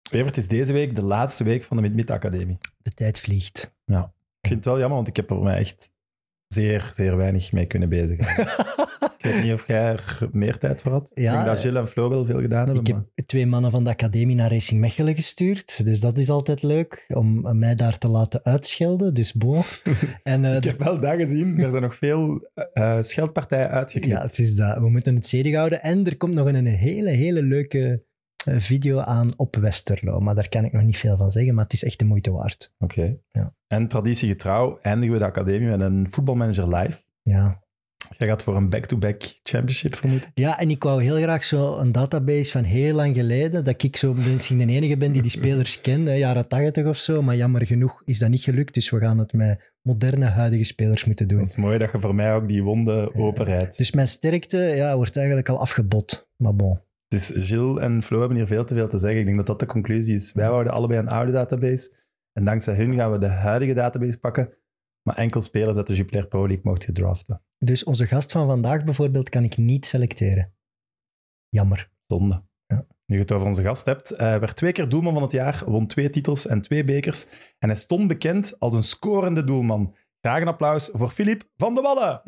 Evert, is deze week de laatste week van de Mid-Mid Academie. De tijd vliegt. Ja. Ik vind het wel jammer, want ik heb er mij echt zeer, zeer weinig mee kunnen bezighouden. Ik weet niet of jij er meer tijd voor had. Ja, ik denk dat Gilles en Flo wel veel gedaan hebben. Ik heb 2 mannen van de academie naar Racing Mechelen gestuurd. Dus dat is altijd leuk, om mij daar te laten uitschelden. Dus bon. En, ik heb wel dat gezien. Er zijn nog veel scheldpartijen uitgeknipt. Ja, het is dat. We moeten het zedig houden. En er komt nog een hele leuke video aan op Westerlo. Maar daar kan ik nog niet veel van zeggen, maar het is echt de moeite waard. Oké. Ja. En traditiegetrouw eindigen we de academie met een voetbalmanager live. Ja. Jij gaat voor een back-to-back championship vermoeden? Ja, en ik wou heel graag zo een database van heel lang geleden, dat ik zo misschien de enige ben die spelers kent, jaren 80 of zo, maar jammer genoeg is dat niet gelukt, dus we gaan het met moderne, huidige spelers moeten doen. Dat is mooi dat je voor mij ook die wonden openrijdt. Dus mijn sterkte wordt eigenlijk al afgebot, maar bon. Dus Gilles en Flo hebben hier veel te veel te zeggen. Ik denk dat dat de conclusie is. Wij houden allebei een oude database en dankzij hun gaan we de huidige database pakken, maar enkel spelers uit de Jupiler Pro League mocht je draften. Dus onze gast van vandaag bijvoorbeeld kan ik niet selecteren. Jammer. Zonde. Ja. Nu je het over onze gast hebt, werd 2 keer doelman van het jaar, won 2 titels en 2 bekers. En hij stond bekend als een scorende doelman. Graag een applaus voor Filip van de Wallen.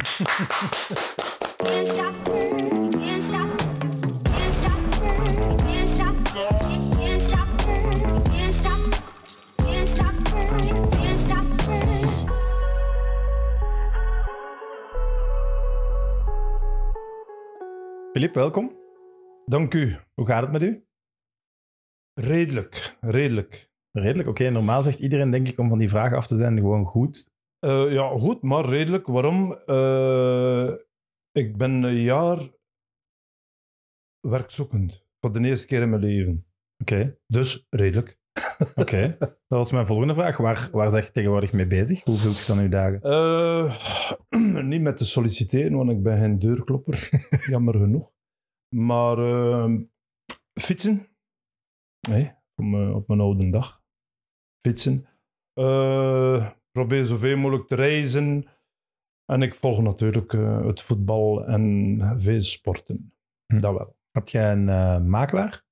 Filip, welkom. Dank u. Hoe gaat het met u? Redelijk. Redelijk, oké. Normaal zegt iedereen, denk ik, om van die vragen af te zijn, gewoon goed. Ja, goed, maar redelijk. Waarom? Ik ben een jaar werkzoekend. Voor de eerste keer in mijn leven. Oké. Dus redelijk. Oké. Dat was mijn volgende vraag. Waar zeg je tegenwoordig mee bezig? Hoe vult je dan uw dagen? Niet met te solliciteren, want ik ben geen deurklopper. Jammer genoeg. Maar fietsen. Nee, op mijn oude dag. Fietsen. Probeer zoveel mogelijk te reizen. En ik volg natuurlijk het voetbal en veel sporten. Dat wel. Heb jij een makelaar?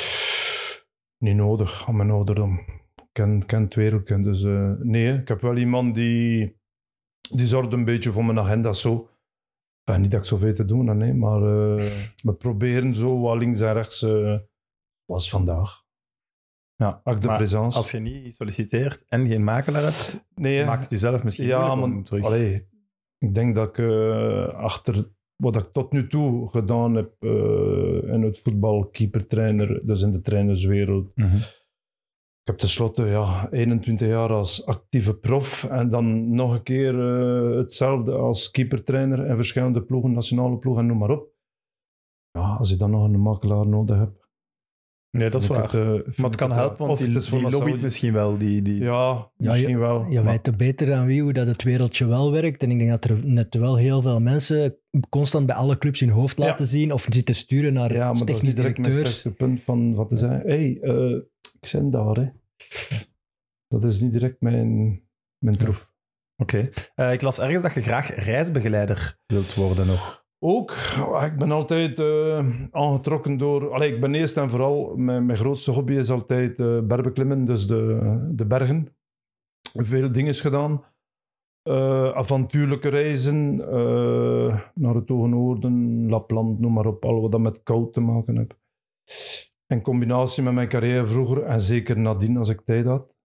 Niet nodig, aan mijn ouderdom. Ik ken het wereldje. Dus nee, ik heb wel iemand die zorgt een beetje voor mijn agenda zo. Enfin, niet dat ik zoveel te doen heb, nee, maar we proberen zo wat links en rechts, was vandaag. Ja, maar als je niet solliciteert en geen makelaar hebt, maakt het jezelf misschien moeilijk om terug. Allee, ik denk dat ik achter wat ik tot nu toe gedaan heb in het voetbal, keepertrainer, dus in de trainerswereld. Mm-hmm. Ik heb tenslotte 21 jaar als actieve prof en dan nog een keer hetzelfde als keepertrainer in verschillende ploegen, nationale ploegen en noem maar op. Ja, als je dan nog een makelaar nodig hebt. Nee, dat is waar. Maar het kan helpen, want die lobbyt misschien wel. Ja, misschien wel. Je weet er beter dan wie hoe dat het wereldje wel werkt. En ik denk dat er net wel heel veel mensen constant bij alle clubs hun hoofd laten zien of zitten sturen naar technisch directeurs. Ja, maar dat is niet direct mijn sterkste punt van wat te zeggen. Ik ben daar, hè. Dat is niet direct mijn troef. Oké. Ik las ergens dat je graag reisbegeleider wilt worden nog. Ook. Ik ben altijd aangetrokken door... ik ben eerst en vooral... Mijn grootste hobby is altijd bergbeklimmen, dus de bergen. Veel dingen gedaan. Avontuurlijke reizen. Naar het Hoge Noorden, Lapland, noem maar op. Al wat dat met koud te maken heeft. In combinatie met mijn carrière vroeger en zeker nadien als ik tijd had.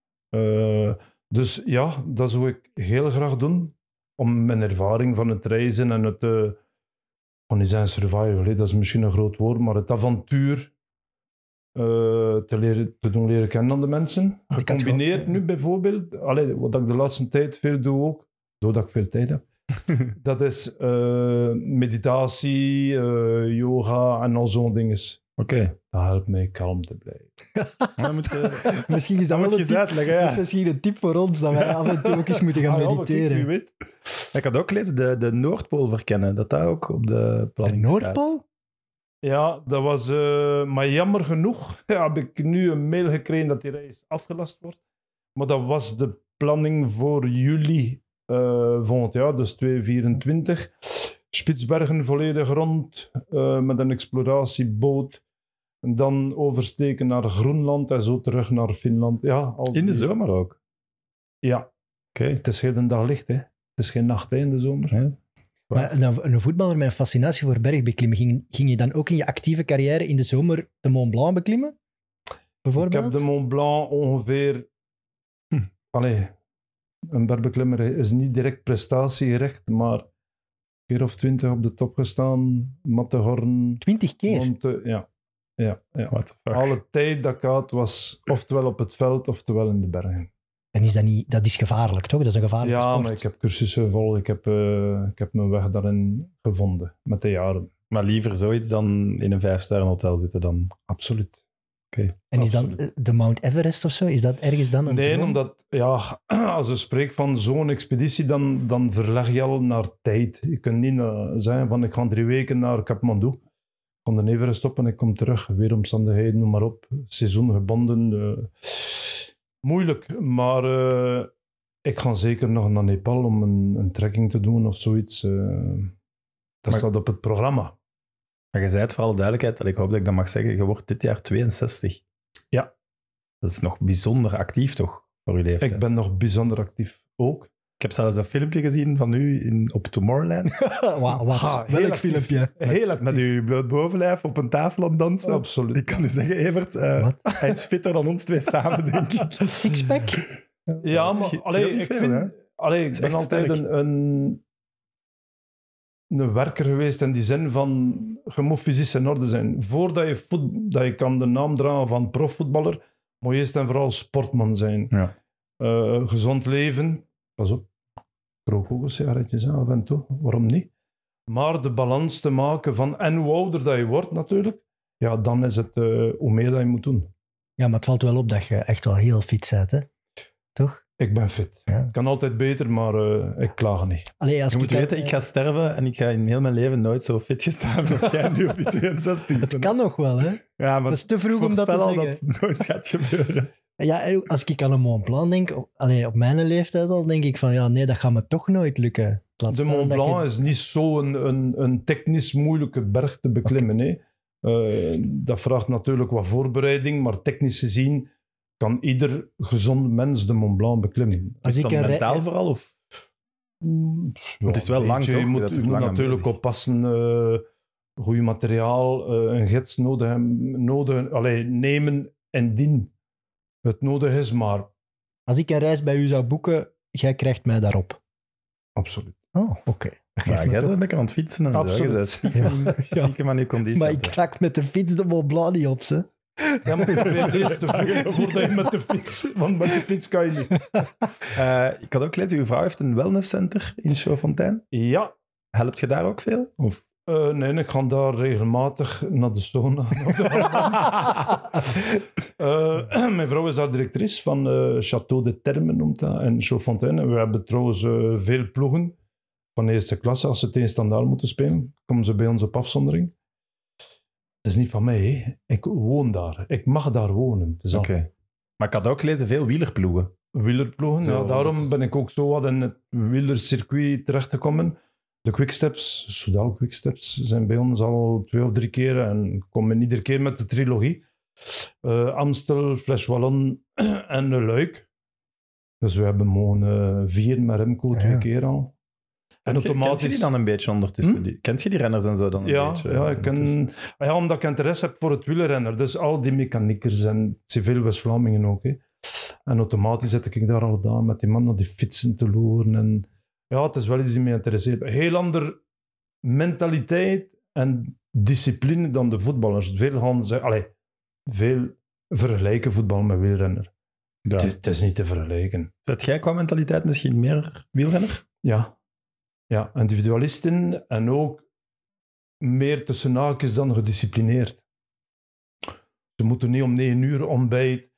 Dus ja, dat zou ik heel graag doen. Om mijn ervaring van het reizen en het... niet zijn survival, dat is misschien een groot woord, maar het avontuur te doen leren kennen aan de mensen. Gecombineerd nu bijvoorbeeld, wat ik de laatste tijd veel doe ook, doordat ik veel tijd heb, dat is meditatie, yoga en al zo'n dingen. Oké. Dat helpt mij kalm te blijven. Misschien is dat wel een tip. Uitleggen, ja. Dat is misschien een tip voor ons, dat wij af en toe ook eens moeten gaan mediteren. Wie weet. Ik had ook gelezen, de Noordpool verkennen, dat ook op de planning staat. De Noordpool? Ja, dat was... maar jammer genoeg heb ik nu een mail gekregen dat die reis afgelast wordt. Maar dat was de planning voor juli volgend jaar, dus 2024. Spitsbergen volledig rond, met een exploratieboot. En dan oversteken naar Groenland en zo terug naar Finland. Ja, In de zomer ook? Ja. Oké. Het is heel de dag licht, hè. Het is geen nacht hè, in de zomer. Ja. Maar een voetballer met een fascinatie voor bergbeklimmen, ging je dan ook in je actieve carrière in de zomer de Mont Blanc beklimmen? Ik Bijvoorbeeld? heb de Mont Blanc ongeveer... Allee, een bergbeklimmer is niet direct prestatiegericht, maar een keer of 20 op de top gestaan. Matterhorn, 20 keer? Monte, ja. What the fuck? Alle tijd dat ik had was oftewel op het veld, oftewel in de bergen. En is dat is gevaarlijk, toch? Dat is een gevaarlijke Ja, sport. maar ik heb cursussen gevolgd. Ik heb mijn weg daarin gevonden met de jaren. Maar liever zoiets dan in een 5-sterren hotel zitten dan. Absoluut. En is dan absoluut. de Mount Everest of zo? Is dat ergens dan een Nee, droom? omdat als je spreekt van zo'n expeditie, dan verleg je al naar tijd. Je kunt niet zeggen van ik ga 3 weken naar Kathmandu. Ik ga de Everest op en ik kom terug. Weeromstandigheden, noem maar op. Seizoengebonden. Moeilijk, maar ik ga zeker nog naar Nepal om een trekking te doen of zoiets. Dat staat op het programma. Maar je zei het voor alle duidelijkheid, ik hoop dat ik dat mag zeggen, je wordt dit jaar 62. Ja. Dat is nog bijzonder actief toch, voor je leeftijd? Ik ben nog bijzonder actief ook. Ik heb zelfs een filmpje gezien van u op Tomorrowland. Wat? Ah, heel Welk actief. filmpje? Heel actief. Met uw bloot bovenlijf op een tafel aan het dansen. Absoluut. Ik kan u zeggen, Evert, Wat? hij is fitter dan ons twee samen, denk ik. Sixpack? Ja, Het maar scheelt allee, niet ik veel, vind... hè? Allee, ik is ben echt altijd sterk. een werker geweest in die zin van je moet fysisch in orde zijn. Voordat dat je kan de naam dragen van profvoetballer, moet je eerst en vooral sportman zijn. Ja. Gezond leven, pas op, ik rook ook een sigaretjes af en toe, waarom niet? Maar de balans te maken van, en hoe ouder dat je wordt natuurlijk, ja, dan is het hoe meer dat je moet doen. Ja, maar het valt wel op dat je echt wel heel fit bent, hè? Toch? Ik ben fit. Ja. Kan altijd beter, maar ik klaag niet. Allee, als Je moet weten, ik ga sterven en ik ga in heel mijn leven nooit zo fit gestaan hebben als jij nu op je 62. Het kan nog wel, hè? Ja, maar Dat is te vroeg om dat te voorspel al zeggen. dat het nooit gaat gebeuren. Ja, als ik aan een Mont Blanc denk, op mijn leeftijd al, denk ik van ja, nee, dat gaat me toch nooit lukken. Laat De staan Mont dat Blanc je- is niet zo'n een technisch moeilijke berg te beklimmen. Hè. Dat vraagt natuurlijk wat voorbereiding, maar technisch gezien kan ieder gezond mens de Mont Blanc beklimmen. Als Is ik dat een mentaal vooral? Of? Ja, het is wel een lang, beetje. toch? Je Je moet, bent je er moet lang aan natuurlijk bezig. oppassen, goed materiaal, een gids nemen indien het nodig is, maar Als ik een reis bij u zou boeken, jij krijgt mij daarop. absoluut. Oh, oké. Dat Ja, geeft me jij toch- bent lekker aan het fietsen. En Absoluut. zo. Je bent stiekem aan je conditie. Maar aan ik het raak met de fiets de Mont Blanc niet op, ze. Ja, maar probeer eerst te voelen voordat je met de fiets, want met de fiets kan je niet. ik had ook gelezen, uw vrouw heeft een wellnesscenter in Chaufontein. Ja, Helpt je daar ook veel? Of? nee, ik ga daar regelmatig naar de sauna. Mijn vrouw is daar directrice van Château de Terme, noemt dat, en Chaufontaine. We hebben trouwens veel ploegen van eerste klasse. Als ze tegen standaard moeten spelen, komen ze bij ons op afzondering. Het is niet van mij, hè. Ik woon daar. Ik mag daar wonen. Het is Oké. Maar ik had ook gelezen, veel wielerploegen. wielerploegen. Zo, Ja, daarom dat- ben ik ook zo wat in het wielercircuit terechtgekomen. De quicksteps, Soudal quicksteps, zijn bij ons al 2 of 3 keer en komen iedere keer met de trilogie. Amstel, Flesch Wallon en Luik. Dus we hebben mogen 4 met Remco 2 Ja. keer al. En Kent je die dan een beetje ondertussen? Kent je die renners en zo dan een Ja, beetje? ja, ik ondertussen? ken, ja, omdat ik interesse heb voor het wielrennen. Dus al die mechaniekers en het zijn veel West-Vlamingen ook. Hè. En automatisch zet ik daar al gedaan met die man naar die fietsen te loeren. En ja, het is wel iets die me interesseert. Heel ander mentaliteit en discipline dan de voetballers. Veel vergelijken voetbal met wielrenner. Ja. Het is niet te vergelijken. Zet jij qua mentaliteit misschien meer wielrenner? Ja, individualisten en ook meer tussen haakjes dan gedisciplineerd. Ze moeten niet om 9 uur ontbijt,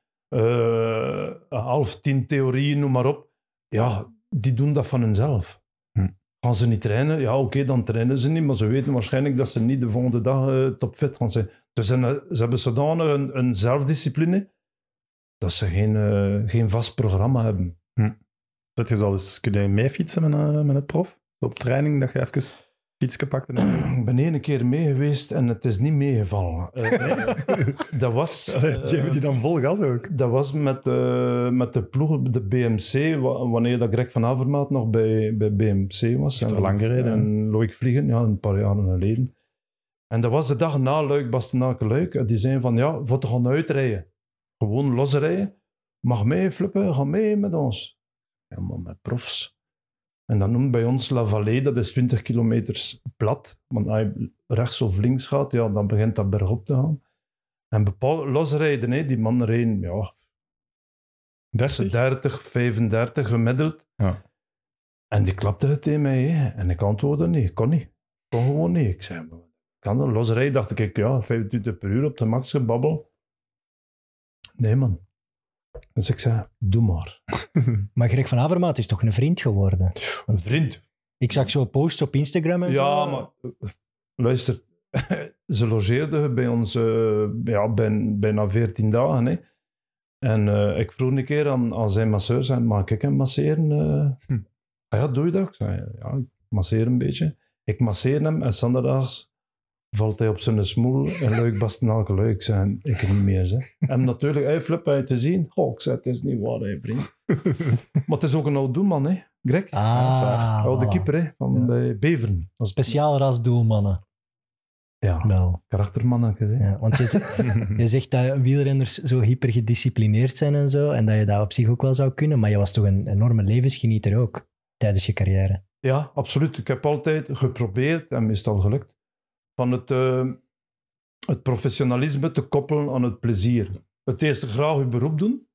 9:30 theorieën, noem maar op. Ja, die doen dat van hunzelf. Gaan ze niet trainen? Ja, oké, dan trainen ze niet, maar ze weten waarschijnlijk dat ze niet de volgende dag topfit gaan zijn. Dus ze hebben zodanig een zelfdiscipline dat ze geen vast programma hebben. Zet je zo eens, kun je mee fietsen met een prof? Op training, dat je even... fietsje gepakt. En... Ik ben 1 keer mee geweest en het is niet meegevallen. Dat was... Geven die dan vol gas ook? Dat was met de ploeg, de BMC, wanneer dat Greg van Avermaat nog bij BMC was. Dat is al lang geleden. En Loïc Vliegen, ja, een paar jaren geleden. En dat was de dag na Luik-Bastenaken-Luik. En die zeiden van, ja, voor te gaan uitrijden. Gewoon losrijden. Mag mee, Flippen, ga mee met ons. Ja, maar met profs. En dat noemt bij ons La Vallée, dat is 20 kilometer plat. Want als je rechts of links gaat, ja, dan begint dat bergop te gaan. En bepaald losrijden, hè, die man reden, ja... 30, 35 gemiddeld. Ja. En die klapte het tegen mij. Hè. En ik antwoordde niet. Ik kon niet. Ik kon gewoon niet. Ik zei, kan dat losrijden? Dacht ik, ja, 25 per uur op de max gebabbel. Nee, man. Dus ik zei, doe maar. Maar Greg van Avermaat is toch een vriend geworden? Een vriend. Ik zag zo posts op Instagram en zo. Ja, maar luister. Ze logeerden bij ons bijna 14 dagen. Hè. En ik vroeg een keer aan zijn masseur, zei, mag ik hem masseren? Ja, doe je dat? Ik zei, ja, ik masseer een beetje. Ik masseer hem en zondags valt hij op zijn smoel en Luik-Bastenaken-Luik. Ik zei, ik niet meer. Zeg. En natuurlijk, hij flipt uit te zien. Goh, ik zei, het is niet waar, hè, vriend. Maar het is ook een oud doelman, hè, Greg. Oude voilà. keeper, hè, van bij Beveren. Speciaal ras doelmannen. Ja, Wel. karaktermannetjes. Hè. Ja, want je zegt dat wielrenners zo hyper gedisciplineerd zijn en zo, en dat je dat op zich ook wel zou kunnen, maar je was toch een enorme levensgenieter ook, tijdens je carrière. Ja, absoluut. Ik heb altijd geprobeerd, en meestal gelukt, van het professionalisme te koppelen aan het plezier. Het eerste graag je beroep doen,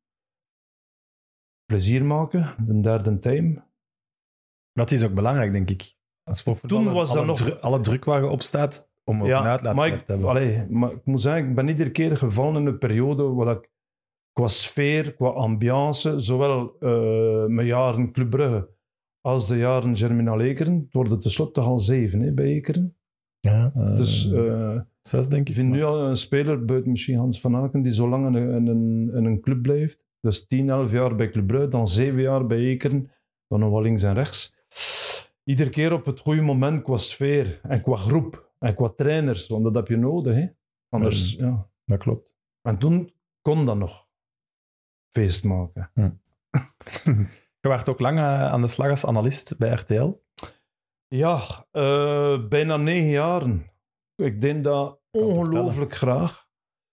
plezier maken, de derde time. Dat is ook belangrijk, denk ik. Als Toen was dat nog... alle druk waar je op staat, om ook een uitlaatklep te hebben. Maar ik moet zeggen, ik ben iedere keer gevallen in een periode waar ik qua sfeer, qua ambiance, zowel mijn jaren Club Brugge als de jaren Germinal Ekeren, het worden tenslotte al 7 hè, bij Ekeren. Ja. Dus 6, denk ik. ik vind nu al een speler, buiten misschien Hans van Aken, die zo lang in een club blijft. Dus 10, 11 jaar bij Club Brugge, dan 7 jaar bij Ekeren, dan nog wel links en rechts. Iedere keer op het goede moment qua sfeer en qua groep en qua trainers, want dat heb je nodig. Hè? Anders, ja. Dat klopt. En toen kon dat nog feest maken. Je was ook lang aan de slag als analist bij RTL. Ja, bijna 9 jaren. Ik deed dat ongelooflijk graag.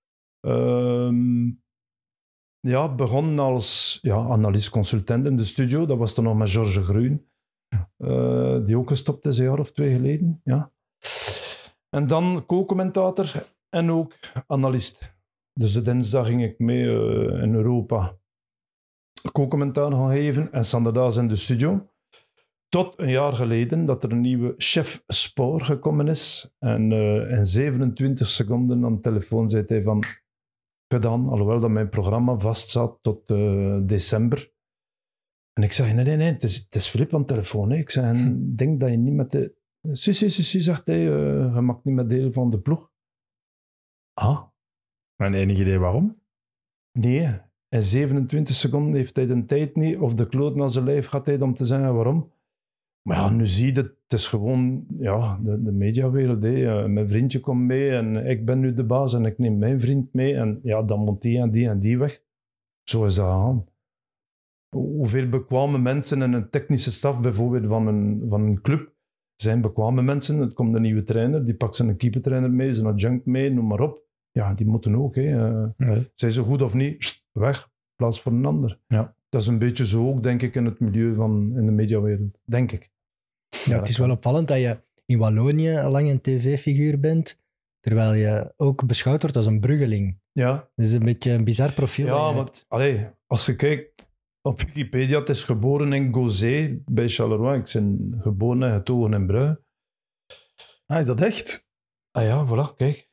Begon als analist-consultant in de studio. Dat was toen nog met George Groen. Die ook gestopt is een jaar of 2 geleden. Ja. En dan co-commentator en ook analist. Dus de dinsdag ging ik mee in Europa co-commentaar gaan geven en standaardaas in de studio. Tot een jaar geleden dat er een nieuwe chef spoor gekomen is. En in 27 seconden aan de telefoon zei hij van gedaan, alhoewel dat mijn programma vastzat tot december. En ik zei, nee, het is Filip aan de telefoon. Hè. Ik zei, denk dat je niet met de... Si, zegt hij, je maakt niet met deel van de ploeg. Ah. En enig idee waarom? Nee, in 27 seconden heeft hij de tijd niet, of de kloot naar zijn lijf gaat hij om te zeggen waarom. Maar ja, nu zie je het is gewoon de mediawereld. Mijn vriendje komt mee en ik ben nu de baas en ik neem mijn vriend mee en ja, dan moet die en die weg. Zo is dat aan. Hoeveel bekwame mensen en een technische staf bijvoorbeeld van een club zijn bekwame mensen. Er komt een nieuwe trainer, die pakt zijn keepertrainer mee, zijn adjunct mee, noem maar op. Ja, die moeten ook. Zijn ze goed of niet, weg, plaats voor een ander. Ja. Dat is een beetje zo ook, denk ik, in het milieu in de mediawereld. Denk ik. Ja, het is wel opvallend dat je in Wallonië lang een tv-figuur bent, terwijl je ook beschouwd wordt als een Bruggeling. Ja. Dat is een beetje een bizar profiel. Ja, maar als je kijkt op Wikipedia, het is geboren in Gauzet bij Charleroi. Ik ben geboren en getogen in Brugge. Ah, is dat echt? Ah ja, voilà, kijk.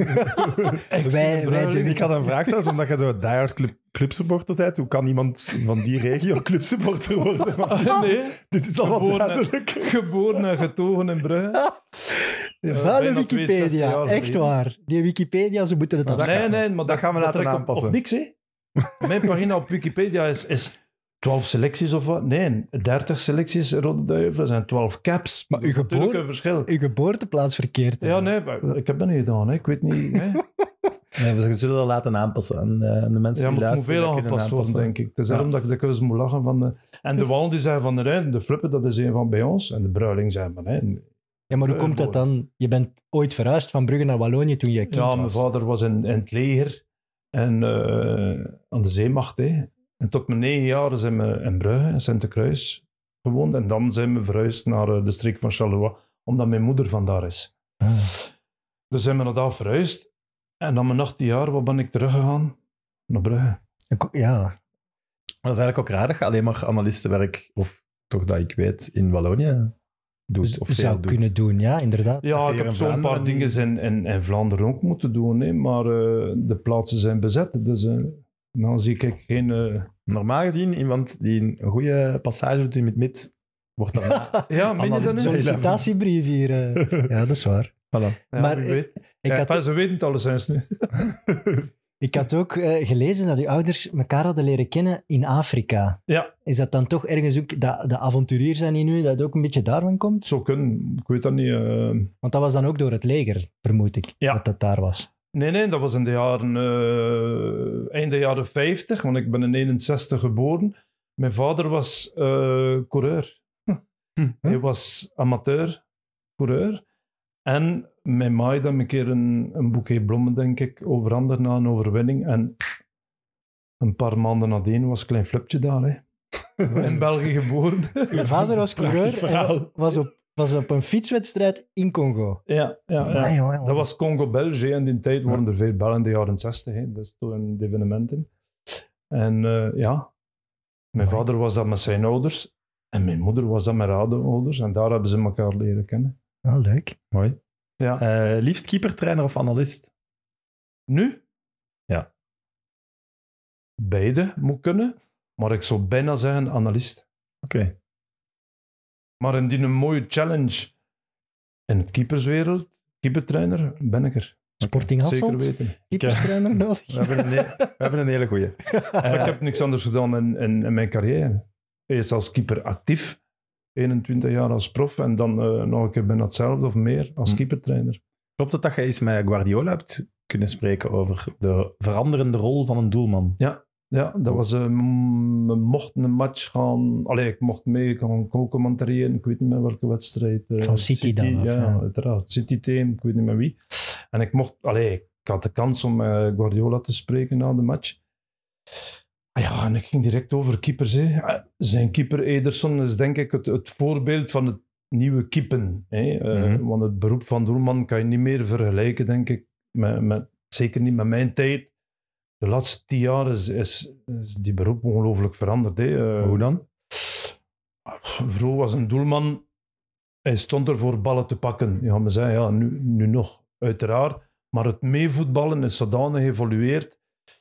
Ik had een vraag zelfs, omdat je zo diehard clubsupporter bent. Hoe kan iemand van die regio clubsupporter worden? Nee. Dit is al wat duidelijk. Geboren en getogen in Brugge. Vuile Wikipedia, echt waar. Die Wikipedia, ze moeten het afschaffen. Nee, maar dat gaan we laten aanpassen. Op niks, hè. Mijn pagina op Wikipedia is 12 selecties of wat? Nee, 30 selecties Rode Duivelen. Er zijn 12 caps. Maar Dat is natuurlijk een verschil. Uw geboorteplaats verkeerd. Ja, nee, maar ik heb dat niet gedaan. Hè. Ik weet niet. Hè. Nee, we zullen dat laten aanpassen aan de mensen Ja, die maar het moet luisteren. veel dat kunnen aangepast worden, aanpassen. denk ik. Het is Ja. daarom dat ik dikwijls moet lachen van de... En de Wal die zei van de Rijn, de Flippen, dat is een van bij ons. En de Bruiling zei van, hè, Ja, maar hoe komt dat dan? Je bent ooit verhuisd van Brugge naar Wallonië toen je kind ja, was. mijn vader was in het leger en aan de zeemacht. Hè. En tot mijn 9 jaar zijn we in Brugge, in Sint-Kruis, gewoond. En dan zijn we verhuisd naar de streek van Charleroi, omdat mijn moeder vandaar is. Ah. Dus zijn we naar daar verhuisd. En na mijn 18 jaar, wat ben ik teruggegaan? Naar Brugge. Ja, Maar dat is eigenlijk ook raar dat je alleen maar analistenwerk, of toch dat ik weet, in Wallonië doet. Of zou veel doet. kunnen doen, ja, inderdaad. Ja, ik hier heb in zo'n paar Vlaanderen dingen in Vlaanderen ook moeten doen, hè, maar de plaatsen zijn bezet. Dus dan zie ik geen... Normaal gezien, iemand die een goede passage doet in het mid, wordt dan... Ja, meen je dat Analist- niet? Sollicitatiebrief hier. Ja, dat is waar. Voilà. Ja, Maar wie weet. Ik had, Enfin, ze weten het alleszins nu. ik had ook gelezen dat uw ouders elkaar hadden leren kennen in Afrika. Ja. Is dat dan toch ergens ook, de avonturier zijn in u, dat het ook een beetje daarvan komt? Zo kunnen, ik weet dat niet. Want dat was dan ook door het leger, vermoed ik, Ja. dat daar was. Nee, dat was in de jaren... einde jaren 50, want ik ben in 61 geboren. Mijn vader was coureur. Hij was amateur coureur. En mijn maai had een keer een boeket bloemen, denk ik, overhandigd na een overwinning. En een paar maanden nadien was Klein Flupje daar, hè. In België geboren. Uw vader was Prachtig coureur verhaal. en was op een fietswedstrijd in Congo. Ja. Amai, jongen, Dat was Congo-België. En in die tijd waren er veel Bellen in de jaren 60. Hè. Dus toen de evenementen. En mijn vader was dat met zijn ouders. En mijn moeder was dat met haar ouders. En daar hebben ze elkaar leren kennen. Ah, leuk. Mooi. Ja. Liefst keepertrainer of analist? Nu? Ja. Beide moet kunnen. Maar ik zou bijna zeggen analist. Oké. Maar indien een mooie challenge in het keeperswereld, keepertrainer, ben ik er. Sporting Zeker Hasselt, weten. keeperstrainer nodig. We hebben een hele goeie. Maar ik heb niks anders gedaan in mijn carrière. Eerst als keeper actief, 21 jaar als prof en dan nog een keer bijna hetzelfde of meer als keepertrainer. Klopt het dat je eens met Guardiola hebt kunnen spreken over de veranderende rol van een doelman? Ja, dat was... we mochten een match gaan... Allee, ik mocht mee gaan co-commentariëren. Ik weet niet meer welke wedstrijd. Van City dan, of, Ja, ja. uiteraard. City-team, ik weet niet meer wie. En ik mocht... Allee, ik had de kans om Guardiola te spreken na de match. Ja, en ik ging direct over keepers. Hè. Zijn keeper Ederson is denk ik het voorbeeld van het nieuwe keepen. Hè. Want het beroep van doelman kan je niet meer vergelijken, denk ik. Zeker niet met mijn tijd. De laatste 10 jaar is die beroep ongelooflijk veranderd. Hè. Hoe dan? Vroeger was een doelman, hij stond er voor ballen te pakken. Je gaat me zeggen, ja, nu nog, uiteraard. Maar het meevoetballen is zodanig geëvolueerd.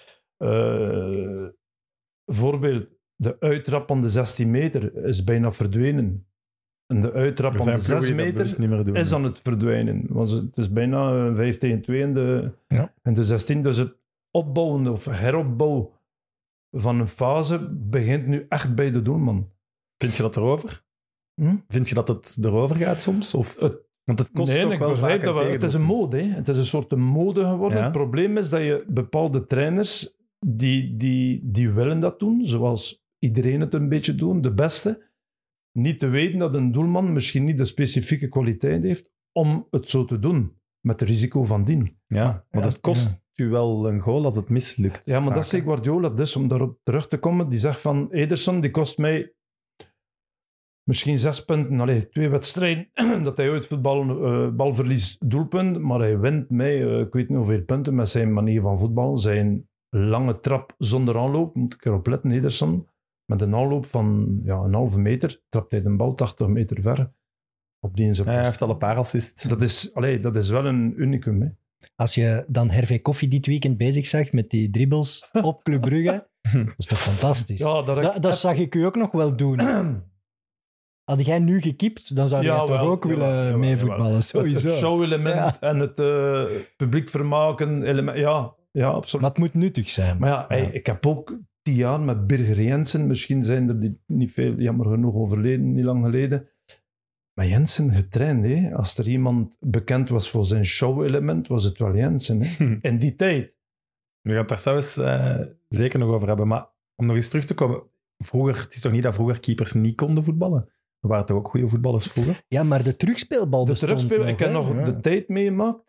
Bijvoorbeeld, de uittrap van de 16 meter is bijna verdwenen. En de uittrap Er van de zijn 6 ploegen die dat meter bewust niet meer doen. is aan het verdwijnen. Want het is bijna 5 tegen 2 in de 16. Dus het opbouwen of heropbouw van een fase begint nu echt bij de doelman. Vind je dat erover? Vind je dat het erover gaat soms? Of? Want het kost Nee, ook ik wel begrijp vaak dat wel. een Het is een mode. Hè. Het is een soort mode geworden. Ja. Het probleem is dat je bepaalde trainers die willen dat doen, zoals iedereen het een beetje doet, de beste, niet te weten dat een doelman misschien niet de specifieke kwaliteit heeft om het zo te doen, met het risico van dien. Ja, want het kost u wel een goal als het mislukt. Ja, maar vaak, dat zei hè. Guardiola dus, om daarop terug te komen. Die zegt van, Ederson, die kost mij misschien 6 punten. Allee, 2 wedstrijden dat hij uitvoetballen, balverlies, doelpunt. Maar hij wint mij, ik weet niet hoeveel punten, met zijn manier van voetballen. Zijn lange trap zonder aanloop, moet ik erop letten, Ederson. Met een aanloop van een halve meter trapt hij de bal 80 meter ver. Op die in zijn Hij post. heeft al een paar assists. Dat is wel een unicum. Hè. Als je dan Hervé Koffie dit weekend bezig zag met die dribbles op Club Brugge, dat is toch fantastisch? Ja, Dat zag ik u ook nog wel doen. Had jij nu gekiept, dan zou je toch Jawel, ook willen jawel, meevoetballen, Het sowieso. show-element Ja. en het publiek vermaken element. Ja, absoluut. Maar het moet nuttig zijn. Maar ja, ik heb ook 10 jaar met Birger Jensen. Misschien zijn er die niet veel, jammer genoeg, overleden, niet lang geleden. Maar Jensen getraind, hè. Als er iemand bekend was voor zijn show-element, was het wel Jensen. Hè. In die tijd. We gaan het daar zelfs zeker nog over hebben. Maar om nog eens terug te komen. Vroeger, het is toch niet dat vroeger keepers niet konden voetballen? Er waren toch ook goede voetballers vroeger? Ja, maar de terugspeelbal bestond nog, ik heb nog hè? de tijd meegemaakt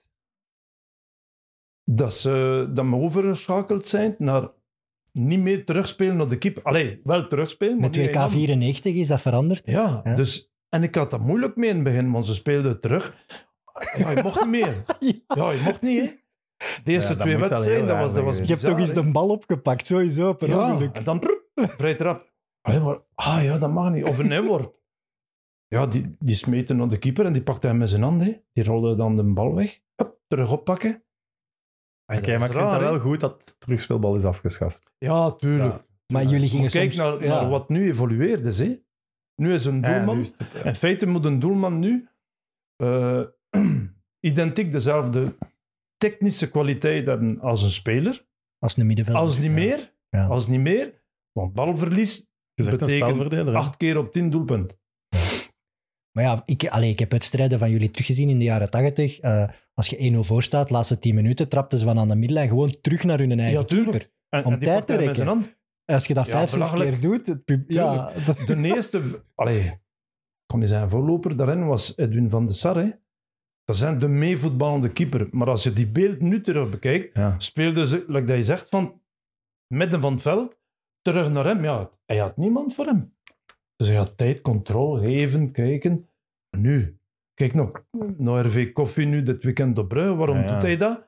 dat we overgeschakeld zijn naar niet meer terugspelen naar de keeper. Allee, wel terugspelen, maar Met niet 2K 94 is dat veranderd. Ja, Ja. dus... En ik had dat moeilijk mee in het begin, want ze speelden terug. Ja, je mocht niet meer. Ja, je mocht niet, hè. De eerste Ja, dat 2 moet wel wedstrijden, heel dat was raar Je hebt bizar, toch eens hè. de bal opgepakt, sowieso, per Ja, ongeluk. en dan vrij trap. Allee, maar, ja, dat mag niet. Of een inworp. Ja, die smeten naar de keeper en die pakte hem met zijn hand. Hè. Die rolde dan de bal weg. Hup, terug oppakken. Oké, maar ik vind dat wel goed dat terugspeelbal is afgeschaft. Ja, tuurlijk. Ja. Maar jullie gingen Maar kijk soms... naar wat nu evolueerd is. Hè. Nu is een Ja, doelman... nu is het, In feite moet een doelman nu identiek dezelfde technische kwaliteit hebben als een speler. Als een middenvelder. Als niet meer. Ja. Als niet meer. Want balverlies het is echt een betekent spelverdeler. hè? 8 keer op 10 doelpunt. Maar ja, ik heb wedstrijden van jullie teruggezien in de jaren 80. Als je 1-0 voor staat, laatste 10 minuten, trapten ze van aan de midlijn gewoon terug naar hun eigen Ja, tuurlijk. keeper. En, Om en die tijd pakte te hem met zijn rekken. hand. Als je dat Ja, 5-6 belachelijk. keer doet... Ja, De eerste... Allee, ik kon niet zijn voorloper daarin was Edwin van de Sar. Hè. Dat zijn de meevoetballende keeper. Maar als je die beeld nu terug bekijkt, Ja. speelden ze, like dat je zegt, van midden van het veld terug naar hem. Ja, hij had niemand voor hem. Dus hij had tijd, controle, geven, kijken. Nu, kijk naar RV Koffie nu dit weekend op Brugge. Waarom Ja. doet hij dat?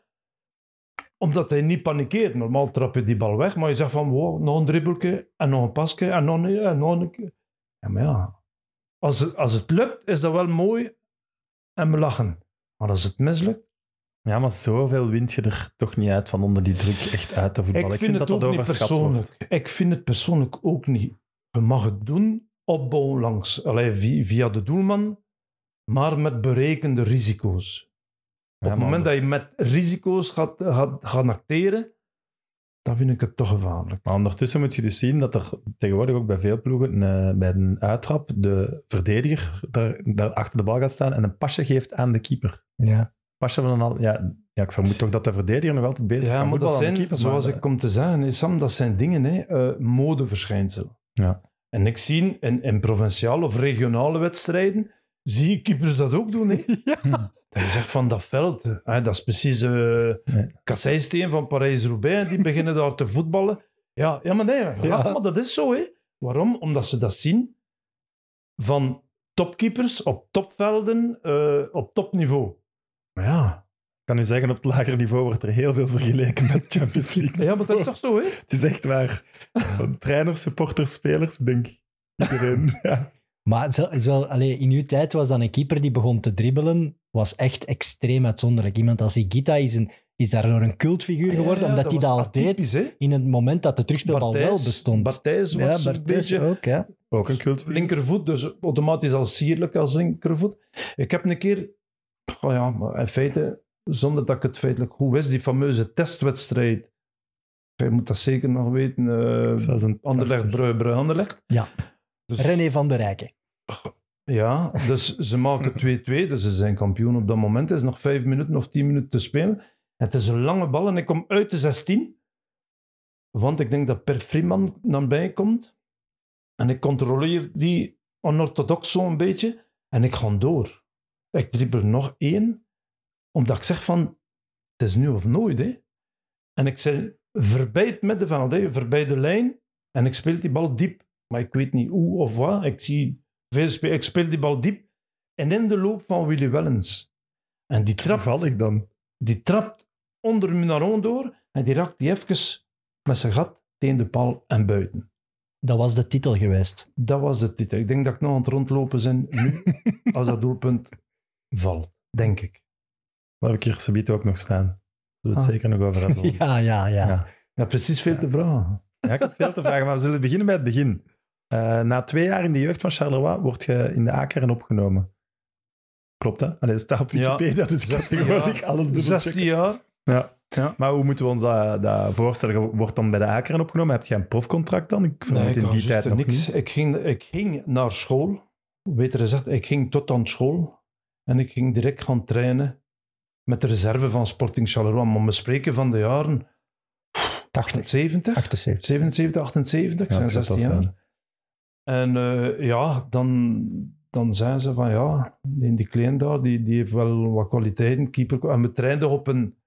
Omdat hij niet panikeert. Normaal trap je die bal weg, maar je zegt van wow, nog een dribbeltje en nog een pasje en nog een keer. Ja, maar ja. Als het lukt, is dat wel mooi en we lachen. Maar als het mislukt... Ja, maar zoveel wint je er toch niet uit van onder die druk echt uit te voetballen. Ik vind het dat ook niet overschat persoonlijk. wordt. Ik vind het persoonlijk ook niet. Je mag het doen, opbouw langs. Allee, via de doelman, maar met berekende risico's. Ja, Op het moment dat je met risico's gaat acteren, dan vind ik het toch gevaarlijk. Maar ondertussen moet je dus zien dat er tegenwoordig ook bij veel ploegen bij een uittrap de verdediger daar achter de bal gaat staan en een pasje geeft aan de keeper. ja. Pasje van een ik vermoed toch dat de verdediger nog altijd beter Ja, kan maar dat voetballen dan de zijn, keeper. zoals ik kom te zeggen, hè, Sam, dat zijn dingen, modeverschijnselen. Ja. En ik zie in provinciale of regionale wedstrijden, zie ik keepers dat ook doen. Hè. Dat je zegt van dat veld, dat is precies Kasseisteen van Parijs-Roubaix, die beginnen daar te voetballen. Ja, maar nee, maar dat is zo. Hè. Waarom? Omdat ze dat zien van topkeepers op topvelden, op topniveau. Maar ja... Ik kan u zeggen, op het lager niveau wordt er heel veel vergeleken met de Champions League. Ja, maar dat is toch zo, hè? Het is echt waar. Van trainers, supporters, spelers, denk ik. Iedereen. Ja. Maar in uw tijd was dan een keeper die begon te dribbelen, was echt extreem uitzonderlijk. Iemand als Higuita is daardoor een cultfiguur geworden, omdat hij dat al atypisch, deed hè? in het moment dat de terugspeelbal wel bestond. Barthijs was een beetje ook, ja. Ook een cult. linkervoet, dus automatisch al sierlijk als linkervoet. Ik heb een keer, maar in feite, zonder dat ik het feitelijk goed wist, die fameuze testwedstrijd. Je moet dat zeker nog weten. Anderlecht, Brugge, Anderlecht. Ja, Dus, René van der Rijken. ja, dus ze maken 2-2, dus ze zijn kampioen op dat moment. Het is nog 5 minuten of 10 minuten te spelen. Het is een lange bal en ik kom uit de 16. Want ik denk dat Per Freeman naar mij komt. En ik controleer die onorthodox zo een beetje. En ik ga door. Ik dribbel nog 1. Omdat ik zeg van, het is nu of nooit. Hè. En ik zei, voorbij het middenveld, voorbij de lijn. En ik speel die bal diep. Maar ik weet niet hoe of wat. Ik zie veel spelen. Ik speel die bal diep. En in de loop van Willy Wellens. En die trapt onder Munaron door. En die raakt die even met zijn gat tegen de paal en buiten. Dat was de titel geweest. Dat was de titel. Ik denk dat ik nog aan het rondlopen ben nu. Als dat doelpunt valt. Denk ik. Waar heb ik hier Sabito ook nog staan? Zullen we het zeker nog over hebben? Ja. Ja, precies veel te vragen. Ja, ik heb veel te vragen, maar we zullen beginnen bij het begin. Na 2 jaar in de jeugd van Charleroi word je in de A-kern opgenomen. Klopt, hè? Allee, het staat op Wikipedia, dus ik kan tegenwoordig alles dubbelchecken. 16 jaar. Ja. Ja. Maar hoe moeten we ons dat voorstellen? Wordt dan bij de Akeren opgenomen? Heb je een profcontract dan? Ik vermoed in die tijd nog niks. niet. Ik ging naar school. Beter gezegd, ik ging tot aan school. En ik ging direct gaan trainen met de reserve van Sporting Charleroi. Maar we spreken van de jaren 78, 77, 78. Ik zijn 16 jaar. En dan zijn ze van ja, die klein daar, die heeft wel wat kwaliteiten. Keeper. En we trainden op een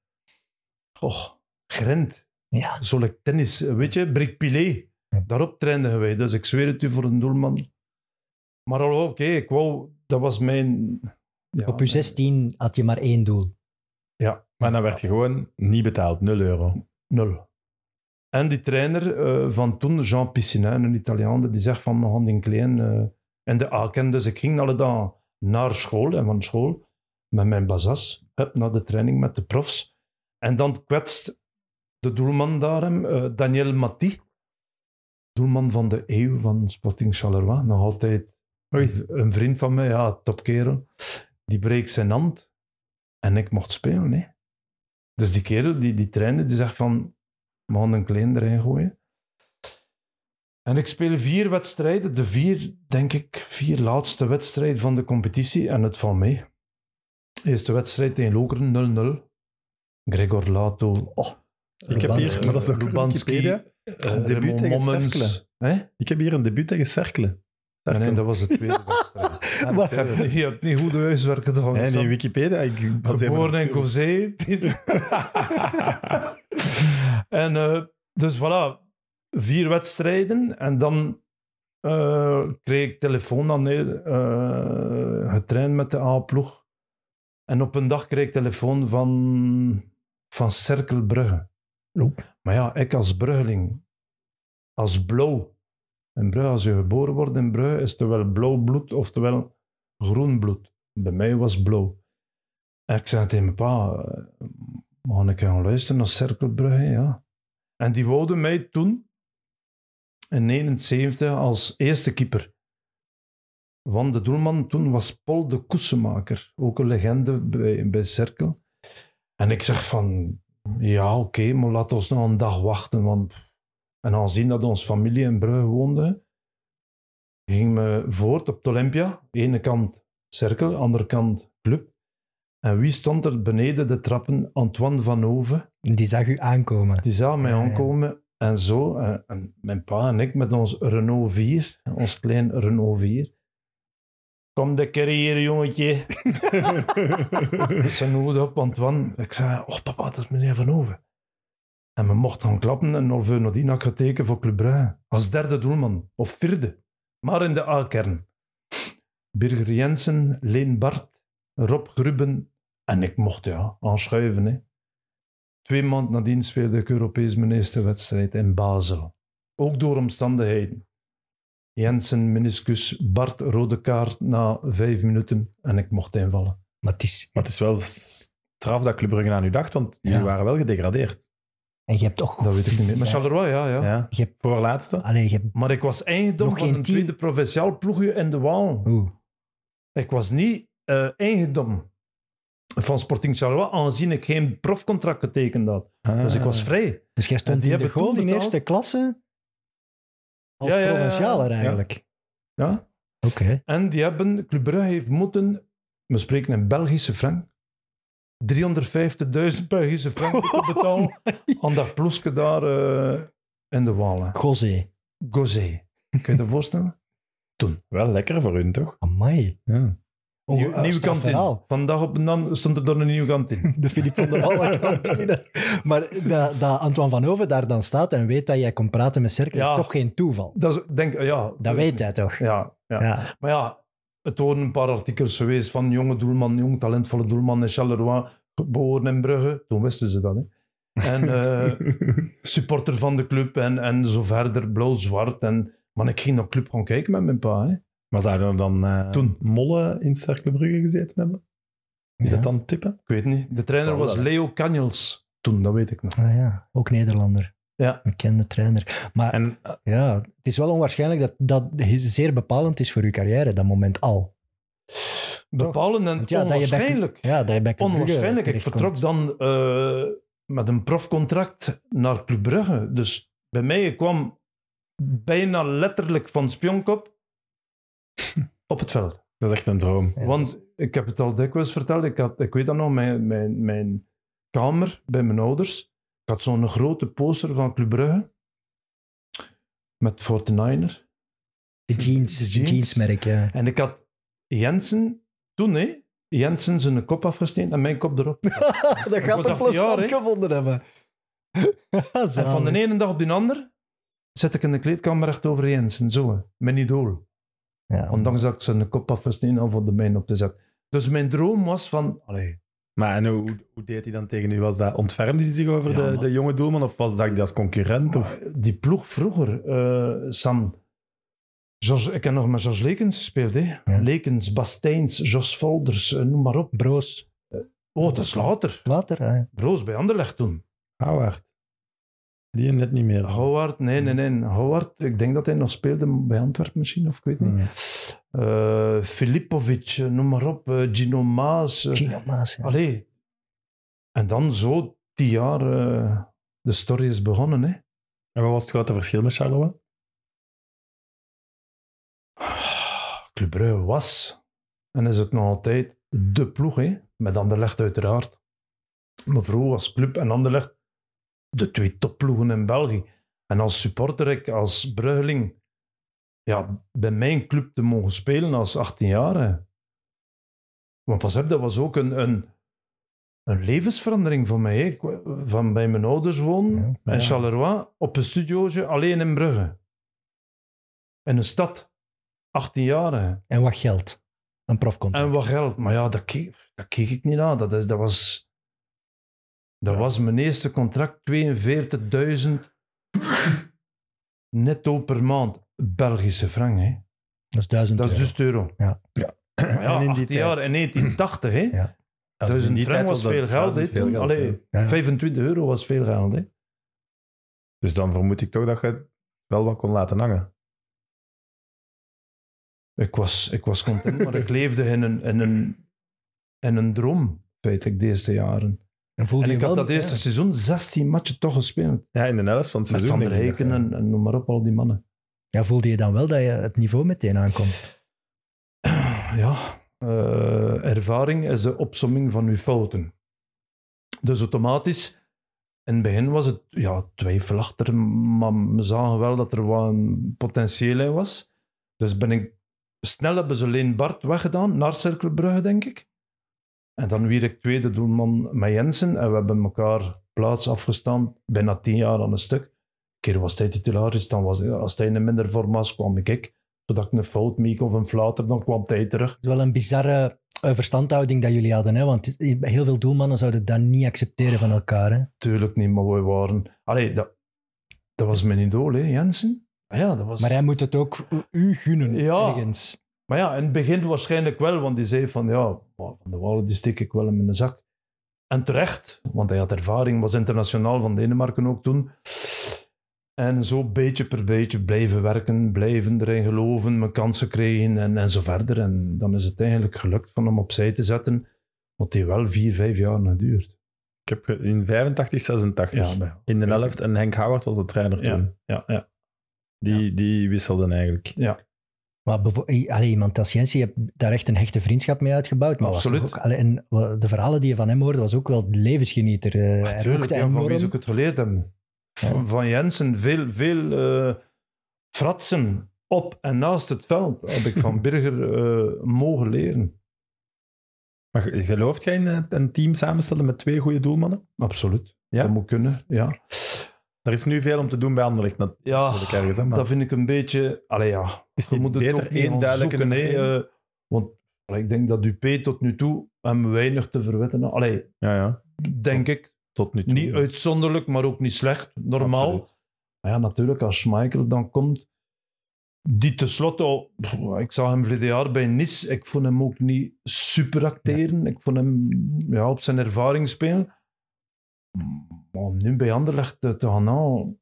grend. Ja. Zo like tennis, weet je, brick pilé. Daarop trainden wij. Dus ik zweer het u voor een doelman. Maar al oké, dat was mijn... Ja, op je 16 had je maar 1 doel. Ja. Maar dan werd je gewoon niet betaald, €0. 0. En die trainer van toen, Jean Piscinin, een Italiaan, die zegt van we gaan die klein en de Aken. Dus ik ging alle dagen naar school en van school met mijn bazas naar de training met de profs. En dan kwetst de doelman daar hem, Daniel Matti, doelman van de eeuw van Sporting Charleroi, nog altijd een vriend van mij, ja, topkerel, die breekt zijn hand en ik mocht spelen. Hè. Dus die kerel, die trainde, die zegt van we gaan een klein erin gooien. En ik speel 4 wedstrijden, de 4 laatste wedstrijden van de competitie en het valt mee. Eerste wedstrijd tegen Lokeren, 0-0. Gregor Lato. Ik heb hier, maar dat is ook Lubanski, debuut tegen Mommens. Ik heb hier een debuut tegen Cerkelen. Nee, dat was de tweede wedstrijd. Je hebt niet goed huiswerk gedaan. Nee, Wikipedia. Ik was geboren in Cozé. En dus voilà, 4 wedstrijden. En dan kreeg ik telefoon dan getraind met de A-ploeg. En op een dag kreeg ik telefoon van Cercle Brugge. Maar ja, ik als Bruggeling, als blauw. In Brugge, als je geboren wordt in Brugge, is het wel blauw bloed, oftewel groen bloed. Bij mij was het blauw. En ik zei tegen mijn pa, mag ik gaan luisteren naar Cercle Brugge? Ja. En die wouden mij toen, in 1979, als eerste keeper. Want de doelman toen was Paul de Koesemaker, ook een legende bij Cercle. En ik zeg van, ja oké, maar laat ons nog een dag wachten, want... En aangezien dat onze familie in Brugge woonde, ging me voort op het Olympia. Ene kant Cercle, andere kant club. En wie stond er beneden de trappen? Antoine Van Hoven. Die zag u aankomen. Die zag mij aankomen. En zo, en mijn pa en ik met ons Renault 4, ons klein Renault 4. Kom de keer hier, jongetje. Zijn hoed op, Antoine. Ik zei, papa, dat is meneer Van Hoven. En we mochten gaan klappen en half uur nadien had ik getekend voor Club Brugge. Als 3e doelman, of 4e. Maar in de A-kern. Birger Jensen, Leen Bart, Rob Gruben. En ik mocht aanschuiven. Hè. 2 maanden nadien speelde ik Europees mijn eerste wedstrijd in Basel. Ook door omstandigheden. Jensen, meniscus, Bart, rode kaart na 5 minuten. En ik mocht invallen. Maar het is wel straf dat Club Brugge aan u dacht, want jullie waren wel gedegradeerd. En je hebt toch... Dat weet ik niet meer. Maar Charleroi, ja. Je hebt voorlaatste. Maar ik was eigendom van een tweede provinciaal ploegje in de Waal. Ik was niet eigendom van Sporting Charleroi, aangezien ik geen profcontract getekend had. Dus ik was vrij. Dus jij stond in de goal in eerste klasse als provincialer eigenlijk? Ja. Oké. En die hebben... Club Brugge heeft moeten... We spreken in Belgische frank. 350.000 Belgische franken te betalen aan dat ploesje daar in de Waal. Gozé. Kun je dat voorstellen? Toen. Wel lekker voor hun, toch? Amai. Ja. Nieuwe kantine. Vandaag op een dag stond er door een nieuwe kantine. De Philippe van der Wallen kantine. Maar dat Antoine Van Hoven daar dan staat en weet dat jij kon praten met Cercle, is toch geen toeval? Dat weet hij toch? Ja. Maar ja, het waren een paar artikels geweest van jonge doelman, jong talentvolle doelman in Charleroi, geboren in Brugge. Toen wisten ze dat. Hè. En supporter van de club en zo verder, blauw-zwart. Maar ik ging naar de club gaan kijken met mijn pa. Hè. Maar zouden er dan toen Molle in Cercle Brugge gezeten hebben? Die dat dan tippen? Ik weet niet. De trainer was Leo Canjels toen, dat weet ik nog. Ah ja, ook Nederlander. Ja. Bekende trainer. Maar het is wel onwaarschijnlijk dat zeer bepalend is voor uw carrière, dat moment al. Bepalend en onwaarschijnlijk. Dat je bij Club Brugge onwaarschijnlijk. Ik vertrok dan met een profcontract naar Club Brugge. Dus bij mij, ik kwam bijna letterlijk van Spionkop op het veld. Dat is echt een droom. Ja, Want ik heb het al dikwijls verteld, ik weet dat nog, mijn kamer bij mijn ouders. Ik had zo'n grote poster van Club Brugge met 49er. De jeansmerk, ja. En ik had Jensen, toen Jensen zijn kop afgesteend en mijn kop erop. Dat gaat was een 18 plezant jaar, hè. gevonden hebben. En van de ene dag op de andere zet ik in de kleedkamer recht over Jensen, zo, hè. Mijn idool. Ja, Ondanks dat ik zijn kop afgesteend had voor de mijne op te zetten. Dus mijn droom was van... Allee, Maar en hoe deed hij dan tegen u? Was dat, ontfermde hij zich over Ja, de jonge doelman? Of zag hij als concurrent? Of? die ploeg vroeger, Sam... ik heb nog met George Lekens gespeeld. Hè. Ja. Lekens, Bastijns, Jos Volders, noem maar op. Broos. Dat is later. Later, ja. Broos bij Anderlecht toen. Howard. Die net niet meer. Howard, nee. Howard, ik denk dat hij nog speelde bij Antwerpen misschien, of ik weet niet. Filipovic, noem maar op. Gino Maas. Gino Maas, ja. Allee. En dan zo 10 jaar de story is begonnen. Hè. En wat was het grote verschil met Charleroi? Club Brugge was, en is het nog altijd, de ploeg. Hè. Met Anderlecht uiteraard. Maar vroeger was Club en Anderlecht de 2 topploegen in België. En als supporter, als Bruggeling, ja, bij mijn club te mogen spelen als 18-jarige. Want pas op, dat was ook een levensverandering voor mij. Hè. Van bij mijn ouders wonen Ja. in Charleroi op een studiootje alleen in Brugge. In een stad. 18 jaar. En wat geld? Een profcontract. En wat geld. Maar ja, dat keek ik niet aan. Dat was mijn eerste contract. 42.000 netto per maand. Belgische frank, hè. Dat is 1000 Dat is euro. dus euro. Ja. Maar ja, En in 18 die jaar tijd. in 1980, hè. Ja. Ja, dus 1000 in die frank tijd was dat veel geld, hè. veel toen. geld, Allee, Ja. 25 euro was veel geld, hè. Dus dan vermoed ik toch dat je wel wat kon laten hangen. Ik was content, maar ik leefde in een droom, feitelijk, de eerste jaren. En voelde En je ik had wel, dat eerste ja. seizoen 16 matchen toch gespeeld. Ja, in de helft van het Met seizoen. Van der denk ik Heken dat, en noem maar op, al die mannen. Ja, voelde je dan wel dat je het niveau meteen aankomt? Ja, ervaring is de opsomming van uw fouten. Dus automatisch, in het begin was het twijfelachtig, maar we zagen wel dat er wat een potentieel in was. Dus snel hebben ze alleen Bart weggedaan, naar Cercle Brugge, denk ik. En dan weer ik tweede doelman met Jensen. En we hebben elkaar plaats afgestaan, bijna 10 jaar aan een stuk. Een keer was hij titularis, dan als hij in minder vorm was, kwam ik. Zodat ik een fout meek of een flater, dan kwam hij terug. Het is wel een bizarre verstandhouding dat jullie hadden, hè? Want heel veel doelmannen zouden dat niet accepteren van elkaar. Hè? Tuurlijk niet, maar wij waren... Allee, dat was mijn idool, hè, Jensen. Ja, dat was... Maar hij moet het ook u gunnen, Ja. ergens. Maar ja, in het begin waarschijnlijk wel, want die zei van Van der Waal, die steek ik wel in mijn zak. En terecht, want hij had ervaring, was internationaal van Denemarken ook toen. En zo beetje per beetje blijven werken, blijven erin geloven, mijn kansen krijgen en zo verder. En dan is het eigenlijk gelukt van hem opzij te zetten, wat hij wel 4-5 jaar geduurd. Ik heb in 85, 86 Ja, in de helft en Henk Howard was de trainer toen. Ja. Die wisselden eigenlijk. Ja. Maar iemand als Jensen, je hebt daar echt een hechte vriendschap mee uitgebouwd. Maar Absoluut. Was ook, en de verhalen die je van hem hoorde, was ook wel levensgenieter. Hij Tuurlijk, rookte van wie enorm. zou ik het geleerd hebben? Ja. Van Jensen, veel fratsen op en naast het veld heb ik van Birger mogen leren. Maar gelooft jij in een team samenstellen met 2 goede doelmannen? Absoluut. Ja? Dat moet kunnen, ja. Er is nu veel om te doen bij Anderlecht. Natuurlijk ergens, hè, maar Dat vind ik een beetje... Allee, ja. is Je het moet het beter ook niet één gaan duidelijke zoeken, nummer hè. één? Want ik denk dat UP tot nu toe hem weinig te verwetten. Allee, Ja, denk ik. tot nu toe. Niet uitzonderlijk, maar ook niet slecht. Normaal. Absoluut. Maar ja, natuurlijk, als Schmeichel dan komt, die tenslotte, ik zag hem verleden jaar bij Nice, ik vond hem ook niet super acteren. Ik vond hem op zijn ervaring spelen. Maar om nu bij Anderlecht te gaan nou...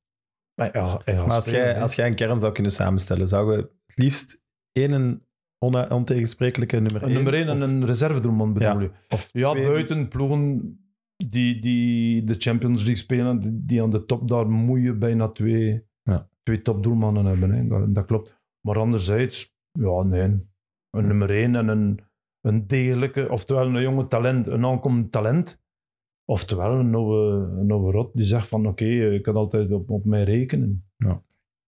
Maar als jij een kern zou kunnen samenstellen, zou je het liefst één ontegensprekelijke nummer 1... Een nummer 1 en een reservedoelman bedoel Ja. je? Of Ja, twee- buiten ploegen die de Champions League spelen, die aan de top daar moet je bijna twee topdoelmannen hebben. Hè. Dat klopt. Maar anderzijds, ja, nee. Een nummer 1 en een degelijke, oftewel een jonge talent, een aankomend talent. Oftewel een oude rot die zegt van oké, ik kan altijd op mij rekenen. Ja.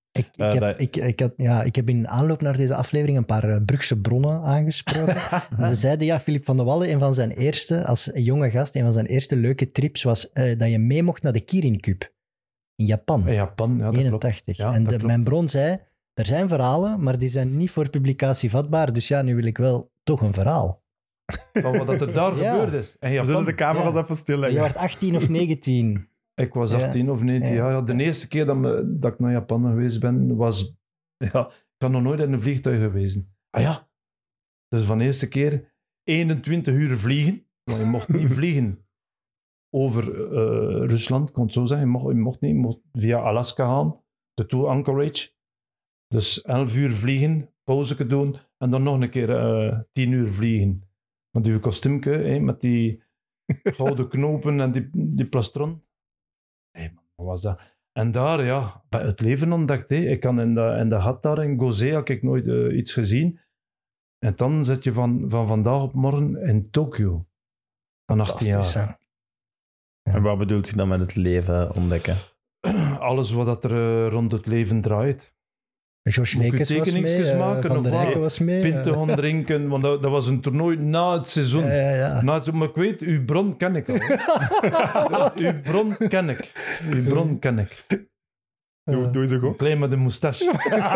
Ik heb in aanloop naar deze aflevering een paar Brugse bronnen aangesproken. Ze zeiden, Filip van de Wallen, een van zijn eerste, als jonge gast, een van zijn eerste leuke trips was dat je mee mocht naar de Kirin Cup. In Japan. In Japan, ja, dat 81. Ja, en mijn bron zei, er zijn verhalen, maar die zijn niet voor publicatie vatbaar. Dus ja, nu wil ik wel toch een verhaal. Van wat er daar gebeurd is. En we zullen de camera's even stilleggen. Je werd 18 of 19. Ik was 18 of 19 jaar. Ja, de eerste keer dat ik naar Japan geweest ben, was... Ja, ik was nog nooit in een vliegtuig geweest. Ah ja. Dus van de eerste keer 21 uur vliegen. Maar je mocht niet vliegen over Rusland, kon het zo zeggen. Je mocht niet. Je mocht via Alaska gaan. To Anchorage. Dus 11 uur vliegen, pauze doen en dan nog een keer 10 uur vliegen. Want die kostuumke met die gouden knopen en die plastron. Hey man, wat was dat? En daar, ja, het leven ontdekt. Ik kan in de hut daar in Gozee, had ik nooit iets gezien. En dan zit je van vandaag op morgen in Tokio. Van 18 jaar. Ja. En wat bedoelt je dan met het leven ontdekken? Alles wat er rond het leven draait. George Lekes was mee, maken, Van der Rijken was mee. Pinten gaan drinken, want dat was een toernooi na het seizoen. Ja. Maar ik weet, uw bron ken ik al. Uw bron ken ik. Doe eens ook. Klein met de moustache.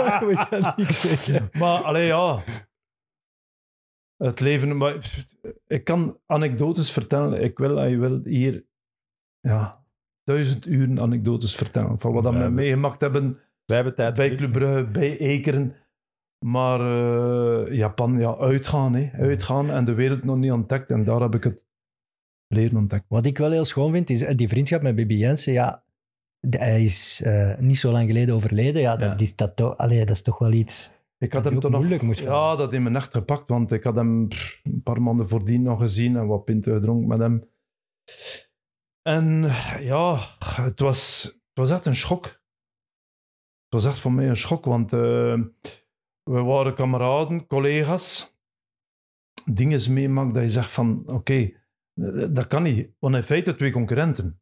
Maar, allee, ja. Het leven... Maar, ik kan anekdotes vertellen. Ik wil hier 1000 uren anekdotes vertellen. Van wat we meegemaakt hebben... Wij hebben tijd bij Club Brugge, bij Ekeren. Maar Japan, uitgaan. Uitgaan en de wereld nog niet ontdekt. En daar heb ik het leren ontdekken. Wat ik wel heel schoon vind, is die vriendschap met Bibi Jensen. Ja, hij is niet zo lang geleden overleden. Ja, dat is toch wel iets... Ik had hem toch nog... Ja, dat heeft me echt gepakt. Want ik had hem een paar maanden voordien nog gezien en wat pinten gedronken met hem. En ja, het was echt een schok. Het was echt voor mij een schok, want we waren kameraden, collega's. Dingen meemaken dat je zegt van, oké, dat kan niet. Want in feite 2 concurrenten.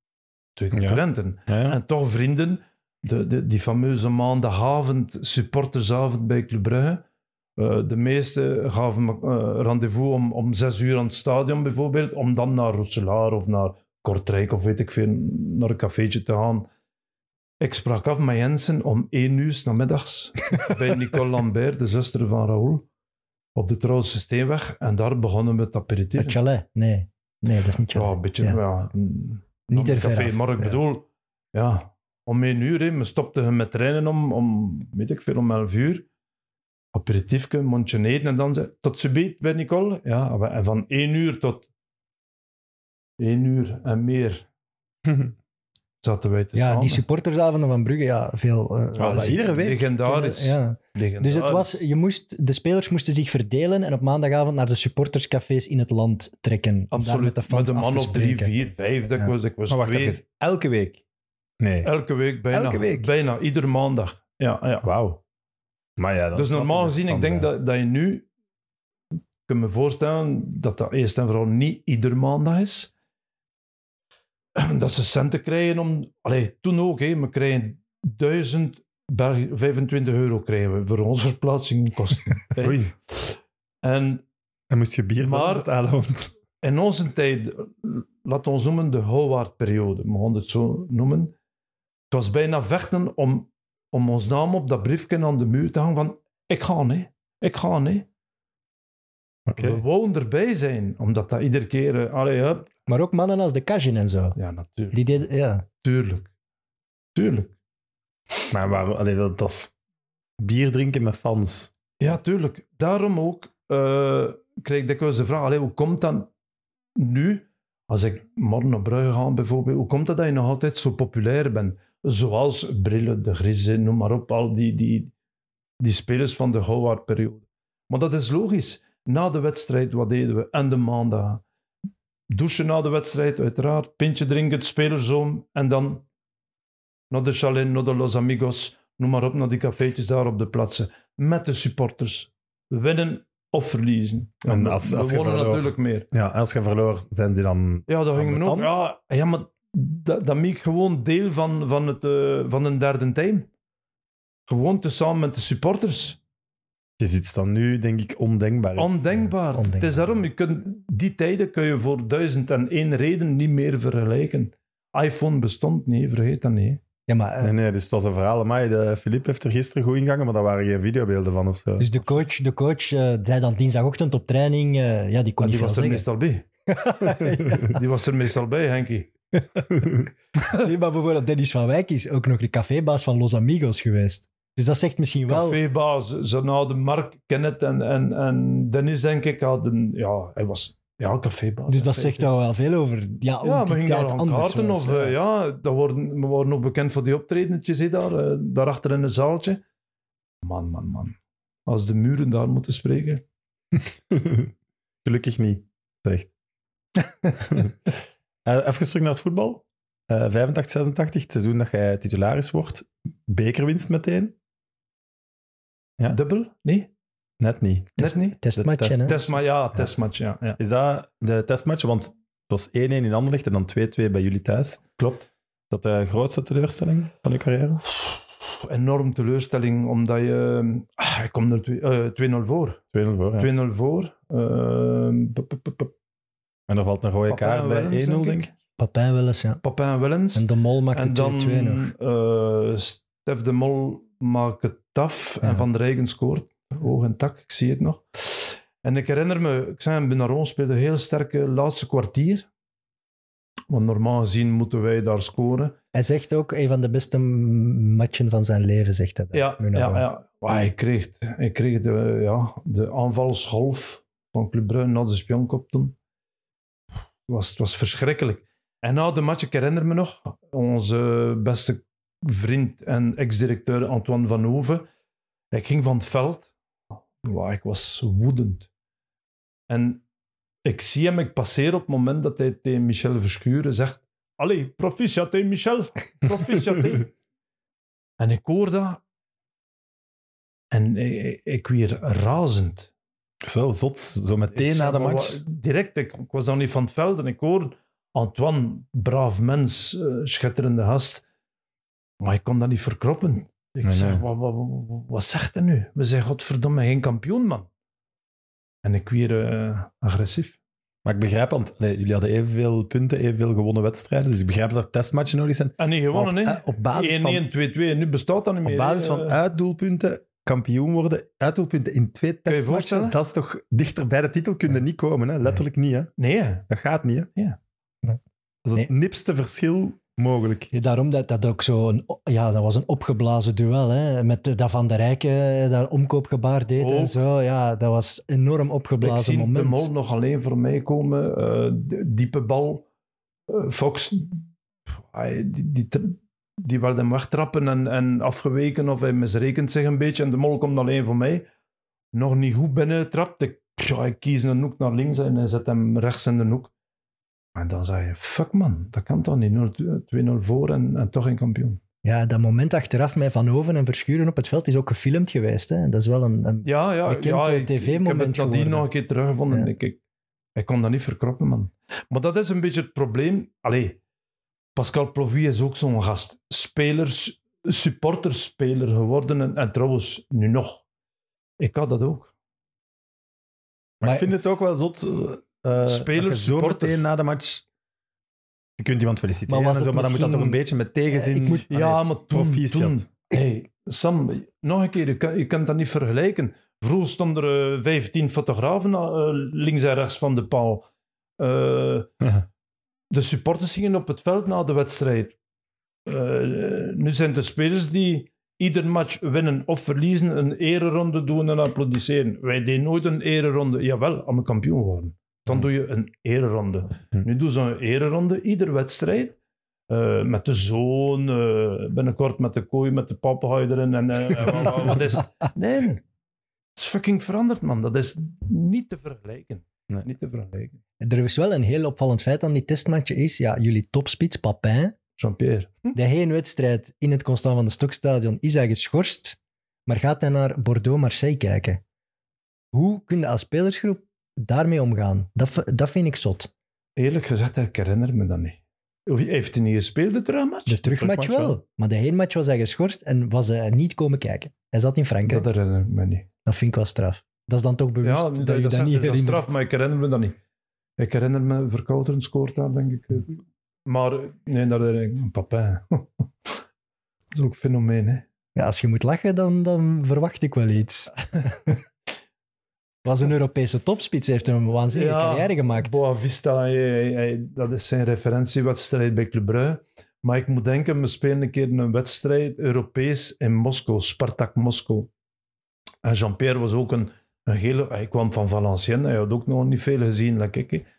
Ja. En toch vrienden. Die fameuze maandagavond, supportersavond bij Club Brugge. De meesten gaven rendezvous om 6 uur aan het stadion bijvoorbeeld, om dan naar Rosselaar of naar Kortrijk of weet ik veel, naar een cafeetje te gaan. Ik sprak af met Jensen om 1 uur 's namiddags bij Nicole Lambert, de zuster van Raoul, op de Trouwse Steenweg. En daar begonnen we het aperitief. Het chalet? Nee, dat is niet chalet. Ja, een beetje, niet er café, ver af. Maar ik bedoel, om 1 uur, we stopten met treinen om 11 uur. Aperitiefje, mondje eten en dan tot subiet bij Nicole. Ja, en van 1 uur tot 1 uur en meer zaten wij te samen. Die supportersavonden van Brugge, veel... was dat iedere week? Legendarisch. Dus het was, de spelers moesten zich verdelen en op maandagavond naar de supporterscafés in het land trekken. Absoluut, met een man of 3, 4, 5. Ik was maar wacht even, elke week? Nee. Elke week, bijna. Elke week? Bijna, iedere maandag. Ja. Wauw. Maar ja, dus normaal gezien, ik denk dat je nu... Ik kan me voorstellen dat eerst en vooral niet iedere maandag is. Dat ze centen krijgen om... toen ook, we krijgen 1025 euro krijgen we voor onze verplaatsingskosten. Oei. En moest je bier betalen. Want... In onze tijd, laten we ons noemen de Howard-periode, we gaan het zo noemen. Het was bijna vechten om ons naam op dat briefje aan de muur te hangen van ik ga, nee. We wouden erbij zijn, omdat dat iedere keer... Maar ook mannen als de Kajin en zo. Ja, natuurlijk. Die deden, Tuurlijk. Maar waarom? Dat is bier drinken met fans. Ja, tuurlijk. Daarom ook krijg ik dikwijls de vraag, hoe komt dat nu, als ik morgen naar Brugge ga bijvoorbeeld, hoe komt dat je nog altijd zo populair bent? Zoals Brille, de Grise, noem maar op, al die spelers van de Howard-periode. Maar dat is logisch. Na de wedstrijd, wat deden we? En de maandag. douchen na de wedstrijd, uiteraard. Pintje drinken, het spelerzoom. En dan naar de chalet, naar de Los Amigos. Noem maar op, naar die cafeetjes daar op de plaatsen. Met de supporters. Winnen of verliezen. En als we je wonnen verloor- natuurlijk meer. Ja, als je verloor, zijn die dan... Ja, dat ging me ook. ambetant? Ja, maar dat maakt gewoon deel van een derde time. Gewoon samen met de supporters. Het is iets dat nu, denk ik, ondenkbaar is. Ondenkbaar. Het is daarom, die tijden kun je voor 1001 reden niet meer vergelijken. iPhone bestond niet, vergeet dat niet. Ja, maar Nee, dus het was een verhaal. Amai, Filip heeft er gisteren goed ingegangen, maar daar waren geen videobeelden van of zo. dus de coach zei dan dinsdagochtend op training, die kon Die niet veel was er zeggen. meestal bij. Die was er meestal bij, Henkie. Nee, maar bijvoorbeeld Dennis van Wijk is ook nog de cafébaas van Los Amigos geweest. Dus dat zegt misschien wel... Cafébaas, ze hadden Mark, Kenneth en Dennis, denk ik, hadden... Ja, hij was cafébaas. Dus dat zegt al wel veel over... Ja, hoe Ja, die we gingen tijd daar aan anders kaarten. was. We waren nog bekend voor die optredentjes daarachter in een zaaltje. Man. Als de muren daar moeten spreken. Gelukkig niet, zegt. Even terug naar het voetbal. 85, 86, het seizoen dat jij titularis wordt. Bekerwinst meteen. Ja. Dubbel? Nee? Net niet. Net niet? Testmatchen, hè? Testmatch, ja. Is dat de testmatch? Want het was 1-1 in Anderlecht en dan 2-2 bij jullie thuis. Klopt. Is dat de grootste teleurstelling van je carrière? Enorm teleurstelling, omdat je... ik kom er 2-0 voor. 2-0 voor, ja. 2-0 voor. En er valt een rode Papin kaart bij 1-0, Wellens, denk ik. Papin wel eens, ja. Papin Wellens. En de Mol maakte En dan 2-2 nog. Stef de Mol maakt het af en Ja. Van der Rijgen scoort. Oog en tak, ik zie het nog. En ik herinner me, ik zei, Benaron speelde een heel sterke laatste kwartier. Want normaal gezien moeten wij daar scoren. Hij zegt ook een van de beste matchen van zijn leven, zegt hij. Ja. Maar hij kreeg de aanvalsgolf van Club Brugge na de spionkop toen. Het was verschrikkelijk. En na de match, ik herinner me nog, onze beste vriend en ex-directeur Antoine Van Hoven, hij ging van het veld. Ik was woedend. En ik zie hem, ik passeer op het moment dat hij tegen Michel Verschuren zegt: Allee, proficiat, hè, Michel. Proficiat, hè. En ik hoor dat. En ik weer razend. Dat is wel zot, zo meteen Ik na zeg, de maar match. Direct, ik was dan niet van het veld en ik hoor Antoine, braaf mens, schitterende gast. Maar ik kon dat niet verkroppen. Ik Nee, zeg, nee. wat zegt hij nu? We zijn godverdomme geen kampioen, man. En ik weer agressief. Maar ik begrijp, want jullie hadden evenveel punten, evenveel gewonnen wedstrijden. Dus ik begrijp dat er testmatchen nodig zijn. En niet gewonnen, hè? Op basis 1-1, van, 2-2, en nu bestaat dat niet meer. op basis hè. van uitdoelpunten kampioen worden. Uitdoelpunten in 2 je testmatchen, voorstellen? dat is toch dichter bij de titel kun je niet komen. Hè? Letterlijk niet. Hè? Nee, hè? Dat gaat niet. Hè? Ja. Nee. Dat is het nipste verschil mogelijk. Ja, daarom dat ook zo dat was een opgeblazen duel, hè, met dat Van der Rijken dat omkoopgebaar deed en Ook. zo. Ja, dat was een enorm Ik opgeblazen zie moment. de Mol nog alleen voor mij komen. Diepe bal. Fox, die wilde hem wegtrappen en afgeweken of hij misrekent zich een beetje. En de Mol komt alleen voor mij. Nog niet goed binnentrapt. Ik kies een hoek naar links en hij zet hem rechts in de hoek. En dan zei je, fuck man, dat kan toch niet. 2-0 voor en toch geen kampioen. Ja, dat moment achteraf met Van Hoven en Verschuren op het veld is ook gefilmd geweest. Hè. Dat is wel een Ja, bekend ik tv-moment heb het nadien geworden. nog een keer teruggevonden. Ja. Ik kon dat niet verkroppen, man. Maar dat is een beetje het probleem. Allee, Pascal Plovy is ook zo'n gast. Supporterspeler geworden. En trouwens, nu nog. Ik had dat ook. Maar Maar- ik vind het ook wel zot. Spelers, dat je zo supporter. meteen na de match. Je kunt iemand feliciteren, Maar was en zo, het maar dan moet dat toch een misschien- beetje met tegenzin. Ik moet- Ja, maar proficiat. toen... Hey, Sam, nog een keer, je kunt dat niet vergelijken. Vroeger stonden er 15 fotografen links en rechts van de paal. De supporters gingen op het veld na de wedstrijd. Nu zijn het de spelers die ieder match winnen of verliezen, een ereronde doen en applaudisseren. Wij deden nooit een ereronde. Jawel, aan een kampioen worden. Dan doe je een ereronde. Nu doen ze een ereronde, ieder wedstrijd. Met de zoon, binnenkort met de kooi, met de papegaai erin. Wat is het? Nee, het is fucking veranderd, man. Dat is niet te vergelijken. Nee. Niet te vergelijken. Er is wel een heel opvallend feit aan die testmatch is, ja, jullie topspits, Papin, Jean-Pierre. de hele wedstrijd in het Constant van de Stokstadion is hij geschorst, maar gaat hij naar Bordeaux-Marseille kijken. Hoe kun je als spelersgroep daarmee omgaan? Dat vind ik zot. Eerlijk gezegd, ik herinner me dat niet. Heeft hij niet gespeeld, de terugmatch? De terugmatch wel, maar de heenmatch was hij geschorst en was hij niet komen kijken. Hij zat in Frankrijk. Dat herinner ik me niet. Dat vind ik wel straf. Dat is dan toch bewust Ja, dat je dat dat niet is herinnert. straf, maar ik herinner me dat niet. Ik herinner me Verkouteren scoort daar, denk ik. Maar nee, dat herinner ik me. Papin. Dat is ook een fenomeen, hè. Ja, als je moet lachen, dan verwacht ik wel iets. Was een Europese topspits, heeft een waanzinnige carrière gemaakt. Boavista, dat is zijn referentiewedstrijd bij Club Brugge. Maar ik moet denken, we spelen een keer een wedstrijd Europees in Moskou, Spartak Moskou. En Jean-Pierre was ook een hele... Hij kwam van Valenciennes, hij had ook nog niet veel gezien, like ik. Hè.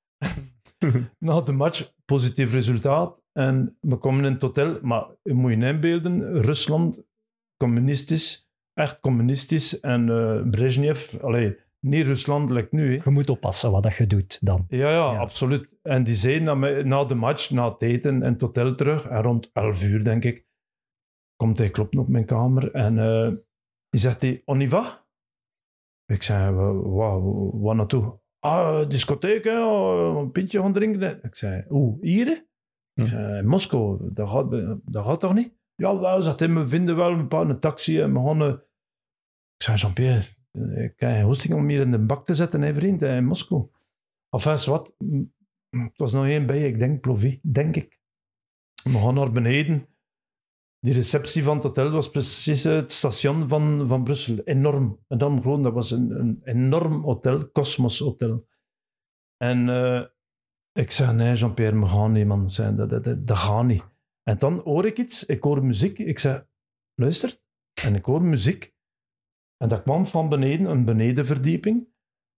Na de match, positief resultaat. En we komen in het hotel, maar je moet je inbeelden, Rusland, communistisch, echt communistisch. En Brezhnev, niet Rusland, like nu. Hè. Je moet oppassen wat dat je doet dan. Ja, absoluut. En die zei na de match, na het eten, in het hotel terug, en rond 11 uur, denk ik, komt hij kloppen op mijn kamer en die zegt, on y va? Ik zei, waar naartoe? Discotheek, hè? Een pintje gaan drinken. Ik zei, hier? Ik zei, in Moskou, dat gaat toch niet? Ja, wel, zegt hij, we vinden wel een taxi en we gaan... Ik zei, Jean-Pierre, ik heb geen hoesting om hier in de bak te zetten, hè, vriend, in Moskou. Enfin, wat? Het was nog één bij, ik denk Plovy, denk ik. We gaan naar beneden. Die receptie van het hotel was precies het station van Brussel. Enorm. En dan gewoon, dat was een enorm hotel, Cosmos Hotel. En ik zei, nee Jean-Pierre, we gaan niet, man. Dat gaat niet. En dan hoor ik iets, ik hoor muziek. Ik zei, luister. En ik hoor muziek. En dat kwam van beneden, een benedenverdieping.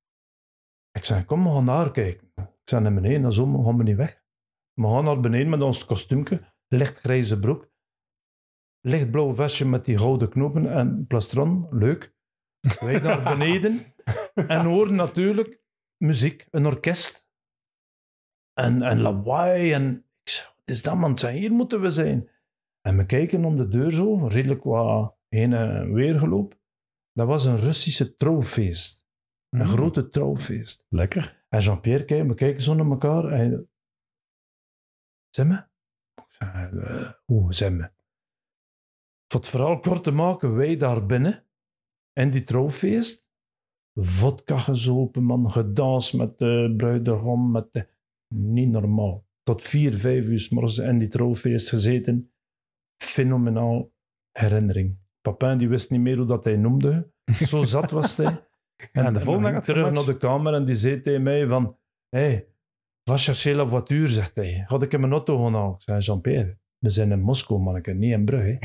Ik zei, kom, we gaan daar kijken. Ik zei, naar beneden, en zo gaan we niet weg. We gaan naar beneden met ons kostuumke, lichtgrijze broek, lichtblauw vestje met die gouden knopen en plastron, leuk. Wij naar beneden en horen natuurlijk muziek, een orkest en lawaai. En ik zei, wat is dat, man? Ik zei, hier moeten we zijn. En we kijken om de deur zo, redelijk wat heen en weer geloop. Dat was een Russische trouwfeest. Een grote trouwfeest. Lekker. En Jean-Pierre kijkt, we kijken zo naar elkaar. En zeg me? Ik zei, zeg me? Voor het verhaal kort te maken, wij daar binnen. En die trouwfeest. Vodka gezopen, man. Gedanst met de bruidegom. Niet normaal. Tot 4, 5 uur 's morgens in die trouwfeest gezeten. Fenomenaal herinnering. Papin die wist niet meer hoe dat hij noemde. Zo zat was hij. En de volgende dag terug naar de kamer en die zei tegen mij van va chercher la voiture, zegt hij. Had ik in mijn auto gaan halen? Ik zei, Jean-Pierre, we zijn in Moskou, manneke, niet in Brugge.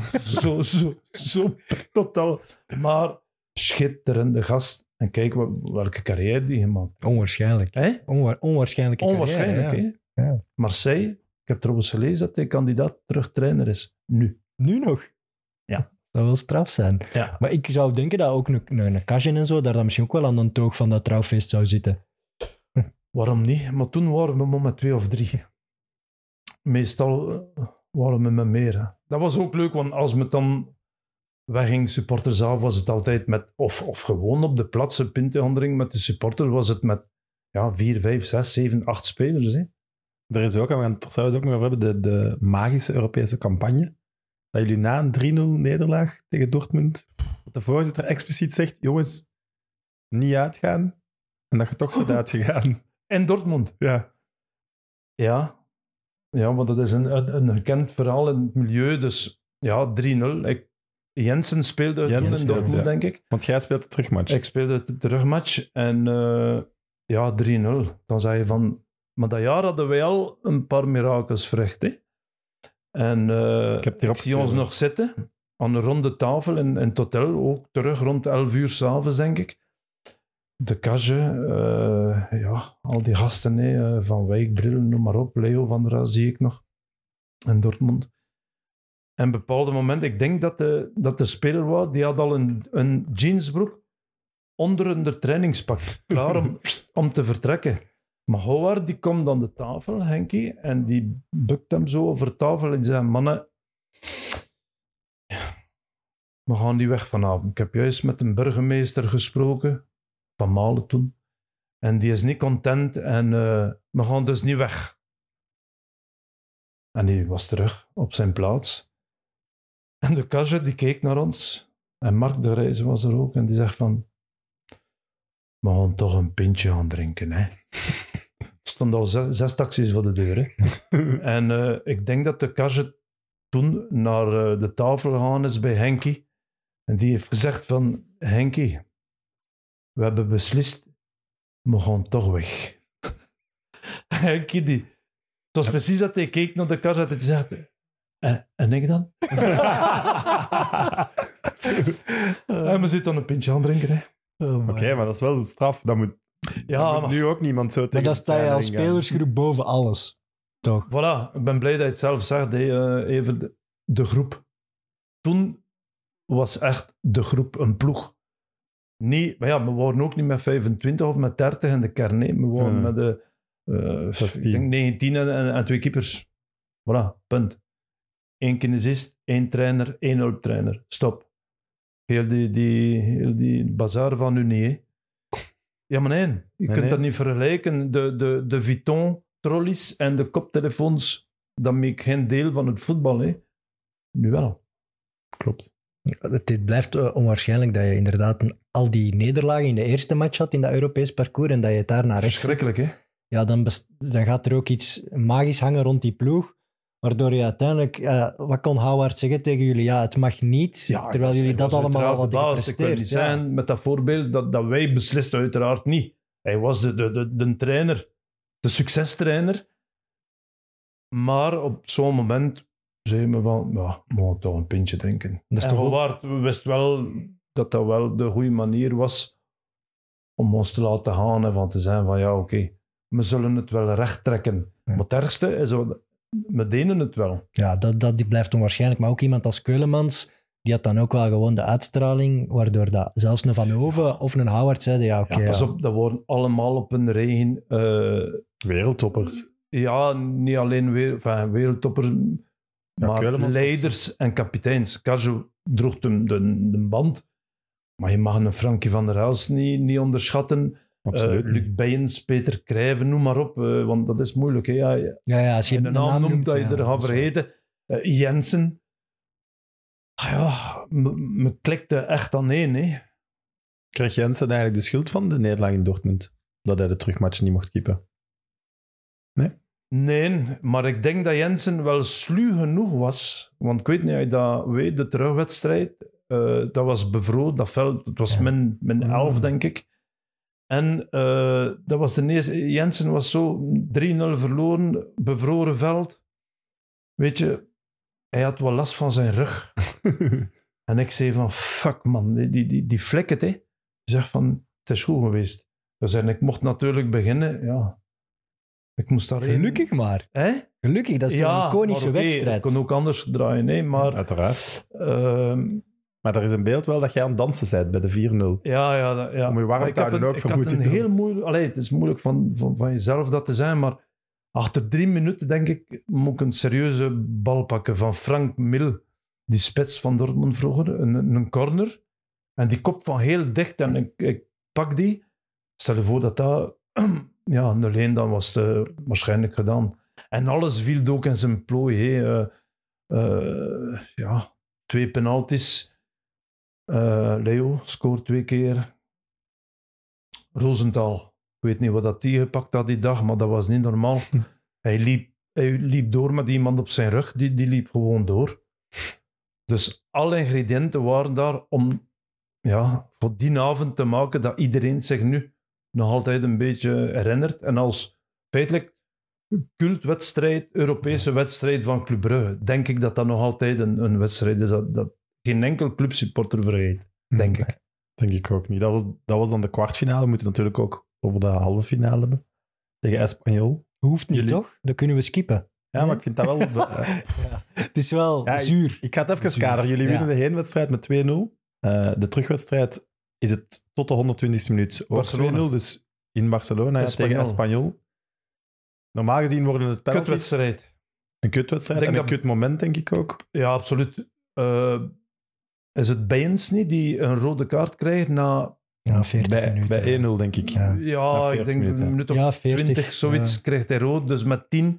zo totaal. Maar schitterende gast. En kijk welke carrière die gemaakt. Onwaarschijnlijk. Onwaarschijnlijke Onwaarschijnlijk, carrière, hè? Ja. Marseille, ik heb trouwens gelezen dat hij kandidaat terugtrainer is. Nu. Nu nog? Ja. Dat wil straf zijn. Ja. Maar ik zou denken dat ook een Kazin en zo daar dan misschien ook wel aan een toog van dat trouwfeest zou zitten. Waarom niet? Maar toen waren we maar met 2 of 3. Meestal waren we met meer. Hè. Dat was ook leuk, want als we dan wegging, supporters af, was het altijd met... Of gewoon op de plaatsen pintenhandeling met de supporter, was het met 4, 5, 6, 7, 8 spelers. Hè. Er is ook, en we gaan het er zelfs ook nog over hebben, de magische Europese campagne. Dat jullie na een 3-0 nederlaag tegen Dortmund, dat de voorzitter expliciet zegt, jongens, niet uitgaan. En dat je toch bent uitgegaan. En Dortmund. Ja. Ja, want dat is een gekend verhaal in het milieu. Dus ja, 3-0. Jensen speelde toen in Dortmund, denk ik. Want jij speelt de terugmatch. Ik speelde de terugmatch. En 3-0. Dan zei je van... Maar dat jaar hadden wij al een paar mirakels verricht, hè. En ik zie ons nog zitten aan een ronde tafel in het hotel, ook terug rond 11 uur 's avonds, denk ik. De Kage, al die gasten, Van Wijk, Bril, noem maar op, Leo van der Raa zie ik nog, in Dortmund. En op een bepaald moment, ik denk dat de speler was, die had al een jeansbroek onder de trainingspak, klaar om te vertrekken. Maar Howard die komt aan de tafel, Henkie, en die bukt hem zo over tafel en die zegt, mannen, we gaan die weg vanavond. Ik heb juist met een burgemeester gesproken, van Malen toen, en die is niet content en we gaan dus niet weg. En die was terug op zijn plaats. En de Kage die keek naar ons, en Mark de Reizen was er ook, en die zegt van, we gaan toch een pintje gaan drinken, hè. Er stonden al 6 taxis voor de deur, hè. En ik denk dat de Kage toen naar de tafel gegaan is bij Henkie. En die heeft gezegd van, Henkie, we hebben beslist, we gaan toch weg. Henkie, het was precies dat hij keek naar de Kage en hij zegt, en ik dan? En we zitten dan een pintje aan drinken, hè. Oké, maar dat is wel een straf. Dat moet, nu ook niemand zo tegen. Maar dan sta je als spelersgroep boven alles. Toch? Voilà, ik ben blij dat je het zelf zegt, hè, even de groep. Toen was echt de groep een ploeg. Niet, maar ja, we waren ook niet met 25 of met 30 in de kern. Nee. We waren met de 16. ik denk 19 en 2 keepers. Voilà, punt. 1 kinesist, 1 trainer, 1 hulptrainer. Stop. Heel die bazaar van u niet, hè. Ja, maar nee. Je kunt dat niet vergelijken. De Vuitton, trolleys en de koptelefoons, dat maakt geen deel van het voetbal, hè. Nu wel. Klopt. Het blijft onwaarschijnlijk dat je inderdaad al die nederlagen in de eerste match had in dat Europees parcours en dat je het daar naar rechts zet. Verschrikkelijk, hè. Ja, dan gaat er ook iets magisch hangen rond die ploeg, waardoor je uiteindelijk... wat kon Howard zeggen tegen jullie? Ja, het mag niet, Ja, terwijl jullie dat allemaal al hadden Ik wil gepresteerd. niet zijn met dat voorbeeld dat wij beslisten uiteraard niet. Hij was de trainer, de succestrainer. Maar op zo'n moment zei me van, ja, we gaan toch een pintje drinken. Dat is En toch ook- Howard wist wel dat dat wel de goede manier was om ons te laten gaan en van te zijn van, ja, oké, we zullen het wel recht trekken. Ja. Maar het ergste is, we deden het wel. Ja, die blijft onwaarschijnlijk. Maar ook iemand als Keulemans, die had dan ook wel gewoon de uitstraling, waardoor dat zelfs een Van Hoven of een Howard zeiden, ja, oké. Ja, pas op, dat worden allemaal op een regen. Wereldtoppers. Ja, niet alleen wereldtoppers, maar Keulemans leiders en kapiteins. Kage droeg de band, maar je mag een Frankie van der Elst niet onderschatten. Absoluut. Luc Beyens, Peter Crijven, noem maar op, want dat is moeilijk. Hè. Ja, als je En een naam noemt dat je ja, er gaat dat is waar. vergeten. Jensen. Ja, me klikte echt aan één. Hè. Kreeg Jensen eigenlijk de schuld van de nederlaag in Dortmund? Dat hij de terugmatch niet mocht keepen? Nee, maar ik denk dat Jensen wel sluw genoeg was. Want ik weet niet of je dat weet, de terugwedstrijd. Dat was bevroren, dat veld. Het was Ja. min 11, denk ik. En dat was de eerste. Jensen was zo 3-0 verloren, bevroren veld. Weet je, hij had wel last van zijn rug. En ik zei van, fuck man, die flikkert, hè. Die zegt van, het is goed geweest. Dus en ik mocht natuurlijk beginnen, ja. Ik moest daar Gelukkig maar. Hè? Gelukkig, dat is toch een iconische maar oké, wedstrijd. Het kon ook anders draaien, nee, maar... Uiteraard. ehm, Maar er is een beeld wel dat jij aan het dansen bent bij de 4-0. ja. Om je warm Maar te houden ook, ik had vermoed een ik dan. heel moeilijk... Allee, het is moeilijk van jezelf dat te zijn, maar achter 3 minuten, denk ik, moet ik een serieuze bal pakken van Frank Mil, die spits van Dortmund vroeger, een corner. En die kop van heel dicht en ik pak die. Stel je voor dat dat... ja, alleen dan was het waarschijnlijk gedaan. En alles viel ook in zijn plooi. Hè. 2 penalties. Leo scoort 2 keer. Rosenthal. Ik weet niet wat dat die gepakt had die dag, maar dat was niet normaal. Hij liep door met iemand op zijn rug. Die liep gewoon door. Dus alle ingrediënten waren daar om voor die avond te maken dat iedereen zich nu nog altijd een beetje herinnert. En als feitelijk cultwedstrijd, Europese wedstrijd van Club Brugge, denk ik dat dat nog altijd een wedstrijd is dat geen enkel clubsupporter vergeet. Denk ik. Denk ik ook niet. Dat was dan de kwartfinale. We moeten natuurlijk ook over de halve finale hebben. Tegen Espanyol. Hoeft niet, Jullie- toch? Dat kunnen we skippen. Ja, maar ik vind dat wel... Het is wel Ja, zuur. Ik ga het even Zuur. kaderen. Jullie Ja. winnen de heenwedstrijd met 2-0. De terugwedstrijd is het tot de 120e minuut ook Barcelona. 2-0. Dus in Barcelona ja, tegen Espanyol. Normaal gezien worden het penalties... Kutwedstrijd. Een kutwedstrijd Ik en denk een kutmoment, denk ik ook. Ja, absoluut. Is het Bayens niet die een rode kaart krijgt na... Ja, 40 minuten. Bij 1-0, denk ik. Ja. Ja, Na ik 40 denk minuten. een minuut of Ja, 40, 20, zoiets, krijgt hij rood. Dus met 10.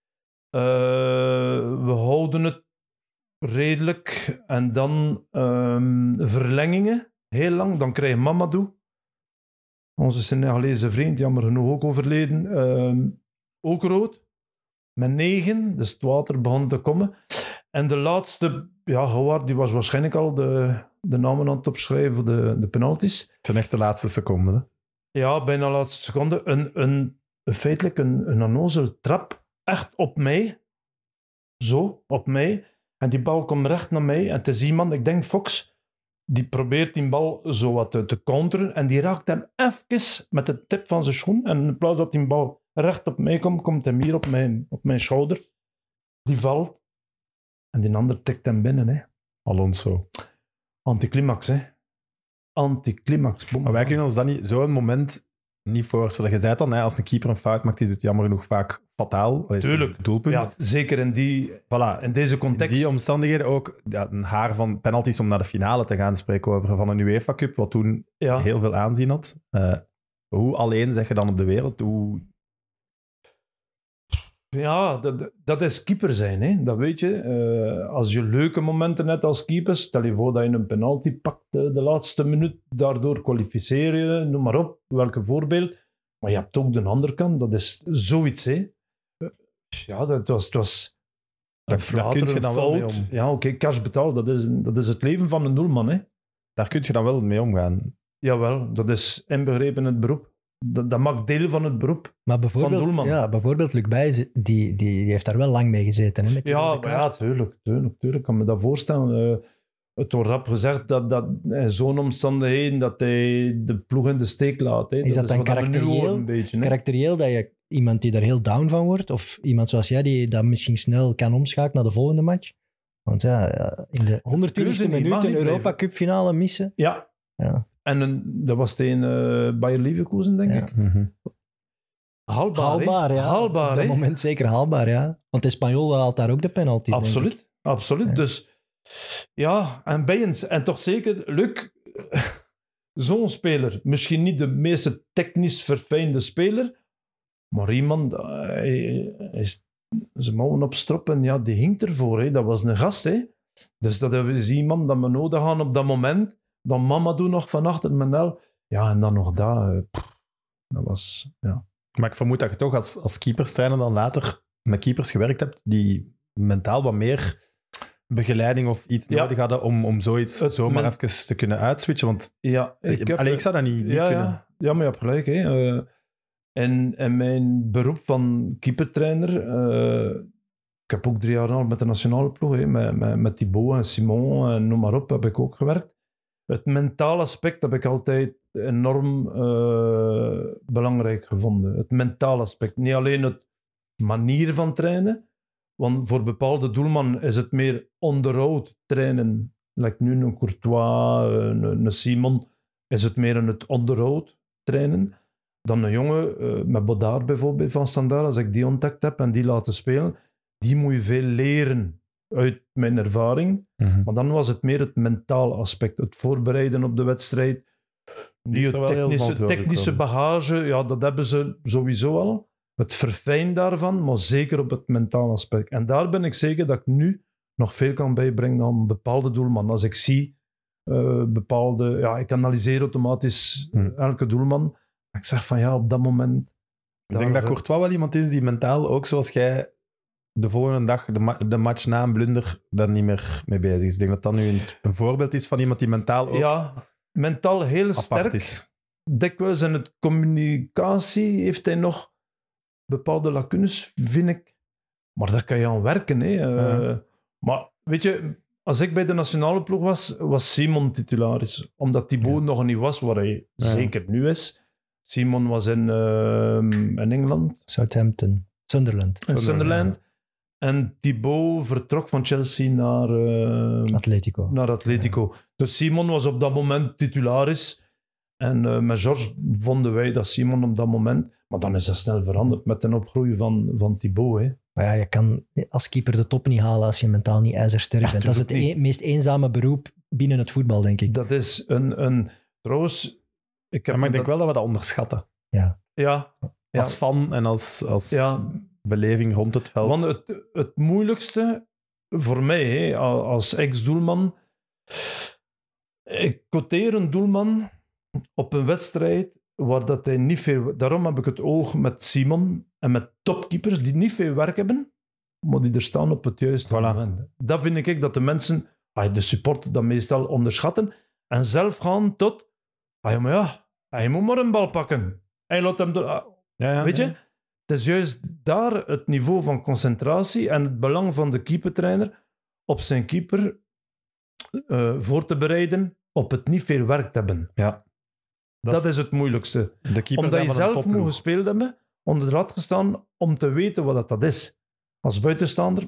We houden het redelijk. En dan verlengingen. Heel lang. Dan krijgt Mamadou, onze Senegalese vriend, jammer genoeg ook overleden, ook rood. Met 9. Dus het water begon te komen. En de laatste, ja, Howard, die was waarschijnlijk al de namen aan het opschrijven voor de penalties. Het zijn echt de laatste seconden. Hè? Ja, bijna de laatste seconde. Feitelijk een onnozel trap. Echt op mij. Zo, op mij. En die bal komt recht naar mij. En het is iemand, ik denk Fox, die probeert die bal zo wat te counteren. En die raakt hem even met de tip van zijn schoen. En in plaats dat die bal recht op mij komt, komt hem hier op mijn schouder. Die valt. En die ander tikt hem binnen. Hè. Alonso. Anticlimax, hè. Anticlimax. Maar wij kunnen ons dat niet, zo'n moment niet voorstellen. Je zei het dan, hè, als een keeper een fout maakt, is het jammer genoeg vaak fataal. Dat is Tuurlijk. een doelpunt. Ja, zeker Voilà. in deze In context. die omstandigheden ook een haar van penalties om naar de finale te gaan spreken over van een UEFA Cup, wat toen Ja. heel veel aanzien had. Hoe alleen zeg je dan op de wereld? Hoe... Ja, dat is keeper zijn, hè. Dat weet je. Als je leuke momenten hebt als keeper, stel je voor dat je een penalty pakt de laatste minuut, daardoor kwalificeer je, noem maar op, welke voorbeeld. Maar je hebt ook de andere kant, dat is zoiets, hè. Ja, het was Daar kun je dan wel mee om. Ja, oké, cash betaald, dat is het leven van een doelman, hè. Daar kun je dan wel mee omgaan. Jawel, dat is inbegrepen in het beroep. Dat maakt deel van het beroep. Maar Van doelman. bijvoorbeeld Luc Bijs, die heeft daar wel lang mee gezeten. Hè, met die Ja, rode maar kaart. ja, tuurlijk. Ik kan me dat voorstellen. Het wordt rap gezegd dat in zo'n omstandigheden dat hij de ploeg in de steek laat. Hè. Is dat dan wat we nu karakterieel? horen een beetje, hè. Karakterieel dat je iemand die daar heel down van wordt, of iemand zoals jij die dat misschien snel kan omschakelen naar de volgende match? Want ja, in de 120e niet, mag minuut een niet Europa blijven. Cup finale missen. Ja. Ja. En dat was tegen Bayer Leverkusen, denk Ja. ik. Haalbaar, hè. ja. Haalbaar, Op dat hè. moment zeker haalbaar, ja. Want Espanyol haalt daar ook de penalties, denk ik. Absoluut. Ja. Dus ja, en Bayens. En toch zeker, Luc, zo'n speler. Misschien niet de meeste technisch verfijnde speler, maar iemand, hij is zijn mouwen op stroppen, ja, die hinkt ervoor. Hè. Dat was een gast, hè. Dus dat is iemand dat we nodig gaan op dat moment. Dan Mamadou nog van achter Menel. Ja, en dan nog dat. Dat was, ja. Maar ik vermoed dat je toch als keeperstrainer dan later met keepers gewerkt hebt die mentaal wat meer begeleiding of iets Ja. nodig hadden om zoiets Het zomaar men- even te kunnen uitswitchen. Want Ja, ik zou dat niet kunnen. Ja, maar je hebt gelijk. Hè. In mijn beroep van keepertrainer, ik heb ook 3 jaar al met de nationale ploeg, hè, met Thibaut en Simon en noem maar op, heb ik ook gewerkt. Het mentale aspect heb ik altijd enorm belangrijk gevonden. Het mentale aspect. Niet alleen het manier van trainen, want voor bepaalde doelman is het meer onderhoud trainen. Like nu een Courtois, een Simon, is het meer het onderhoud trainen. Dan een jongen, met Bodard bijvoorbeeld van Standaard, als ik die ontdekt heb en die laten spelen, die moet je veel leren uit mijn ervaring. Maar dan was het meer het mentale aspect, het voorbereiden op de wedstrijd. Die is er Die wel heel technische, van technische bagage, ja, dat hebben ze sowieso al. Het verfijn daarvan, maar zeker op het mentale aspect. En daar ben ik zeker dat ik nu nog veel kan bijbrengen aan een bepaalde doelman. Als ik zie bepaalde... Ja, ik analyseer automatisch elke doelman. Ik zeg van ja, op dat moment... Ik denk dat Courtois wel iemand is die mentaal, ook zoals jij, de volgende dag, de match na een blunder, daar niet meer mee bezig is. Ik denk dat dat nu een voorbeeld is van iemand die mentaal ook Ja, mentaal heel apart sterk. is. Dikwijls in het communicatie heeft hij nog bepaalde lacunes, vind ik. Maar daar kan je aan werken. Hè. Ja. Maar weet je, als ik bij de nationale ploeg was Simon titularis. Omdat Thibaut nog niet was waar hij zeker nu is. Simon was in Engeland. Southampton. Sunderland. In Sunderland. En Thibaut vertrok van Chelsea naar Atletico. Atletico. Dus Simon was op dat moment titularis. En met George vonden wij dat Simon op dat moment... Maar dan is dat snel veranderd met een opgroei van Thibaut. Hè. Maar ja, je kan als keeper de top niet halen als je mentaal niet ijzersterk bent. Dat is het meest eenzame beroep binnen het voetbal, denk ik. Dat is een trouwens... Maar ik denk wel dat we dat onderschatten. Ja. Als fan en als beleving rond het veld. Want het moeilijkste voor mij, hè, als ex-doelman... Ik quoteer een doelman op een wedstrijd waar dat hij niet veel... Daarom heb ik het oog met Simon en met topkeepers die niet veel werk hebben, maar die er staan op het juiste moment. Dat vind ik dat de mensen, de supporters, dat meestal onderschatten en zelf gaan tot... hij moet maar een bal pakken. Hij laat hem... weet je? Het is juist daar het niveau van concentratie en het belang van de keepertrainer op zijn keeper voor te bereiden op het niet veel werk te hebben. Ja. Dat is het moeilijkste. Omdat je zelf moet gespeeld hebben, onder de lat gestaan, om te weten wat dat is. Als buitenstaander,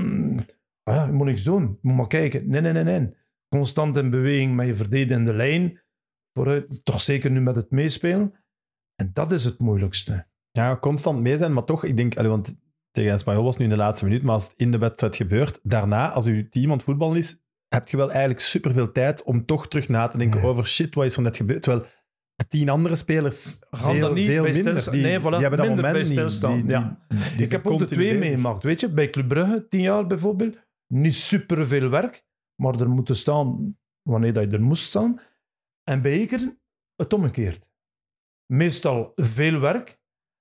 je moet niks doen. Je moet maar kijken. Nee. Constant in beweging met je verdedigende lijn. Vooruit, toch zeker nu met het meespelen. En dat is het moeilijkste. Ja, constant mee zijn, maar toch, ik denk, want tegen Espanyol was het nu in de laatste minuut, maar als het in de wedstrijd gebeurt, daarna, als uw team aan het voetballen is, heb je wel eigenlijk superveel tijd om toch terug na te denken over shit, wat is er net gebeurd? Terwijl 10 andere spelers gaan er niet veel bij minder. Die hebben dat minder moment bij niet. stilstaan. Ik heb ook de 2 meegemaakt. Weet je, bij Club Brugge, 10 jaar bijvoorbeeld, niet superveel werk, maar er moeten staan wanneer dat je er moest staan. En bij Ekeren het omgekeerd. Meestal veel werk.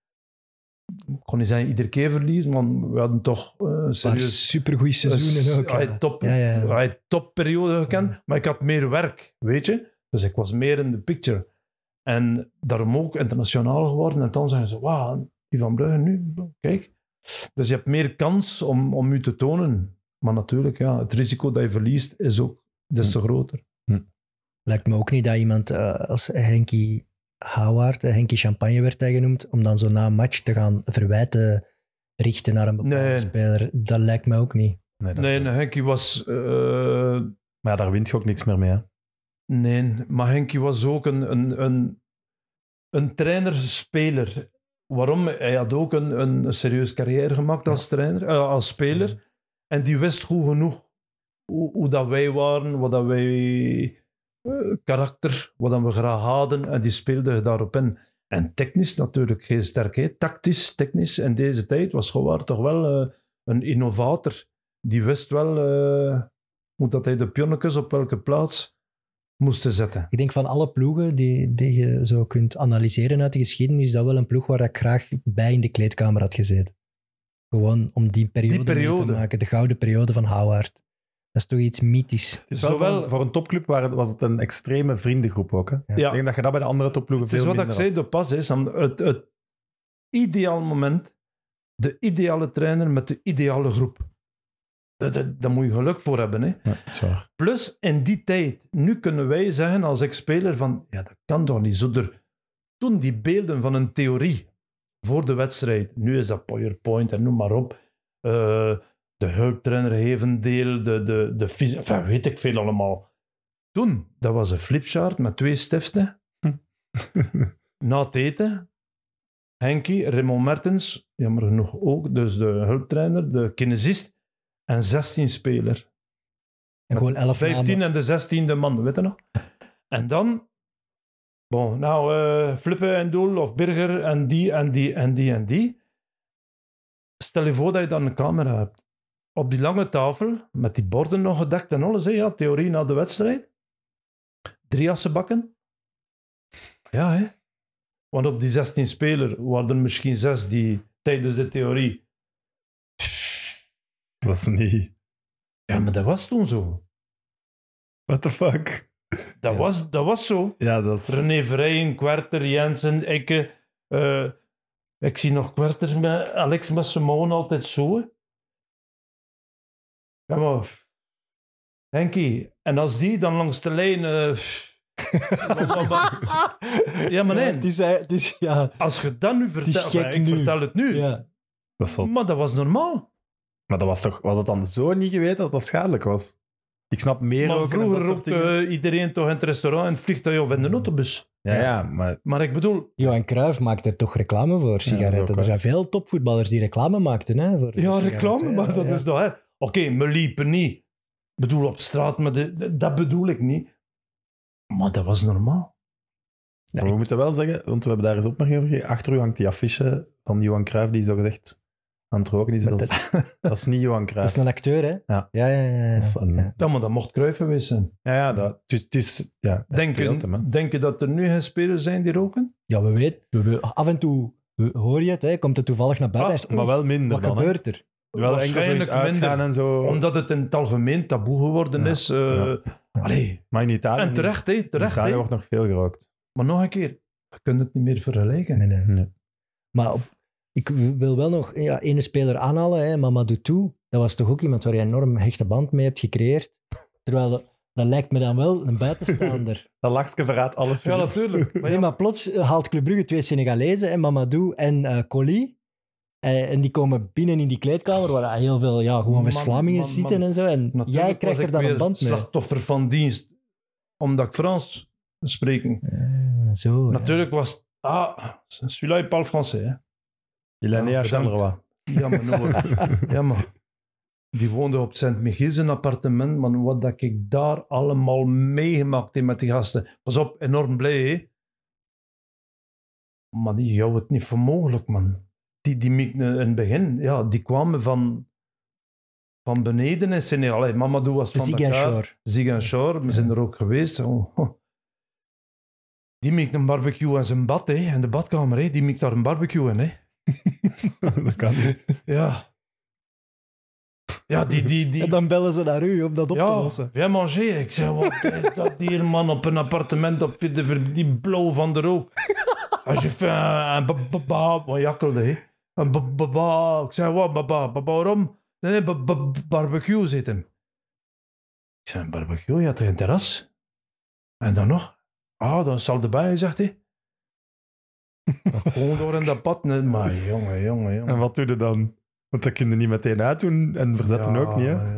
Ik kon niet zeggen iedere keer verliezen, maar we hadden toch serieus... Supergoeie seizoenen ook. Hij had topperiode gekend, maar ik had meer werk, weet je. Dus ik was meer in de picture. En daarom ook internationaal geworden. En dan zeggen ze, wauw, die van Brugge nu, kijk. Dus je hebt meer kans om je te tonen. Maar natuurlijk, het risico dat je verliest is ook des te groter. Lijkt me ook niet dat iemand als Henkie Houwaard, Henkie Champagne werd hij genoemd, om dan zo na een match te gaan verwijten richten naar een bepaalde speler. Dat lijkt me ook niet. Nee, Henkie was... Maar daar wint je ook niks meer mee, hè? Nee, maar Henkie was ook een trainer-speler. Waarom? Hij had ook een serieuze carrière gemaakt als trainer, als speler. En die wist goed genoeg hoe dat wij waren, wat dat wij... karakter, wat dan we graag hadden, en die speelde daarop in. En technisch natuurlijk geen sterkheid. Tactisch, technisch, in deze tijd was Gowaard toch wel een innovator. Die wist wel hoe dat hij de pionnetjes op welke plaats moest zetten. Ik denk van alle ploegen die je zo kunt analyseren uit de geschiedenis, is dat wel een ploeg waar ik graag bij in de kleedkamer had gezeten. Gewoon om die periode mee te maken. De gouden periode van Houwaard. Dat is toch iets mythisch. Het is wel voor een topclub was het een extreme vriendengroep ook. Hè? Ja. Ik denk dat je dat bij de andere topploegen veel minder had. Het is wat ik zei, de pas is het ideaal moment, de ideale trainer met de ideale groep. Daar moet je geluk voor hebben. Hè? Ja, dat is waar. Plus, in die tijd, nu kunnen wij zeggen als ex-speler van, dat kan toch niet. Toen die beelden van een theorie voor de wedstrijd, nu is dat PowerPoint en noem maar op, de hulptrainer geven deel, de fysie, weet ik veel allemaal. Toen, dat was een flipchart met 2 stiften. Na het eten, Henkie, Raymond Mertens, jammer genoeg ook, dus de hulptrainer, de kinesist en 16 speler. En gewoon 11 15 namen. en de 16e man, weet je nog? En dan, Flippen en Doel of Birger en die en die en die en die. Stel je voor dat je dan een camera hebt. Op die lange tafel, met die borden nog gedekt en alles, theorie na de wedstrijd. 3 assenbakken. Ja, hè. Want op die 16 speler waren er misschien 6 die tijdens de theorie... Dat is niet... Ja, maar dat was toen zo. What the fuck? Dat was zo. Ja, dat is... René Vrijen, Kwerter, Jensen, Ikke. Ik zie nog Kwerter met Alex met Simone altijd zo. Hè. Ja, maar... Henkie, en als die dan langs de lijn... ja, maar nee. Het is, ja. Als je dat nu vertelt... Ik vertel het nu. Ja. Dat is zot. Maar dat was normaal. Maar was het dan zo niet geweten dat dat schadelijk was? Ik snap meer Maar ook. en dat vroeger soort rookte dingen. iedereen toch in het restaurant, in het vliegtuig of in de autobus. Ja, maar Maar ik bedoel, Johan Cruijff maakt er toch reclame voor, dat sigaretten. is ook er zijn veel topvoetballers die reclame maakten. Hè, voor ja, sigaretten, reclame, ja, maar dat ja. is toch... hè. Oké, me liepen niet. Ik bedoel, op straat, maar dat bedoel ik niet. Maar dat was normaal. Maar we moeten wel zeggen, want we hebben daar eens opmerking over gegeven. Achter u hangt die affiche van Johan Cruijff, die zogezegd aan het roken is. Dat is niet Johan Dat Cruijff. is een acteur, hè? Ja. Ja. Dat is een- Ja. Ja, maar dat mocht Cruijff geweest zijn. Ja, het is... Ja, hij speelt hem, hè. Denk je dat er nu geen spelers zijn die roken? Ja, we weten. Af en toe hoor je het, hè, komt het toevallig naar buiten. Hij is, Maar wel minder wat dan, hè. gebeurt er? Wel enkel zoiets uitgaan en zo. Omdat het in het algemeen taboe geworden Ja, is. ja. Allee. Maar in Italië... En terecht, hè. in Terecht, Italië hè. wordt nog veel gerookt. Maar nog een keer, je kunt het niet meer vergelijken. Nee. Maar ik wil wel nog ene speler aanhalen, hè, Mamadou Tou. Dat was toch ook iemand waar je een enorm hechte band mee hebt gecreëerd. Terwijl dat lijkt me dan wel een buitenstaander. Dat lachje verraadt alles. Ja, natuurlijk. Maar Nee, ja, maar plots haalt Club Brugge 2 Senegalezen, en Mamadou en Colli. En die komen binnen in die kleedkamer, waar heel veel gewoon West-Vlamingen man, zitten en zo. En natuurlijk jij krijgt was er ik dan een weer band mee. slachtoffer van dienst, omdat ik Frans spreken. Zo, Natuurlijk was... celui-là, il parle français. Hè. Il est né à bedankt. Charleroi. Ja, maar ja, maar die woonde op Sint-Michiels, een appartement. Maar wat dat ik daar allemaal meegemaakt heb met die gasten. Pas op, enorm blij, hè. Maar die jou het niet voor mogelijk, man. Die in het begin, ja, die kwamen van beneden in Senegal. Hey, Mamadou was van Dakar. Ziguinchor. Ziguinchor, we zijn er ook geweest. Die maakt een barbecue in zijn bad, hè, in de badkamer. Hè. Die maakt daar een barbecue in, hè. Dat kan niet. Ja. Ja, die... En dan bellen ze naar u om dat op te Ja, lossen. viens manger. Ik zeg, wat is dat hier, man, op een appartement op die blauw van de rook. Als je een baba, wat jakkelde, hè. Een baba. Ik zeg, wat, baba, waarom? Nee, barbecue zit hem. Ik zeg, een barbecue, je had geen terras. En dan nog? Dan zal erbij, zegt hij. Gewoon door in dat pad. Nee, maar jongen. En wat doe je dan? Want dat kun je niet meteen uitdoen en verzetten ook niet, hè?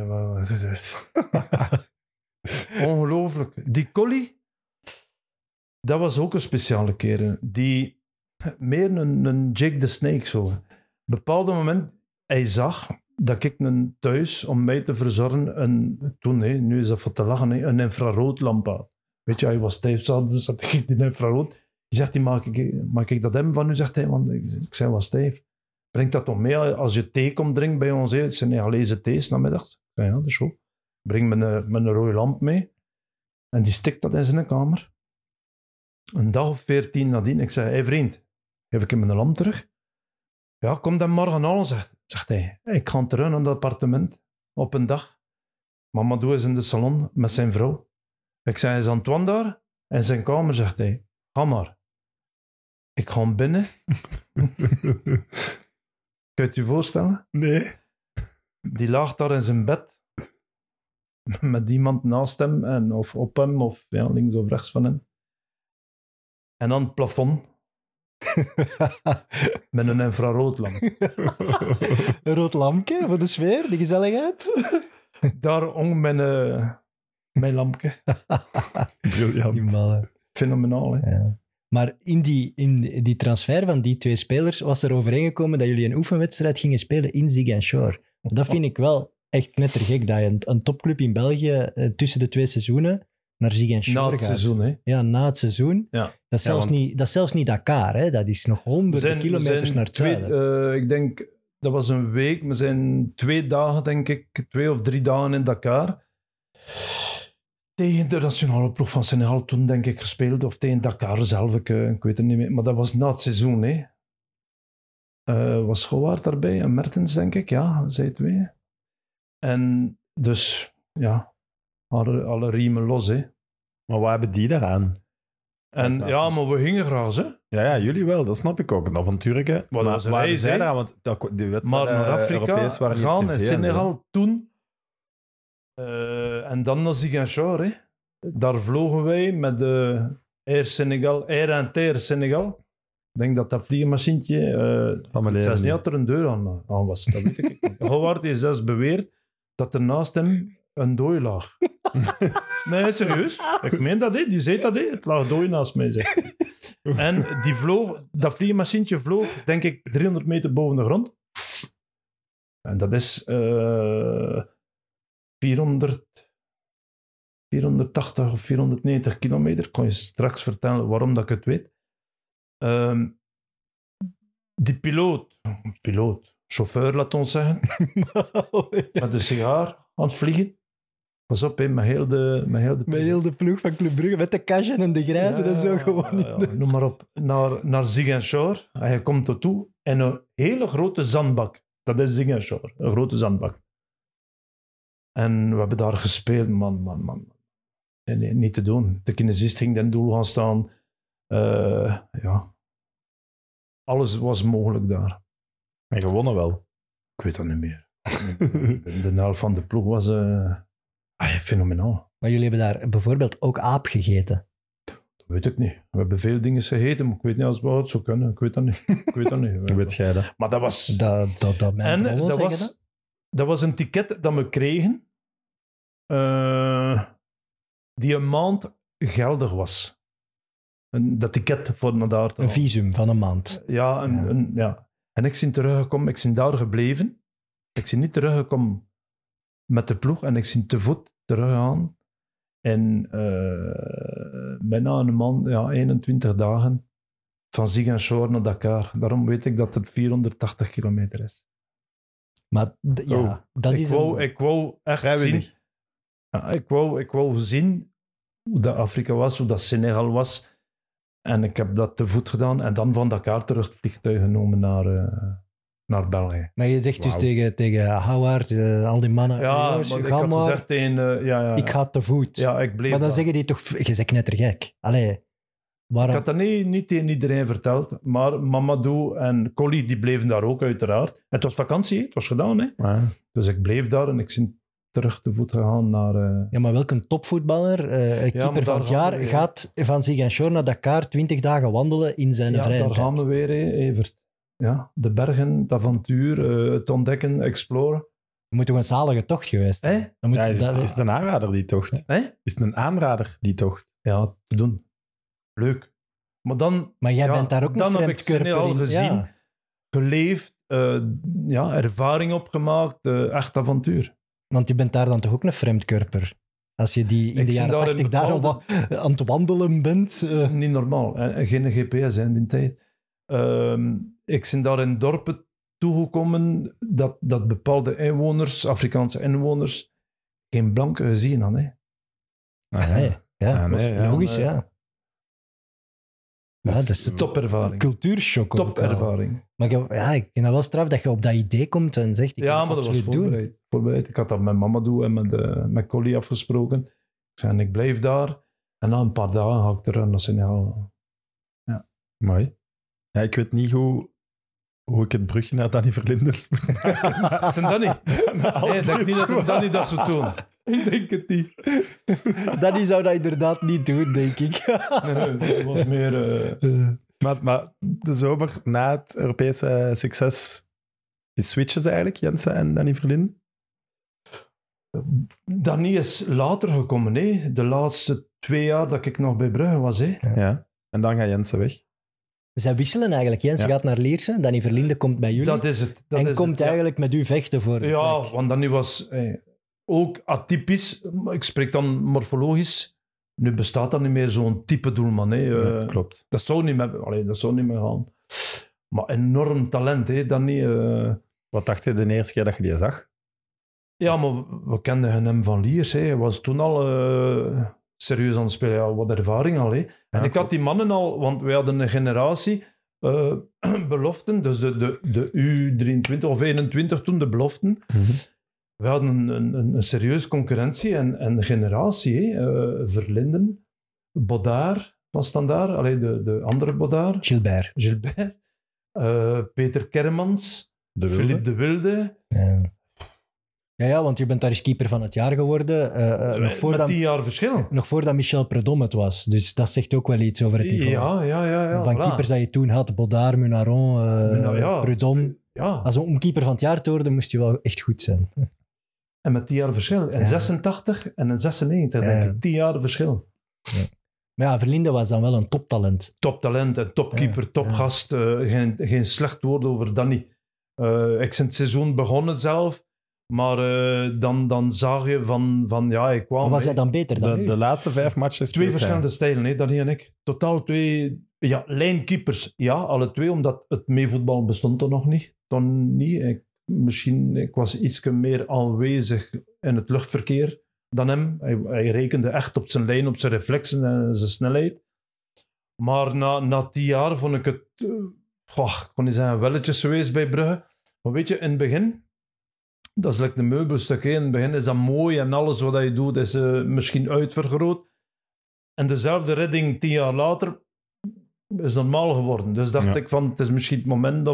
Ongelooflijk. Die Collie, dat was ook een speciale keer. Die, meer een Jake the Snake zo. Op een bepaald moment, hij zag dat ik een thuis, om mij te verzorgen, toen, nu is dat voor te lachen, een infraroodlamp had. Weet je, hij was stijf, zat ik in infrarood. Die zegt, mag ik dat hebben van u? Zegt hij, want ik zei, was stijf. Breng dat toch mee als je thee komt drinken bij ons. Het zijn Senegalese thees namiddags. Ik zei, ja, dat is goed. Breng mijn rode lamp mee. En die stikt dat in zijn kamer. Een dag of 14 nadien. Ik zei, hey vriend, geef ik hem mijn lamp terug? Ja, kom dan morgen halen, zegt hij. Ik ga terug naar het appartement op een dag. Mamadou is in de salon met zijn vrouw. Ik zei, is Antoine daar? In zijn kamer, zegt hij. Ga maar. Ik ga binnen. Kun je het je voorstellen? Nee. Die lag daar in zijn bed. Met iemand naast hem. Of op hem. Of links of rechts van hem. En aan het plafond. Met een infraroodlamp. Een rood lampje voor de sfeer, de gezelligheid. Daar hong mijn lampje. Briljant. Die mannen. Fenomenaal, hè? Ja. Maar in die transfer van die 2 spelers was er overeengekomen dat jullie een oefenwedstrijd gingen spelen in Ziguinchor. Dat vind ik wel echt knettergek, dat je een topclub in België tussen de 2 seizoenen naar Ziguinchor Na het gaat. seizoen, hè? Ja, na het seizoen. Ja. Dat is zelfs niet Dakar, hè. Dat is nog honderden kilometers naar het zuiden. Ik denk, dat was een week. We zijn 2 dagen, denk ik. 2 of 3 dagen in Dakar. Tegen de nationale ploeg van Senegal toen, denk ik, gespeeld. Of tegen Dakar zelf, ik weet het niet meer. Maar dat was na het seizoen, hè. Was Gowaard daarbij en Mertens, denk ik. Ja, zij 2. En dus, ja, alle riemen los, hè. Maar wat hebben die daaraan? En ja, maar we gingen graag, hè. Ja, jullie wel, dat snap ik ook. Een avontuurlijke. Maar dat was een waar reis, zijn hè? daar? Want die wedstrijden Maar naar Afrika Europees waren niet op gaan tv en en Senegal toen. En dan naar Ziguinchor. Hè. Daar vlogen wij met de Air Inter Senegal. Ik denk dat dat vliegmachientje... Van mijn zelfs leven niet dat er een deur aan was. Dat weet ik niet. Howard heeft zelfs beweerd dat er naast hem een dooi lag. Nee, serieus. Ik meen dat, die zei dat, het lag dooi naast mij. Zeg. En die vloog, dat vliegmachientje vloog, denk ik, 300 meter boven de grond. En dat is 480 of 490 kilometer. Ik kan je straks vertellen waarom dat ik het weet. Die chauffeur, laat ons zeggen, met een sigaar aan het vliegen. Pas op, met heel de ploeg van Club Brugge, met de Cashen en de Grijzen en zo gewoon. Ja, noem maar op. Naar Ziguinchor. En je komt er toe en een hele grote zandbak. Dat is Ziguinchor, een grote zandbak. En we hebben daar gespeeld, man. Nee, niet te doen. De kinesist ging in het doel gaan staan. Ja. Alles was mogelijk daar. En gewonnen wel. Ik weet dat niet meer. De helft van de ploeg was fenomenaal. Maar jullie hebben daar bijvoorbeeld ook aap gegeten. Dat weet ik niet. We hebben veel dingen gegeten, maar ik weet niet als we het zo kunnen. Ik weet dat niet. Hoe weet jij dat? Maar dat was... Dat mijn bronnen zeggen dat? Dat was een ticket dat we kregen die een maand geldig was. Dat ticket voor naar daar te gaan. Een visum van een maand. Ja, ja. En ik ben teruggekomen, ik ben daar gebleven. Ik ben niet teruggekomen met de ploeg en ik ben te voet teruggegaan. En bijna een maand, 21 dagen van Ziguinchor naar Dakar. Daarom weet ik dat het 480 kilometer is. Maar dat is ik wou echt zien... Ja, ik wou zien hoe dat Afrika was, hoe dat Senegal was. En ik heb dat te voet gedaan en dan van Dakar terug het vliegtuig genomen naar België. Maar je zegt dus tegen Howard, al die mannen, ja, jongens, maar ik ga had maar, gezegd tegen... ik ga te voet. Ja, ik bleef maar dan daar. zeggen die toch, je zegt knettergek. Allee, waarom? Ik had dat niet tegen iedereen verteld, maar Mamadou en Colli die bleven daar ook uiteraard. Het was vakantie, het was gedaan. Hè? Ja. Dus ik bleef daar en ik ben terug te voet gegaan naar... Ja, maar welke topvoetballer, keeper maar van het daar gaan jaar, we weer. gaat van Ziguinchor naar Dakar 20 dagen wandelen in zijn vrije daar gaan we tijd? weer, Evert. Ja, de bergen, het avontuur, het ontdekken, exploren. Het moet toch een zalige tocht geweest zijn? Hè? Dan moet Ja, is dat- het een aanrader, die tocht? Hè? Is het een aanrader, die tocht? Ja, te doen. Leuk. Maar dan... Maar jij ja, bent daar ook een dan heb ik vreemdkörper Senegal in. gezien, Ja. geleefd, ervaring opgemaakt, echt avontuur. Want je bent daar dan toch ook een vreemdkörper? Als je die in Ik de zie jaren daar 80 een daar bepaalde- aan het wandelen bent. Niet normaal. En geen GPS hè, in die tijd. Ik ben daar in dorpen toegekomen dat bepaalde inwoners, Afrikaanse inwoners, geen blanke gezien hadden. Hè. Nee, ja, Ah, nee, ja. logisch, ja. Ja, dat is een Topervaring. cultuurshock. ook wel. Topervaring. Maar ik vind dat wel straf dat je op dat idee komt en zegt, ik wil Ja, dat maar dat was absoluut doen. voorbereid. Ik had dat met Mamadou en met Colli afgesproken. Ik zei, ik blijf daar. En na een paar dagen ga ik terug naar Senegal. Mooi. Ja, ik weet niet hoe ik het brugje naar Danny Verlinden... En Danny? Nee, ik denk niet dat Danny dat zou doen. Ik denk het niet. Danny zou dat inderdaad niet doen, denk ik. Nee, dat was meer... Maar de zomer na het Europese succes switchen ze eigenlijk, Jensen en Danny Verlinden? Danny is later gekomen, hè. De laatste 2 jaar dat ik nog bij Brugge was. Hè. Ja. En dan gaat Jensen weg. Zij wisselen eigenlijk. Jens Ja. gaat naar Lierse, Danny Verlinde komt bij jullie. Dat is het. Dat en is komt het, ja. eigenlijk met u vechten voor de Ja, plek. want Danny was ook atypisch. Ik spreek dan morfologisch. Nu bestaat dat niet meer zo'n type doelman. Hè. Ja, klopt. Dat zou niet meer gaan. Maar enorm talent, hè, Danny. Wat dacht je de eerste keer dat je die zag? Ja, maar we kenden hem van Liers. Hè. Hij was toen al serieus aan het spelen. Ja, wat ervaring al. Hè. En ik had die mannen al, want wij hadden een generatie beloften. Dus de U23 of 21 toen, de beloften. We hadden een serieuze concurrentie en generatie. Hè. Verlinden, Bodard van Standaard. Allee, de andere Bodard. Gilbert. Gilbert. Peter Kermans. De Wilde. Philippe de Wilde. Ja, want je bent daar eens keeper van het jaar geworden. Met 10 jaar verschil. Nog voordat Michel Predom het was. Dus dat zegt ook wel iets over het niveau. Ja. Van voilà. keepers dat je toen had, Bodard, Munaron, Ja, Predom. Ja. Om keeper van het jaar te worden, moest je wel echt goed zijn. En met 10 jaar verschil. In 86 en in 96, denk ik. 10 jaar verschil. Maar ja, Verlinde was dan wel een toptalent. Toptalent en topkeeper, topgast. Geen slecht woord over Danny. Ik ben het seizoen begonnen zelf. Maar dan zag je van ja, ik kwam... Maar was hij dan beter dan De laatste 5 matches... 2 verschillende stijlen, hè, Danny en ik. Totaal 2... Ja, lijnkeepers. Ja, alle 2, omdat het meevoetbal bestond er nog niet. Toen niet. Ik was iets meer aanwezig in het luchtverkeer dan hem. Hij rekende echt op zijn lijn, op zijn reflexen en zijn snelheid. Maar na 10 jaar vond ik het... ik kon niet zeggen welletjes geweest bij Brugge. Maar weet je, in het begin... Dat is lekker een meubelstuk. Hè. In het begin is dat mooi en alles wat je doet is misschien uitvergroot. En dezelfde redding 10 jaar later is normaal geworden. Dus dacht ik van, het is misschien het moment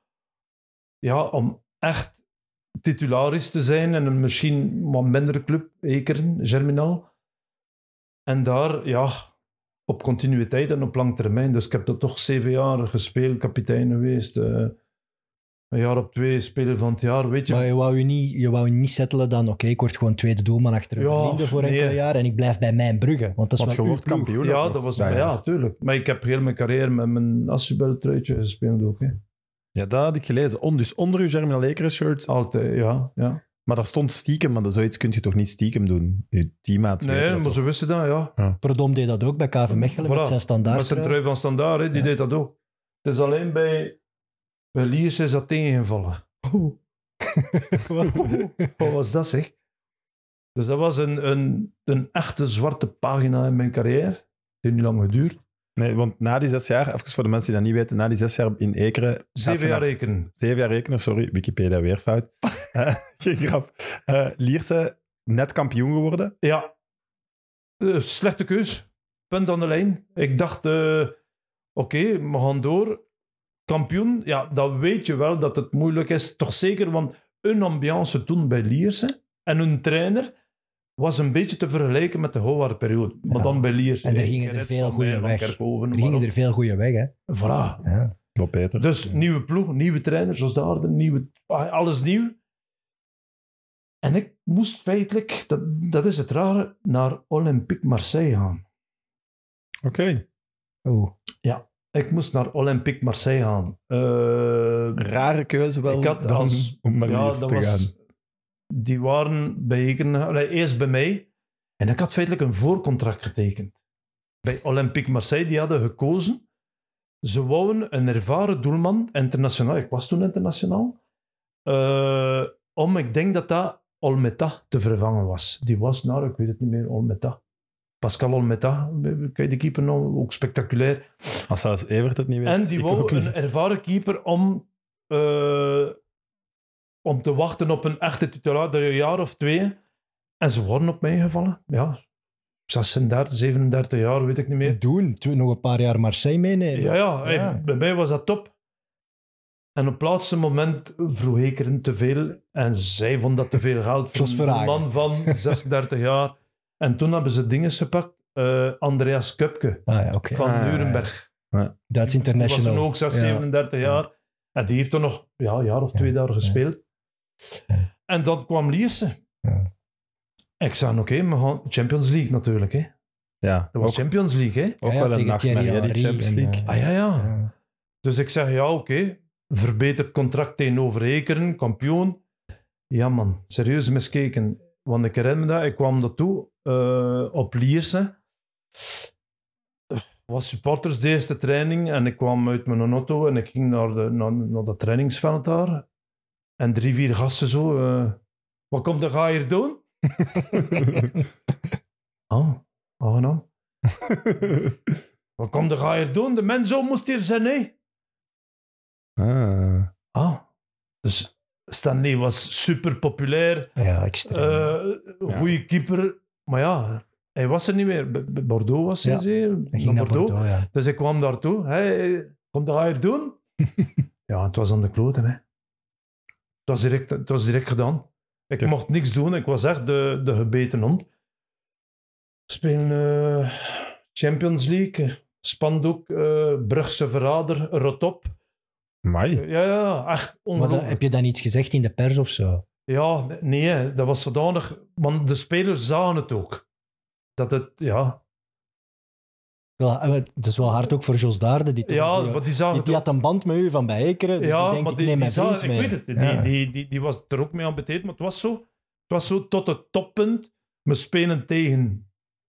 om echt titularis te zijn en een misschien wat mindere club, Ekeren, Germinal. En daar, op continuïteit en op lang termijn. Dus ik heb dat toch 7 jaar gespeeld, kapitein geweest. Een jaar op 2 speler van het jaar, weet je. Maar je wou niet settelen dan, oké, ik word gewoon tweede doelman achter een Verlinde voor enkele jaar en ik blijf bij mijn Brugge. Want dat is je wordt kampioen. Ja, dat was, tuurlijk. Maar ik heb heel mijn carrière met mijn Assubel-truitje gespeeld ook. Hè. Ja, dat had ik gelezen. Dus onder uw Germinal Ekeren shirt. Altijd, ja. Maar daar stond stiekem, maar zoiets kun je toch niet stiekem doen? Je teammaats weten Nee, dat maar toch? ze wisten dat, ja. Perdom deed dat ook bij KV Mechelen met zijn standaard. Met zijn trui van standaard, hè, die deed dat ook. Het is alleen bij Liers is dat tegengevallen. Wat was dat, zeg? Dus dat was een echte zwarte pagina in mijn carrière. Het heeft niet lang geduurd. Nee, want na die 6 jaar, even voor de mensen die dat niet weten, na die 6 jaar in Ekeren... 7 jaar rekenen. 7 jaar rekenen, sorry, Wikipedia weer fout. Geen grap. Lierse, net kampioen geworden. Ja. Slechte keus. Punt aan de lijn. Ik dacht, oké, we gaan door. Kampioen, ja, dat weet je wel dat het moeilijk is. Toch zeker, want een ambiance toen bij Lierse en hun trainer was een beetje te vergelijken met de Howard-periode. Maar dan bij Lierse. En er gingen er veel goede weg. Er veel goede weg, hè. Voilà. Ja. Bob Peters. Dus nieuwe ploeg, nieuwe trainer, zoals daar, alles nieuw. En ik moest feitelijk, dat is het rare, naar Olympique Marseille gaan. Oké. Ja. Ik moest naar Olympique Marseille gaan. Rare keuze wel om naar Lierse te gaan. Die waren bij Ekeren, eerst bij mij. En ik had feitelijk een voorcontract getekend. Bij Olympique Marseille, die hadden gekozen. Ze wouden een ervaren doelman, internationaal. Ik was toen internationaal. Ik denk dat Olmeta te vervangen was. Die was, ik weet het niet meer, Olmeta. Pascal Olmeta, kan je de keeper nog, ook spectaculair. Als zelfs Evert het niet weet. En die wou een ervaren keeper om te wachten op een echte titulaar, dat je een jaar of 2. En ze worden op mij gevallen. Ja, 36, 37 jaar, weet ik niet meer. Nog een paar jaar Marseille meenemen. Ja. Bij mij was dat top. En op het laatste moment vroeg Ekeren te veel. En zij vond dat te veel geld voor een man van 36 jaar. En toen hebben ze dingen gepakt. Andreas Kupke van Nuremberg. Duits International. Die was toen ook 37 jaar. En die heeft toen nog een jaar of 2 daar gespeeld. En dan kwam Lierse. Ik zei, oké, we gaan Champions League natuurlijk. Hè. Ja, dat was ook, Champions League. Hè. Ook wel een nachtmerrie, die Champions League. Ja. Dus ik zeg, oké. Verbeterd contract tegenover Ekeren, kampioen. Ja man, serieus miskeken. Want ik herinner me dat, ik kwam daartoe op Lierse. Was supporters de eerste training en ik kwam uit mijn auto en ik ging naar dat trainingsveld daar. En 3-4 gasten zo. Wat komt de ga hier doen? Aangenaam. Wat komt de ga hier doen? De mens zo moest hier zijn, hè? Dus Stanley was super populair. Ja, extreem. Goeie keeper. Maar ja, hij was er niet meer. Bordeaux was hij zeer. Hij ging naar Bordeaux, ja. Dus ik kwam daartoe. Hey, komt dat hier doen? Ja, het was aan de kloten. Hè. Het was direct gedaan. Ik mocht niks doen. Ik was echt de gebeten hond. Spelen Champions League. Spandoek. Brugse verrader. Rotop. Amai. Ja, echt ongelooflijk. Heb je dan iets gezegd in de pers of zo? Ja, nee, hè. Dat was zodanig... Want de spelers zagen het ook. Dat het, ja... Ja, het is wel hard ook voor Jos Daarde. Die maar die zagen het die ook. had een band met u van bij Ekeren. Dus die denkt, ik neem mijn vriend ik mee. weet het, Ja. die was er ook mee aan betijd, maar het was zo tot het toppunt. We spelen tegen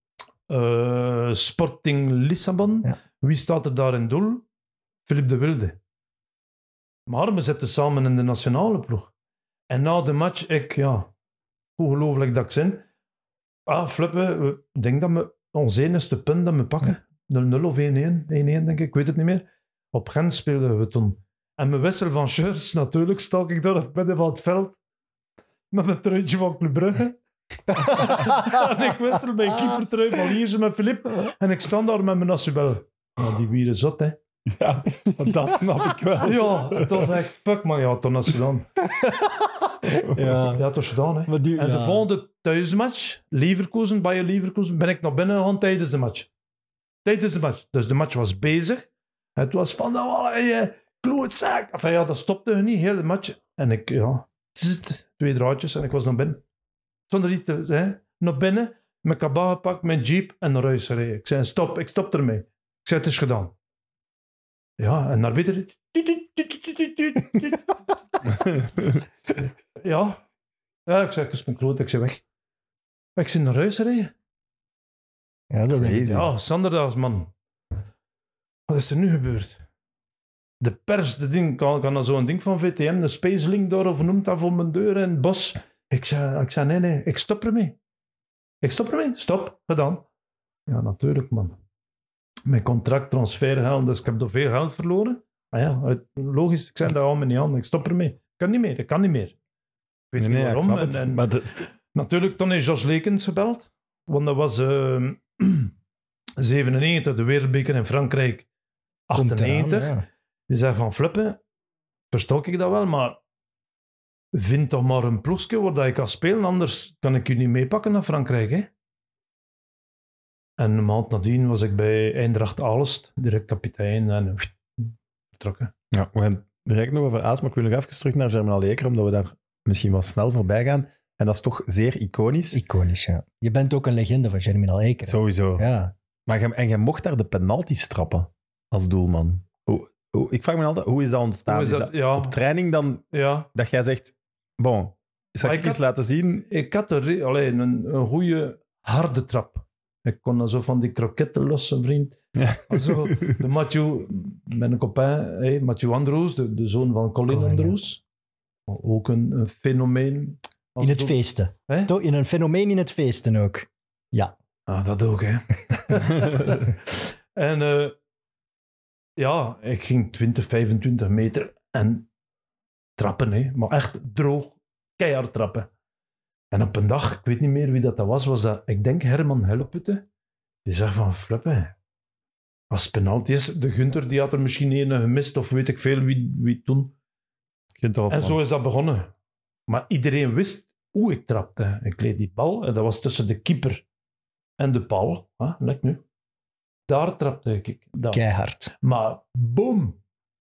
Sporting Lissabon. Ja. Wie staat er daar in doel? Philippe de Wilde. Maar we zitten samen in de nationale ploeg. En na de match, ongelooflijk dat ik zin. Flippen, ik denk dat we ons enigste punt dat we pakken. 0-0 of 1-1, 1-1 denk ik weet het niet meer. Op Gent speelden we toen. En mijn wissel van shirts, natuurlijk, stak ik door het midden van het veld. Met mijn truitje van Club Brugge. En ik wissel mijn keepertrui van Lierse met Philippe. En ik sta daar met mijn Assubel. Ja, die wieren zot, hè. Ja, dat snap ik wel. Ja, het was echt fuck, man. Ja, toen is het gedaan. Ja, het was gedaan, hè. En de volgende thuismatch, Leverkusen, Bayer Leverkusen, ben ik naar binnen gegaan tijdens de match. Dus de match was bezig. Het was van, klootzak. Enfin ja, dat stopte niet, heel de match. En ik, 2 draadjes en ik was naar binnen. Zonder iets te zeggen. Naar binnen, mijn kabaal gepakt, mijn jeep en naar huis gereden. Ik zei, stop, ik stop ermee. Ik zei, het is gedaan. Ja, en naar binnen. Ja. Ja, ik zei, ik is mijn kloot, ik zei weg. Ik zei naar huis gereden. Ja, dat denk ik. Crazy. Ja, Sanderdags, man. Wat is er nu gebeurd? De pers, de ding, kan er zo'n ding van VTM, de Space Link door, of noemt dat voor mijn deur in het bos. Ik zei nee, ik stop ermee. Stop, gedaan. Ja, natuurlijk, man. Mijn contract, transfergeld, dus ik heb er veel geld verloren. Logisch, ik zei dat allemaal niet aan, ik stop ermee. Ik kan niet meer. Ik weet niet Nee, ik waarom. snap het. En Maar natuurlijk, toen is Jos Lekens gebeld. Want dat was 97, de wereldbeker in Frankrijk. Komt 98. eraan, ja. Die zei van Flippen, verstond ik dat wel, maar vind toch maar een ploegje waar dat je kan spelen, anders kan ik je niet meepakken naar Frankrijk. Hè? En een maand nadien was ik bij Eindracht Aalst, direct kapitein en vertrokken. ja, we gaan direct nog over Aas, maar ik wil nog even terug naar Germinal Ekeren, omdat we daar misschien wat snel voorbij gaan. En dat is toch zeer iconisch. Iconisch, ja. Je bent ook een legende van Germinal Ekeren. Sowieso. Ja. Maar jij mocht daar de penalties trappen als doelman. Ik vraag me altijd, hoe is dat ontstaan? Hoe is dat? Ja. Op training dan, Ja. dat jij zegt, bon, zal Maar ik ik eens laten zien? Ik had een goede harde trap. Ik kon dan zo van die kroketten lossen, vriend. Ja. Zo, de Mathieu, mijn copain, Mathieu Androes, de zoon van Colin Colin, Androes. Ook een fenomeen. In het feesten. Hè? Toch, in een fenomeen in het feesten ook. Ja. Dat ook, hè. En ik ging 20, 25 meter en trappen, hè. Maar echt droog, keihard trappen. En op een dag, ik weet niet meer wie dat was dat, ik denk Herman Helleputte, die zegt van, Flippe, als penalty is, de Gunther die had er misschien een gemist, of weet ik veel wie toen. En zo is dat begonnen. Maar iedereen wist hoe ik trapte. Ik leed die bal, en dat was tussen de keeper en de paal. Let nu. Daar trapte ik. Daar. Keihard. Maar boom!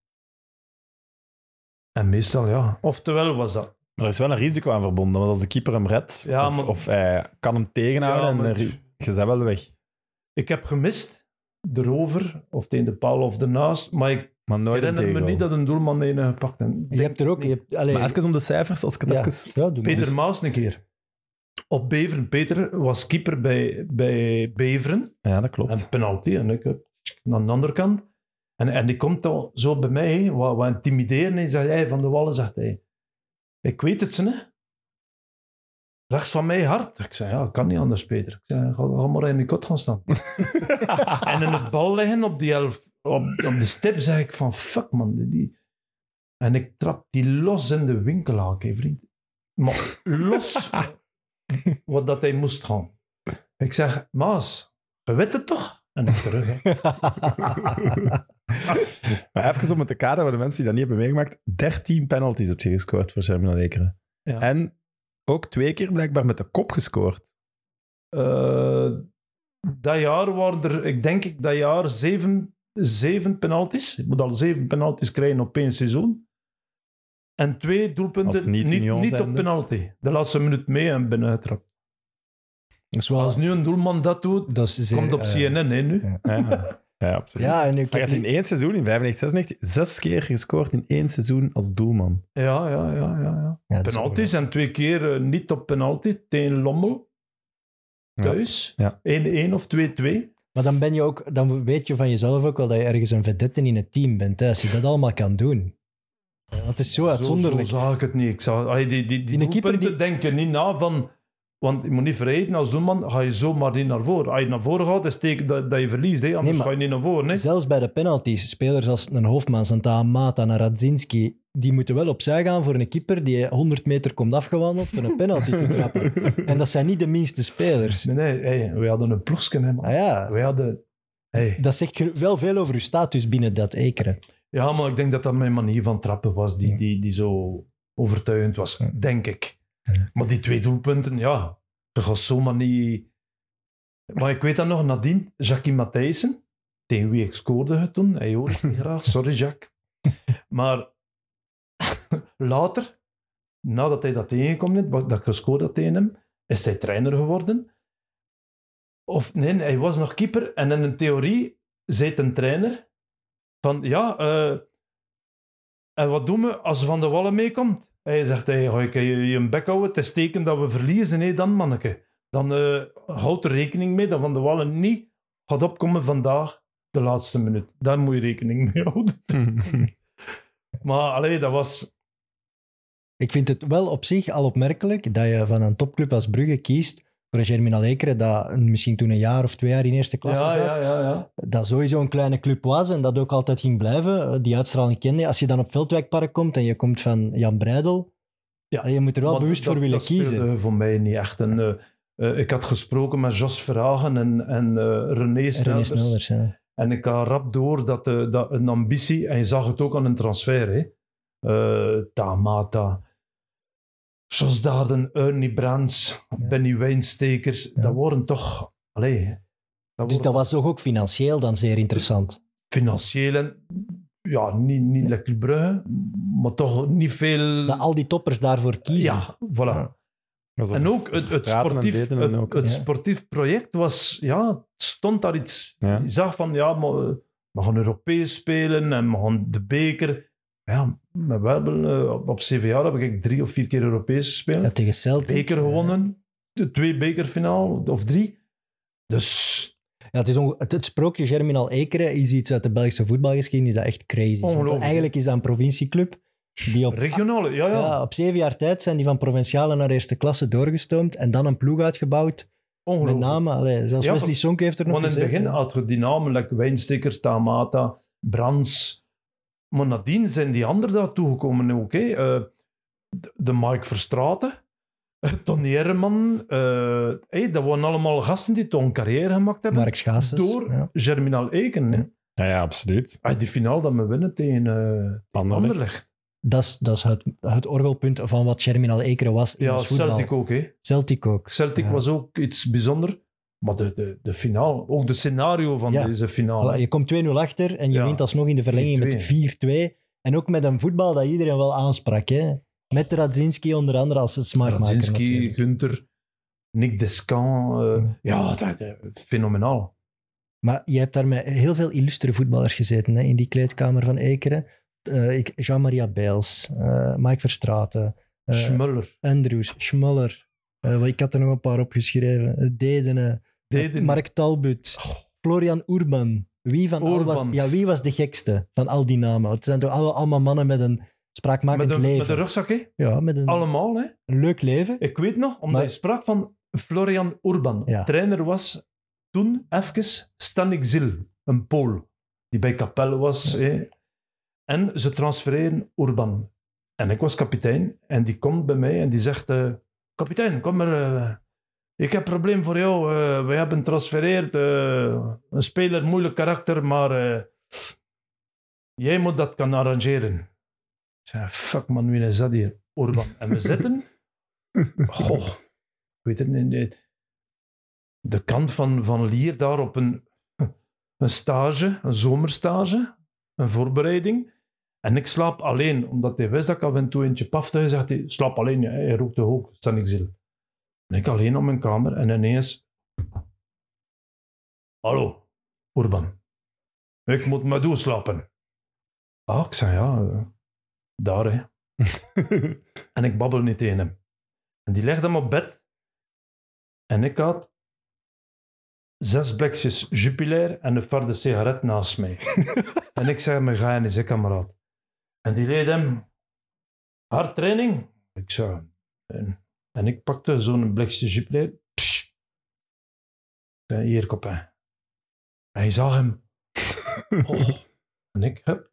En meestal, ja. Oftewel was dat. Maar er is wel een risico aan verbonden, want als de keeper hem redt, Ja, of, maar- of hij kan hem tegenhouden, Ja, en maar- je bent wel weg. Ik heb gemist, erover, of tegen de paal of ernaast, maar ik Maar nooit een herinner me tegengoal. niet dat een doelman een gepakt heeft. Je hebt er ook... Je hebt, allee, Maar even om de cijfers, als ik het ja. even... Ja, doe maar. Peter Dus- Maas een keer. Op Beveren. Peter was keeper bij Beveren. Ja, dat klopt. En penalty. En ik aan de andere kant. En die komt dan zo bij mij, wat intimideren. En zegt hij, Van de Wallen, zegt hij, ik weet het, hè. Rechts van mij hard. Ik zei, ja, kan niet anders, Peter. Ik zei, ga maar in de kot gaan staan. En in het bal liggen op die op de stip, zeg ik van, fuck man. En ik trap die los in de winkelhaak, hè, vriend. Maar los, wat dat hij moest gaan. Ik zeg, Maas, je weet het toch? En ik terug, hè. Maar even om het te kaderen voor de mensen die dat niet hebben meegemaakt. 13 penalties heb je gescoord voor Germinal Ekeren. Ja. En ook 2 keer blijkbaar met de kop gescoord. Dat jaar waren er, ik denk dat jaar 7 penalties. Ik moet al 7 penalties krijgen op één seizoen. En 2 doelpunten Als niet niet, Union niet op zijnde. penalty. De laatste minuut mee en binnen uittrapt. Als nu een doelman dat doet, Dat is zeer, komt op CNN hè, nu. Ja. Ja, absoluut. Ja, en ik Maar heb hij is in 1 seizoen, in 95, 96, 6 keer gescoord in 1 seizoen als doelman. Ja. Ja, dat is Penalties en 2 keer niet op penalty tegen Lommel. Thuis. Ja. 1-1 of 2-2. Maar dan weet je van jezelf ook wel dat je ergens een vedette in het team bent. Hè, als je dat allemaal kan doen. Want het is zo uitzonderlijk. Zo zag ik het niet. Ik zag, die Die een keeper doelpunten die- denken niet na van... Want je moet niet vergeten, als doelman ga je zomaar niet naar voren. Als je naar voren gaat, is het teken dat je verliest. Hè? Anders Nee, maar- ga je niet naar voren. Hè? Zelfs bij de penalties, spelers als een Hofmans, een Taamata, een Radzinski, die moeten wel opzij gaan voor een keeper die 100 meter komt afgewandeld voor een penalty te trappen. En dat zijn niet de minste spelers. Nee, hey, we hadden een ploegje, hè, man. Ah ja, We hadden... Hey. dat zegt wel veel over uw status binnen dat Ekeren. Ja, maar ik denk dat dat mijn manier van trappen was, die zo overtuigend was, denk ik. Maar die 2 doelpunten, ja, dat gaat zomaar niet... Maar ik weet dat nog, nadien, Jackie Matthijssen, tegen wie ik scoorde het toen, hij hoort het niet graag, sorry Jacques. Maar later, nadat hij dat tegengekomen heeft, dat ik gescoord had tegen hem, is hij trainer geworden. Of nee, hij was nog keeper en in een theorie zei een trainer van, ja, en wat doen we als Van de Wallen meekomt? Hij zegt, hey, ga ik je een bek houden? Het is teken dat we verliezen, hè, dan manneke. Dan houd er rekening mee dat Van de Wallen niet gaat opkomen vandaag, de laatste minuut. Daar moet je rekening mee houden. Maar allee, dat was... Ik vind het wel op zich al opmerkelijk dat je van een topclub als Brugge kiest voor een Germinal Ekeren dat misschien toen een jaar of 2 jaar in eerste klasse zat. Ja. Dat sowieso een kleine club was en dat ook altijd ging blijven. Die uitstraling kende je. Als je dan op Veldwijkpark komt en je komt van Jan Breidel, Ja. je moet er wel Maar bewust voor willen dat speelde kiezen. voor mij niet echt. Ik had gesproken met Jos Verhagen en René René Snelders. Snelders, ja. En ik had rap door dat een ambitie, en je zag het ook aan een transfer, hè. Tamata, Jos Daden, Ernie Brands, Ja. Benny Wijnstekers, Ja. dat waren toch... Allee, Dus dat was toch ook financieel dan zeer interessant. financieel en... Ja, niet lekker Brugge, maar toch niet veel... Dat al die toppers daarvoor kiezen. Ja, voilà. Alsof En ook het straten en sportief, Dedenen ook. het Ja. sportief project was, ja, stond daar iets. Ja. Je zag van, ja, maar we gaan Europees spelen en we gaan de beker. Ja, maar we hebben, op 7 jaar heb ik 3 of 4 keer Europees gespeeld. Ja, tegen Celtic. Beker gewonnen, de 2 bekerfinaal of 3. Dus Ja, het sprookje Germinal Ekeren is iets uit de Belgische voetbalgeschiedenis dat echt crazy is. Want Ongelooflijk. eigenlijk is dat een provincieclub die regionale, ja. op 7 jaar tijd zijn die van provinciale naar eerste klasse doorgestoomd en dan een ploeg uitgebouwd. Met Ongelooflijk. name, zelfs Ja, Wesley Sonk heeft er nog Want in het gezeten. begin had je die namen, like Wijnstekers, Tamata, Brands. Maar nadien zijn die anderen daartoe gekomen. Oké, de Mike Verstraeten, Tony Herman. Dat waren allemaal gasten die toch een carrière gemaakt hebben. Mark Schaases. door Ja. Germinal Eken. hè. Ja, ja, absoluut. Die finale dat we winnen tegen Anderlecht. Dat is het orgelpunt van wat Germinal Ekeren was in Ja, ons voetbal. Celtic ook. Hè. Celtic ook. Celtic Ja. was ook iets bijzonders. Maar de finale, ook de scenario van Ja. deze finale. Voilà, je komt 2-0 achter en je Ja. wint alsnog in de verlenging 4-2. met 4-2. En ook met een voetbal dat iedereen wel aansprak. Hè? Met Radzinski onder andere als het smaakmaker. Radzinski, natuurlijk. Gunther, Nick Descamps. Ja, fenomenaal. Maar je hebt daar met heel veel illustere voetballers gezeten hè, in die kleedkamer van Ekeren. Jean-Maria Bijls, Mike Verstraeten, Schmuller. Andrews, Schmuller. Ik had er nog een paar opgeschreven. Dedenen, Dedenen. Mark Talbot, Florian Urban. Wie was de gekste van al die namen? Het zijn toch allemaal mannen met een spraakmakend Met leven. een rugzak, hè? Ja, met een Allemaal, hè? leuk leven. Ik weet nog, omdat Maar- je sprak van Florian Urban. Ja. Trainer was toen even Stanik Zil, een Pool, die bij Capelle was. Hè. En ze transfereren Urban. En ik was kapitein en die komt bij mij en die zegt... kapitein, kom maar... ik heb een probleem voor jou. We hebben transfereerd. Een speler, moeilijk karakter, maar... jij moet dat kan arrangeren. Ik zei, fuck man, wie is dat hier? Urban. En we zitten... Goh, ik weet het niet. De kant van Lier daar op een stage, een zomerstage, een voorbereiding. En ik slaap alleen, omdat hij wist dat ik af en toe eentje pafte. Hij zegt, hij slaap alleen, ja, hij rookte ook, Sanixil. En ik alleen op mijn kamer en ineens... Hallo, Urban. Ik moet maar doorslapen. Ah, ik zei, ja, daar, hè. En ik babbel niet tegen hem. En die legde hem op bed. En ik had 6 blikjes Jupiler en een farde sigaret naast mij. En ik zei, me ga je eens, kameraad. En die leed hem hardtraining. Ik zei, en ik pakte zo'n blikje Jupiler. Psh. Ik zei, hier, kopijn. En hij zag hem. Oh. En ik, hup.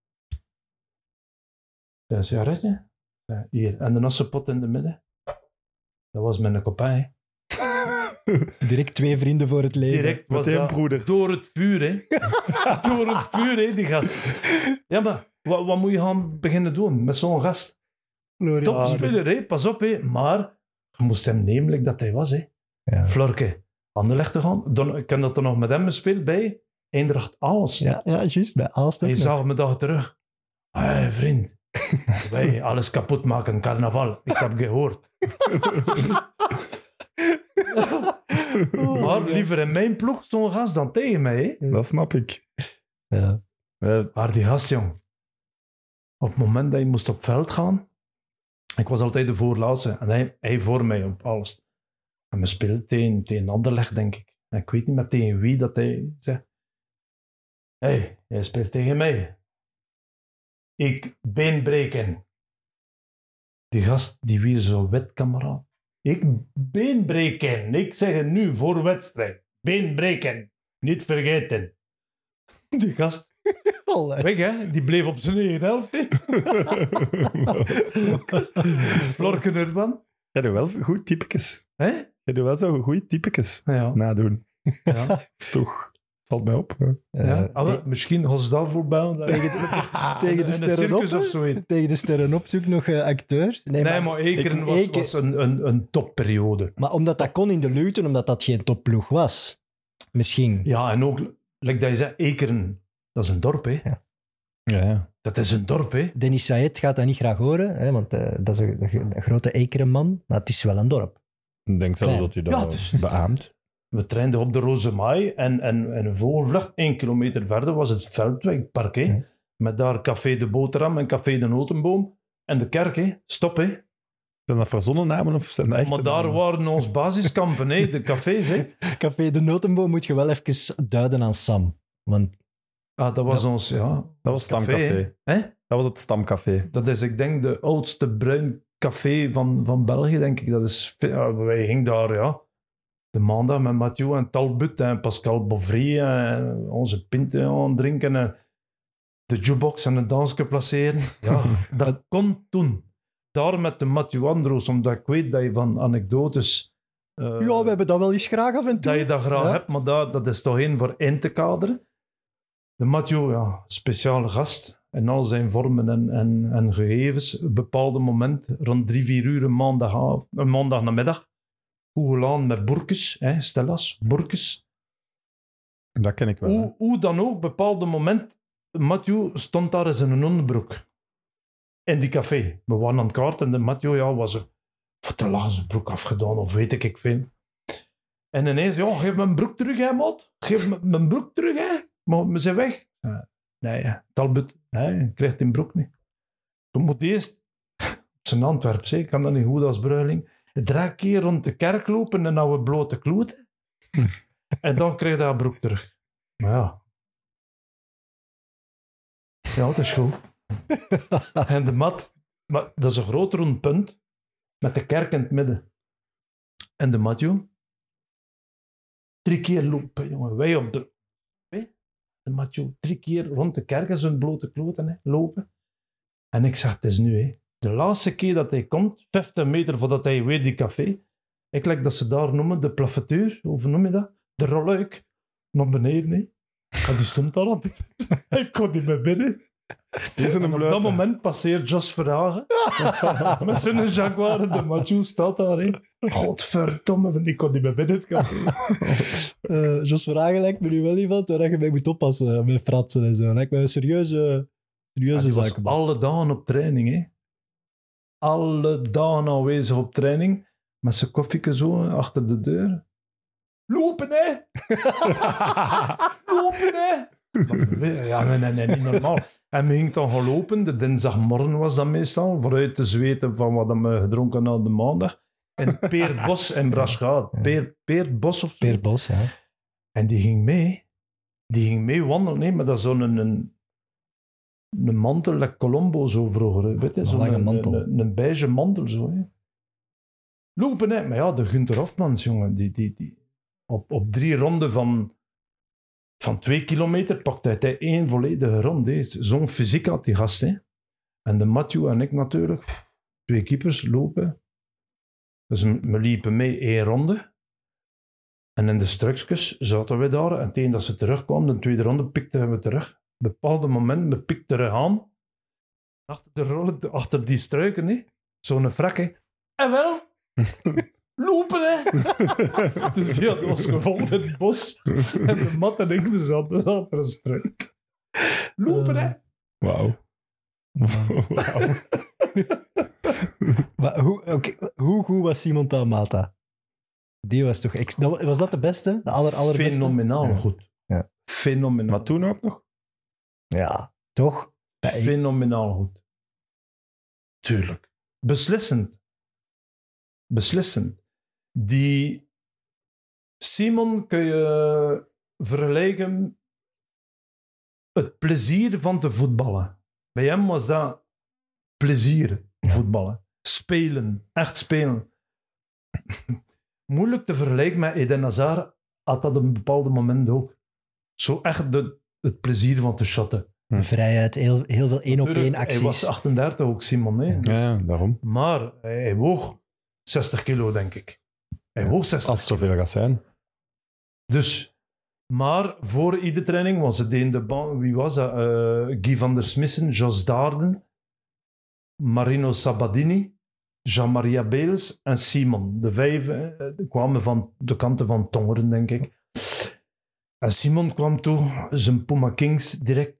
Een sigaretje. Ja, hier. En de nassenpot in de midden. Dat was mijn kopijn. Direct 2 vrienden voor het leven. Direct was Meteen dat broeders. door het vuur, hè. Door het vuur, hè, die gast. Ja, maar wat moet je gaan beginnen doen met zo'n gast? Topspeler, hè. Pas op, hè. Maar je moest hem nemen like dat hij was, hè. Ja. Florke. Anderlecht te gaan. Ik heb dat er nog met hem gespeeld bij Eendracht Aalst. Ja, juist. Bij Aalst ook Hij nog. zag me dag terug. Hé, vriend. Wij alles kapot maken, carnaval. Ik heb gehoord. Maar liever in mijn ploeg zo'n gast dan tegen mij. Hè? Dat snap ik. Ja. Maar die gast, jong. Op het moment dat je moest op veld gaan, ik was altijd de voorlaatste en hij voor mij op alles. En we speelden tegen Anderlecht, denk ik. En ik weet niet meer tegen wie dat hij zei. Hé, jij speelt tegen mij. Ik been breken. Die gast, die weer zo wit, kameraad. Ik been breken. Ik zeg het nu, voor wedstrijd. Been breken. Niet vergeten. Die gast, weg hè, die bleef op zijn eigen helft. Florken ervan. Jij doet wel goed typekes. Hè? Jij doet wel zo goede typekes Ja. nadoen. Ja. Dat is toch... Valt mij op. Hè. Ja. Misschien gaan ze daarvoor bellen. Tegen de een sterren op, circus of hè? zoiets. Tegen de sterren op zoek nog acteurs. Nee, maar Ekeren was een topperiode. Maar omdat dat kon in de Luton, omdat dat geen topploeg was. Misschien. Ja, en ook, like dat je zei, Ekeren, dat is een dorp, hè. Ja. Dat is een dorp, hè. Dennis Saïd gaat dat niet graag horen, hè, want dat is een grote Ekerenman, maar het is wel een dorp. Ik denk wel Klein. dat u Ja, dat het is- beaamt. We trainden op de Rozemaai en een vogelvlucht 1 kilometer verder was het Veldwijkpark, hè. Ja. Met daar Café de Boterham en Café de Notenboom en de kerk, hè. Stop, hè. Zijn dat verzonnen namen of zijn dat echte Maar daar namen? waren ons basiskampen, hè. De cafés, hè. Café de Notenboom moet je wel even duiden aan Sam. Want Ah, dat was ons, ja. Dat was café, Stamcafé. hè. Dat was het Stamcafé. Dat is, ik denk, de oudste bruin café van België, denk ik. Dat is, wij gingen daar, ja. De maandag met Mathieu en Talbot en Pascal Bovry en onze pinten aan drinken en de jukebox en een dansje placeren. Ja, dat kon toen. Daar met de Mathieu Androos, omdat ik weet dat je van anekdotes... ja, we hebben dat wel eens graag af en toe. Dat je dat graag Ja. hebt, maar dat is toch één voor in te kaderen. De Mathieu, ja, speciale gast in al zijn vormen en gegevens. Een bepaald moment, rond 3-4 uur een maandagnamiddag, Oegelaan met boerkes, hè, Stellas, boerkes. Dat ken ik wel. hè. Hoe dan ook, bepaalde moment, Mathieu stond daar in zijn onderbroek. In die café. We waren aan het kaart en de Mathieu was er te lachen zijn broek afgedaan, of weet ik veel. En ineens, ja, geef mijn broek terug, hè, maat. Geef mijn broek terug, hè. Maar we zijn weg. Nee, Talbot, hij krijgt die broek niet. Je moet eerst op zijn Antwerp, ik kan dat niet goed als bruiling, 3 keer rond de kerk lopen en oude blote kloeten. En dan krijg je dat broek terug. Maar ja. Ja, het is goed. En de mat, maar dat is een groot rond punt met de kerk in het midden. En de Mathieu 3 keer lopen, jongen. Wij op de Mathieu 3 keer rond de kerk in zijn blote kloten, hè, lopen. En ik zeg, het is nu, hè. De laatste keer dat hij komt, 50 meter voordat hij weer die café, ik lijk dat ze daar noemen, de plafetuur, hoe noem je dat? De rolluik, naar beneden, hè. En die stond daar al. Ik kon niet meer binnen. Die is een En op dat moment passeert Jos Verhagen met zijn Jaguar en de Mathieu staat daar, hè. Godverdomme, ik kon niet meer binnen het café. Jos Vragen lijkt me nu wel iemand waar je mee moet oppassen met fratsen en zo. Lijkt me een serieuze Serieuze die was zaken. alle dagen op training. Hè. Alle dagen aanwezig op training. Met zijn koffieke zo achter de deur. Lopen, hè! Lopen, hè! Ja, nee, niet normaal. En we gingen dan gaan lopen. De dinsdagmorgen was dat meestal. Vooruit te zweten van wat we gedronken hadden de maandag. En Peer Bos in Braschaat. Peer Bos of zo. Peer Bos, ja. En die ging mee. Die ging mee wandelen. Nee, maar dat is zo'n een mantel, like Colombo zo vroeger. Weet je? Een Zo'n lange mantel. Een beige mantel zo. Hè. Lopen, hè. Maar ja, de Gunther Hofmans, jongen. Die op 3 ronden van 2 kilometer pakt hij 1 volledige ronde. Zo'n fysiek had die gast. Hè. En de Mathieu en ik natuurlijk. 2 keepers lopen. Dus we liepen mee 1 ronde. En in de strukjes zaten we daar. En tegen dat ze terugkwamen, de tweede ronde, pikten we terug. Op een bepaald moment, we pikten terug aan. Achter die struiken, hè. Zo'n frak, hè. En wel, lopen, hè. Dus die had ons gevonden in het bos. En de mat en ik, we zaten achter een struik. Lopen, hè. Wauw. Maar hoe goed was Simon Taumata? Die was toch... Was dat de beste? De allerbeste? Fenomenaal Ja. goed. Ja. Fenomenaal. Maar toen ook nog? Ja, toch? Ja, Fenomenaal goed. Tuurlijk. Beslissend. Die Simon kun je vergelijken het plezier van te voetballen. Bij hem was dat plezier, voetballen. Spelen, echt spelen. Moeilijk te vergelijken met Eden Hazard had dat op een bepaald moment ook. Zo echt het plezier van te shotten. vrijheid, heel veel 1-op-1 Natuurlijk, acties. Hij was 38 ook, Simon. Hè? Dus- Ja, daarom. Maar hij woog 60 kilo, denk ik. Hij woog 60 Als het zoveel gaat zijn. Dus, maar voor iedere training was het in de baan. Wie was dat? Guy van der Smissen, Jos Daarden, Marino Sabadini, Jean-Maria Beels en Simon. De 5 kwamen van de kanten van Tongeren, denk ik. En Simon kwam toe, zijn Puma Kings direct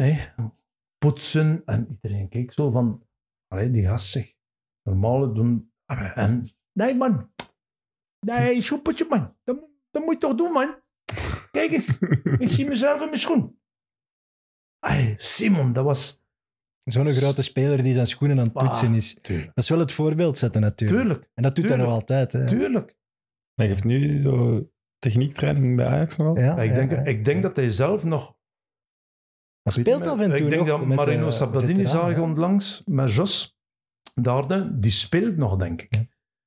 poetsen. En iedereen keek zo van, allee, die gast zeg, normale doen. En, nee man, nee, schoepeltje man, dat moet je toch doen man. Kijk eens, ik zie mezelf in mijn schoen. Ay, Simon, dat was... Zo'n grote speler die zijn schoenen aan het poetsen is. Tuurlijk. Dat is wel het voorbeeld zetten natuurlijk. Tuurlijk, En dat doet hij nog altijd. Hè. tuurlijk. Hij geeft nu zo techniektraining bij Ajax nog wel. Ja, Maar ik denk dat hij zelf nog... Hij speelt af en toe Ik denk nog dat met Marino de Sabadini veteranen, zag ja. onlangs met Jos Daarde, die speelt nog, denk ik. Ja.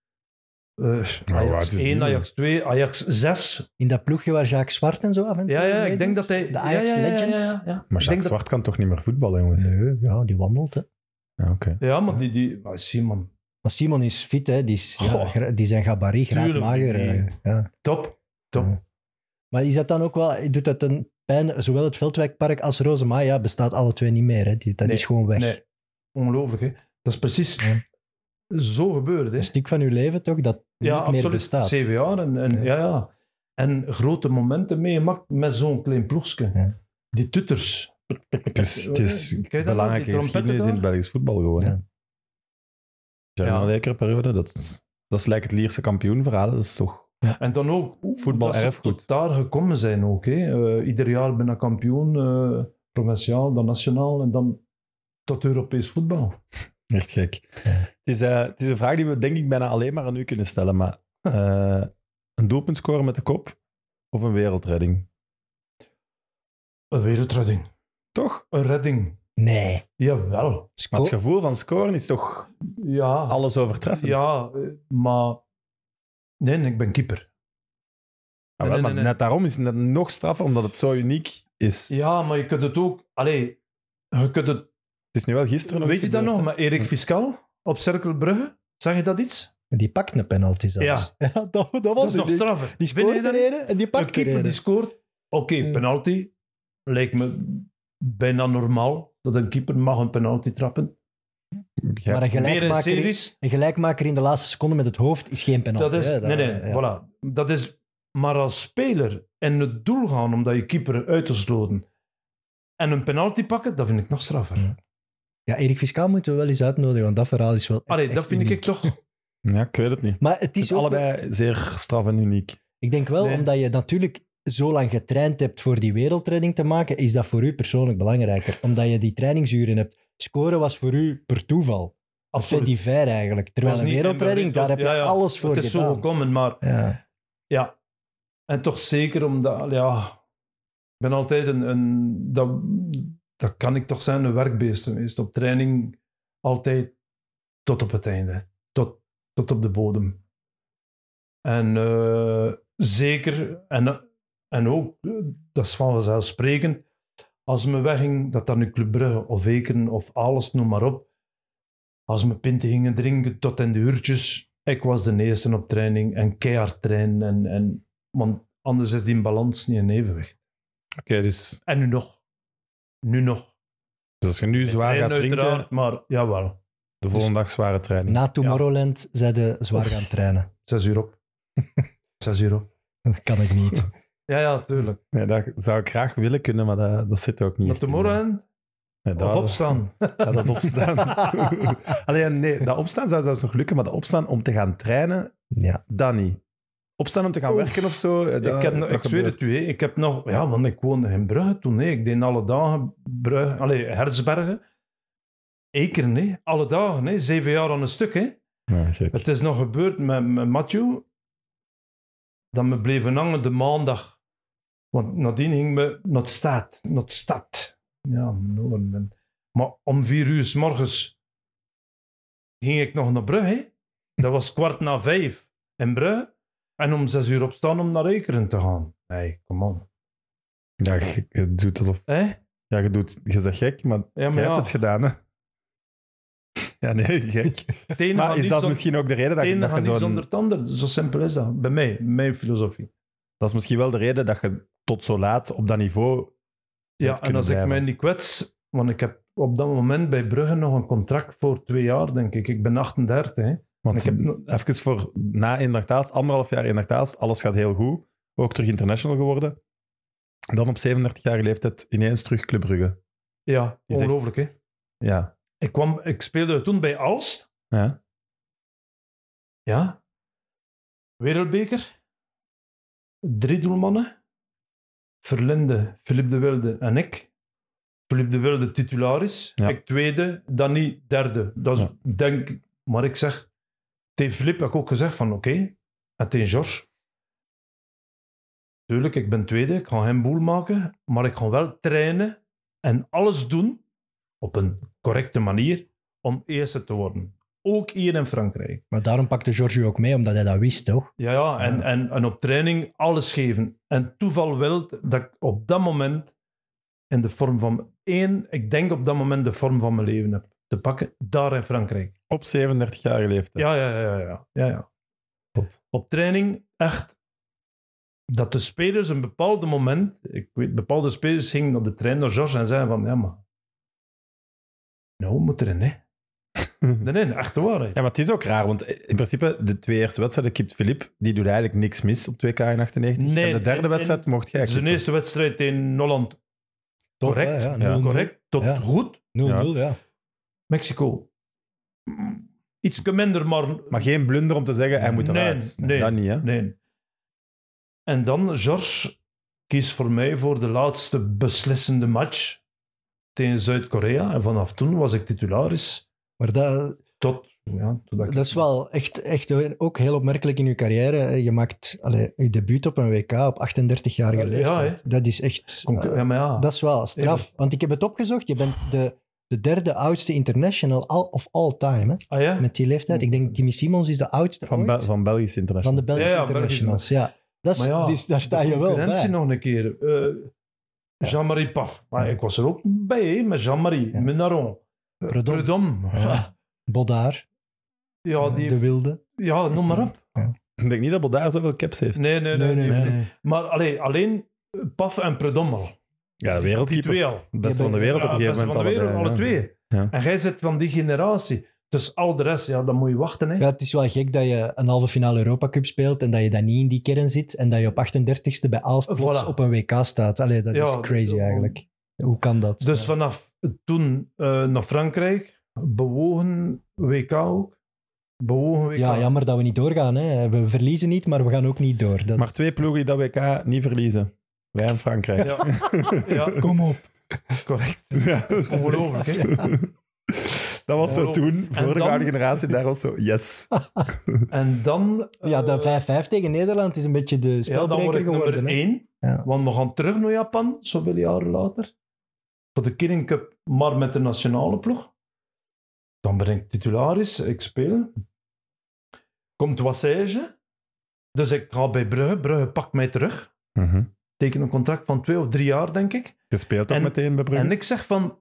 wat Ajax is die 1, nu? Ajax 2, Ajax 6. In dat ploegje waar Jacques Zwart en zo af en toe Ja, ik meedoet. denk dat hij... De Ajax Legends. Ja. Maar Ik denk Jacques Zwart kan toch niet meer voetballen, jongens? Nee, ja, die wandelt. Hè. Ja, oké. Ja, maar maar Simon, Maar Simon is fit, hè. Die, is, Goh. die zijn gabarit, Tuurlijk, graadmager. die- Ja. top. Ja. Maar is dat dan ook wel... Doet dat een pijn? Zowel het Veldwijkpark als Rosemaya bestaat alle twee niet meer. Hè. Dat Nee, is gewoon weg. Nee, ongelooflijk, hè. Dat is precies Ja. zo gebeurd, hè. Een stuk van uw leven toch, dat Ja, niet meer absoluut. bestaat. 7 jaar. Ja. En grote momenten meegemaakt met zo'n klein ploegje. Ja. Die tutters. Het is Ken je dat nog, belangrijke die trompetten geschiedenis in daar? het Belgisch voetbal gewoon. Ja. Ja. Ja. Periode, dat is lijkt het Lierse kampioenverhaal. Dat is toch... En dan ook Voetbal dat ze erfgoed. tot daar gekomen zijn ook. Hè. Ieder jaar bijna kampioen, provinciaal, dan nationaal en dan tot Europees voetbal. Echt gek. Het is een vraag die we denk ik bijna alleen maar aan u kunnen stellen. Maar een doelpunt scoren met de kop of een wereldredding? Een wereldredding. Toch? Een redding. Nee. Jawel. Maar het gevoel van scoren is toch Ja. alles overtreffend? Ja, maar... Nee, ik ben keeper. Ah, wel, nee. maar net daarom is het nog straffer, omdat het zo uniek is. Ja, maar je kunt het ook... Allee, je kunt het... Het is nu wel gisteren nog Weet je eens dat nog? gebeurd, Met Erik Fiscal op Cerkelbrugge? Zag je dat iets? Die pakt een penalty zelfs. Ja, dat Dat was is nog het. straffer. Die Vind je scoort dat er niet? een en die Een pakt er keeper een. die scoort... Oké, Ja. penalty. Lijkt me bijna normaal dat een keeper mag een penalty trappen. hè? Maar een Meer in gelijkmaker, series. een gelijkmaker in de laatste seconde met het hoofd is geen penalty. Dat is... hè. Nee, ja. voilà. Dat is... Maar als speler in het doel gaan omdat je keeper uit te sloten En een penalty pakken, dat vind ik nog straffer. Ja, Erik Fiscaal moeten we wel eens uitnodigen, want dat verhaal is wel Allee, echt dat vind ik uniek. toch... Ja, ik weet het niet. Maar het Het is is ook... allebei zeer straf en uniek. Ik denk wel, Nee. omdat je natuurlijk zo lang getraind hebt voor die wereldredding te maken, is dat voor u persoonlijk belangrijker. Omdat je die trainingsuren hebt. Scoren was voor u per toeval. Of Absoluut. fait divers eigenlijk. Terwijl Was een niet- wereldredding, daar heb je alles voor Het is zo gedaan. gekomen, maar Ja. ja. En toch zeker omdat, ja, ik ben altijd dat kan ik toch zijn, een werkbeest geweest. Op training altijd tot op het einde. Tot op de bodem. En zeker, en ook, dat is vanzelfsprekend, als me wegging, dat dan nu Club Brugge of Ekeren of alles, noem maar op. Als me pinten gingen drinken tot in de uurtjes, ik was de eerste op training en keihard trainen. Want anders is die balans niet in evenwicht. Oké, dus En nu nog. Nu nog. dus als je nu zwaar gaat drinken, Uiteraard, maar jawel. de volgende dag zware training. Na Tomorrowland zijn ze zwaar gaan trainen. 6 uur op. 6 uur op. Dat kan ik niet. Ja, tuurlijk. Nee, dat zou ik graag willen kunnen, maar dat zit ook niet. Naar echt in. Tomorrowland? Nee, Of opstaan? Ja, dat opstaan. Alleen, nee, dat opstaan zou zelfs nog lukken, maar dat opstaan om te gaan trainen, Ja. dat niet. Opstaan om te gaan werken of zo, Ik zweer het u, hè. Ik heb nog... Ja, want ik woonde in Brugge toen. Hè. Ik deed alle dagen Hertzbergen. Ekeren, hè. Alle dagen. Hè. 7 jaar aan een stuk. Hè. Ja, gek. Het is nog gebeurd met Mathieu. Dat we bleven hangen de maandag. Want nadien ging we naar de stad. Ja, maar om 4 uur 's morgens ging ik nog naar Brugge. Hè. Dat was 4:15 in Brugge. En om 6 uur opstaan om naar Ekeren te gaan. Nee, come on. Ja, je doet alsof... Hè? Ja, je zegt gek, maar, Ja, je maar hebt ja. het gedaan, hè. Ja, nee, gek. Het ene Maar gaat is niet dat zon- misschien ook de reden dat het je, ene dat je gaat niet zo'n... zonder het ander. Zo simpel is dat. Bij mij, mijn filosofie. Dat is misschien wel de reden dat je tot zo laat op dat niveau Ja, zult en kunnen als ik mij blijven. niet kwets, want ik heb op dat moment bij Brugge nog een contract voor 2 jaar, denk ik. Ik ben 38, hè. Want Ik heb nog- even voor na Eendracht-Aalst, 1,5 jaar Eendracht-Aalst, alles gaat heel goed. Ook terug international geworden. Dan op 37-jarige leeftijd ineens terug Club Brugge. Ja, Je zegt- ongelooflijk, hè. Ja. Ik speelde toen bij Aalst. Ja. Ja. Wereldbeker. 3 doelmannen. Verlinde, Philippe de Wilde en ik. Philippe de Wilde titularis. Ja. Ik tweede, Danny derde. Dat is, Ja. denk ik... Maar ik zeg... Tegen Philippe heb ik ook gezegd van oké. En tegen George... Tuurlijk, ik ben tweede. Ik ga geen boel maken. Maar ik ga wel trainen en alles doen op een correcte manier om eerste te worden. Ook hier in Frankrijk. Maar daarom pakte Giorgio ook mee, omdat hij dat wist, toch? Ja, en op training alles geven. En toeval wil dat ik op dat moment in de vorm van... ik denk op dat moment de vorm van mijn leven heb te pakken. Daar in Frankrijk. Op 37-jarige leeftijd. Ja. Tot. Op training echt... Dat de spelers een bepaald moment... Ik weet, bepaalde spelers gingen naar de trainer Georges en zeiden van... Ja, maar... Nou, moet erin, hè. Nee, echt waar. Hè. Ja, maar het is ook raar, want in principe de 2 eerste wedstrijden kipt Philippe, die doet eigenlijk niks mis op 2K in 98. Nee, en de derde in- wedstrijd mocht jij Zijn kippen. eerste wedstrijd in Holland. Top, Correct. hè, ja. Ja. 0-0. Correct. Tot Ja. goed. 0-0, Ja. ja. Mexico. Iets minder, maar... Maar geen blunder om te zeggen, hij moet eruit. Nee. Dat niet, hè? Nee. En dan, George kiest voor mij voor de laatste beslissende match tegen Zuid-Korea. En vanaf toen was ik titularis Maar tot... Ja, totdat ik- dat is wel echt ook heel opmerkelijk in je carrière. Je maakt je debuut op een WK op 38-jarige Ja, leeftijd. Dat is echt... Ja, maar ja. Dat is wel straf. Want ik heb het opgezocht. Je bent de derde oudste international of all time. Hè? Ah ja? Met die leeftijd. Ik denk Timmy Simons is de oudste Van, ooit. van Belgisch Van International. de Belgische Ja, internationals. Ja. Dat is, Maar ja, dus daar sta je wel concurrentie bij. nog een keer. Jean-Marie Paf. Maar ik was er ook bij, hè, met Jean-Marie. Ja. Menaron. Predom. Predom. Ja. Bodaar, Ja, die... De Wilde. Ja, noem maar op. Ik denk niet dat Bodaar zoveel caps heeft. Nee. Nee. Maar alleen Paf en Predom al. Ja, Die wereldkeepers. twee al. Best van de wereld op een gegeven beste moment. van de wereld, alle allebei, twee. Ja. En jij zit van die generatie. Dus al de rest, ja, dan moet je wachten. Hè. Ja, het is wel gek dat je een halve finale Europa Cup speelt en dat je dan niet in die kern zit en dat je op 38e bij Aalst plots Voilà. op een WK staat. Allee, dat Ja, is crazy dat- eigenlijk. Hoe kan dat? Dus vanaf toen naar Frankrijk, bewogen WK ook. Bewogen WK. Ja, jammer dat we niet doorgaan. Hè. We verliezen niet, maar we gaan ook niet door. Dat Maar is- 2 ploegen die dat WK niet verliezen. Wij en Frankrijk. Ja, ja, Kom op. correct. Ja, dat is Ongelooflijk, echt- Dat was zo Ja. toen, voor de dan- oude generatie, daar was zo, yes. En dan... Ja, de 5-5 tegen Nederland is een beetje de ja, dan spelbreker word ik nummer geworden. hè. 1. Ja. Want we gaan terug naar Japan, zoveel jaren later. Voor de Kirin Cup, maar met de nationale ploeg. Dan ben ik titularis, ik speel. Komt Wassage. Dus ik ga bij Brugge. Brugge pakt mij terug. Teken een contract van 2 of 3 jaar, denk ik. Je speelt ook En- meteen bij Brugge. En ik zeg van...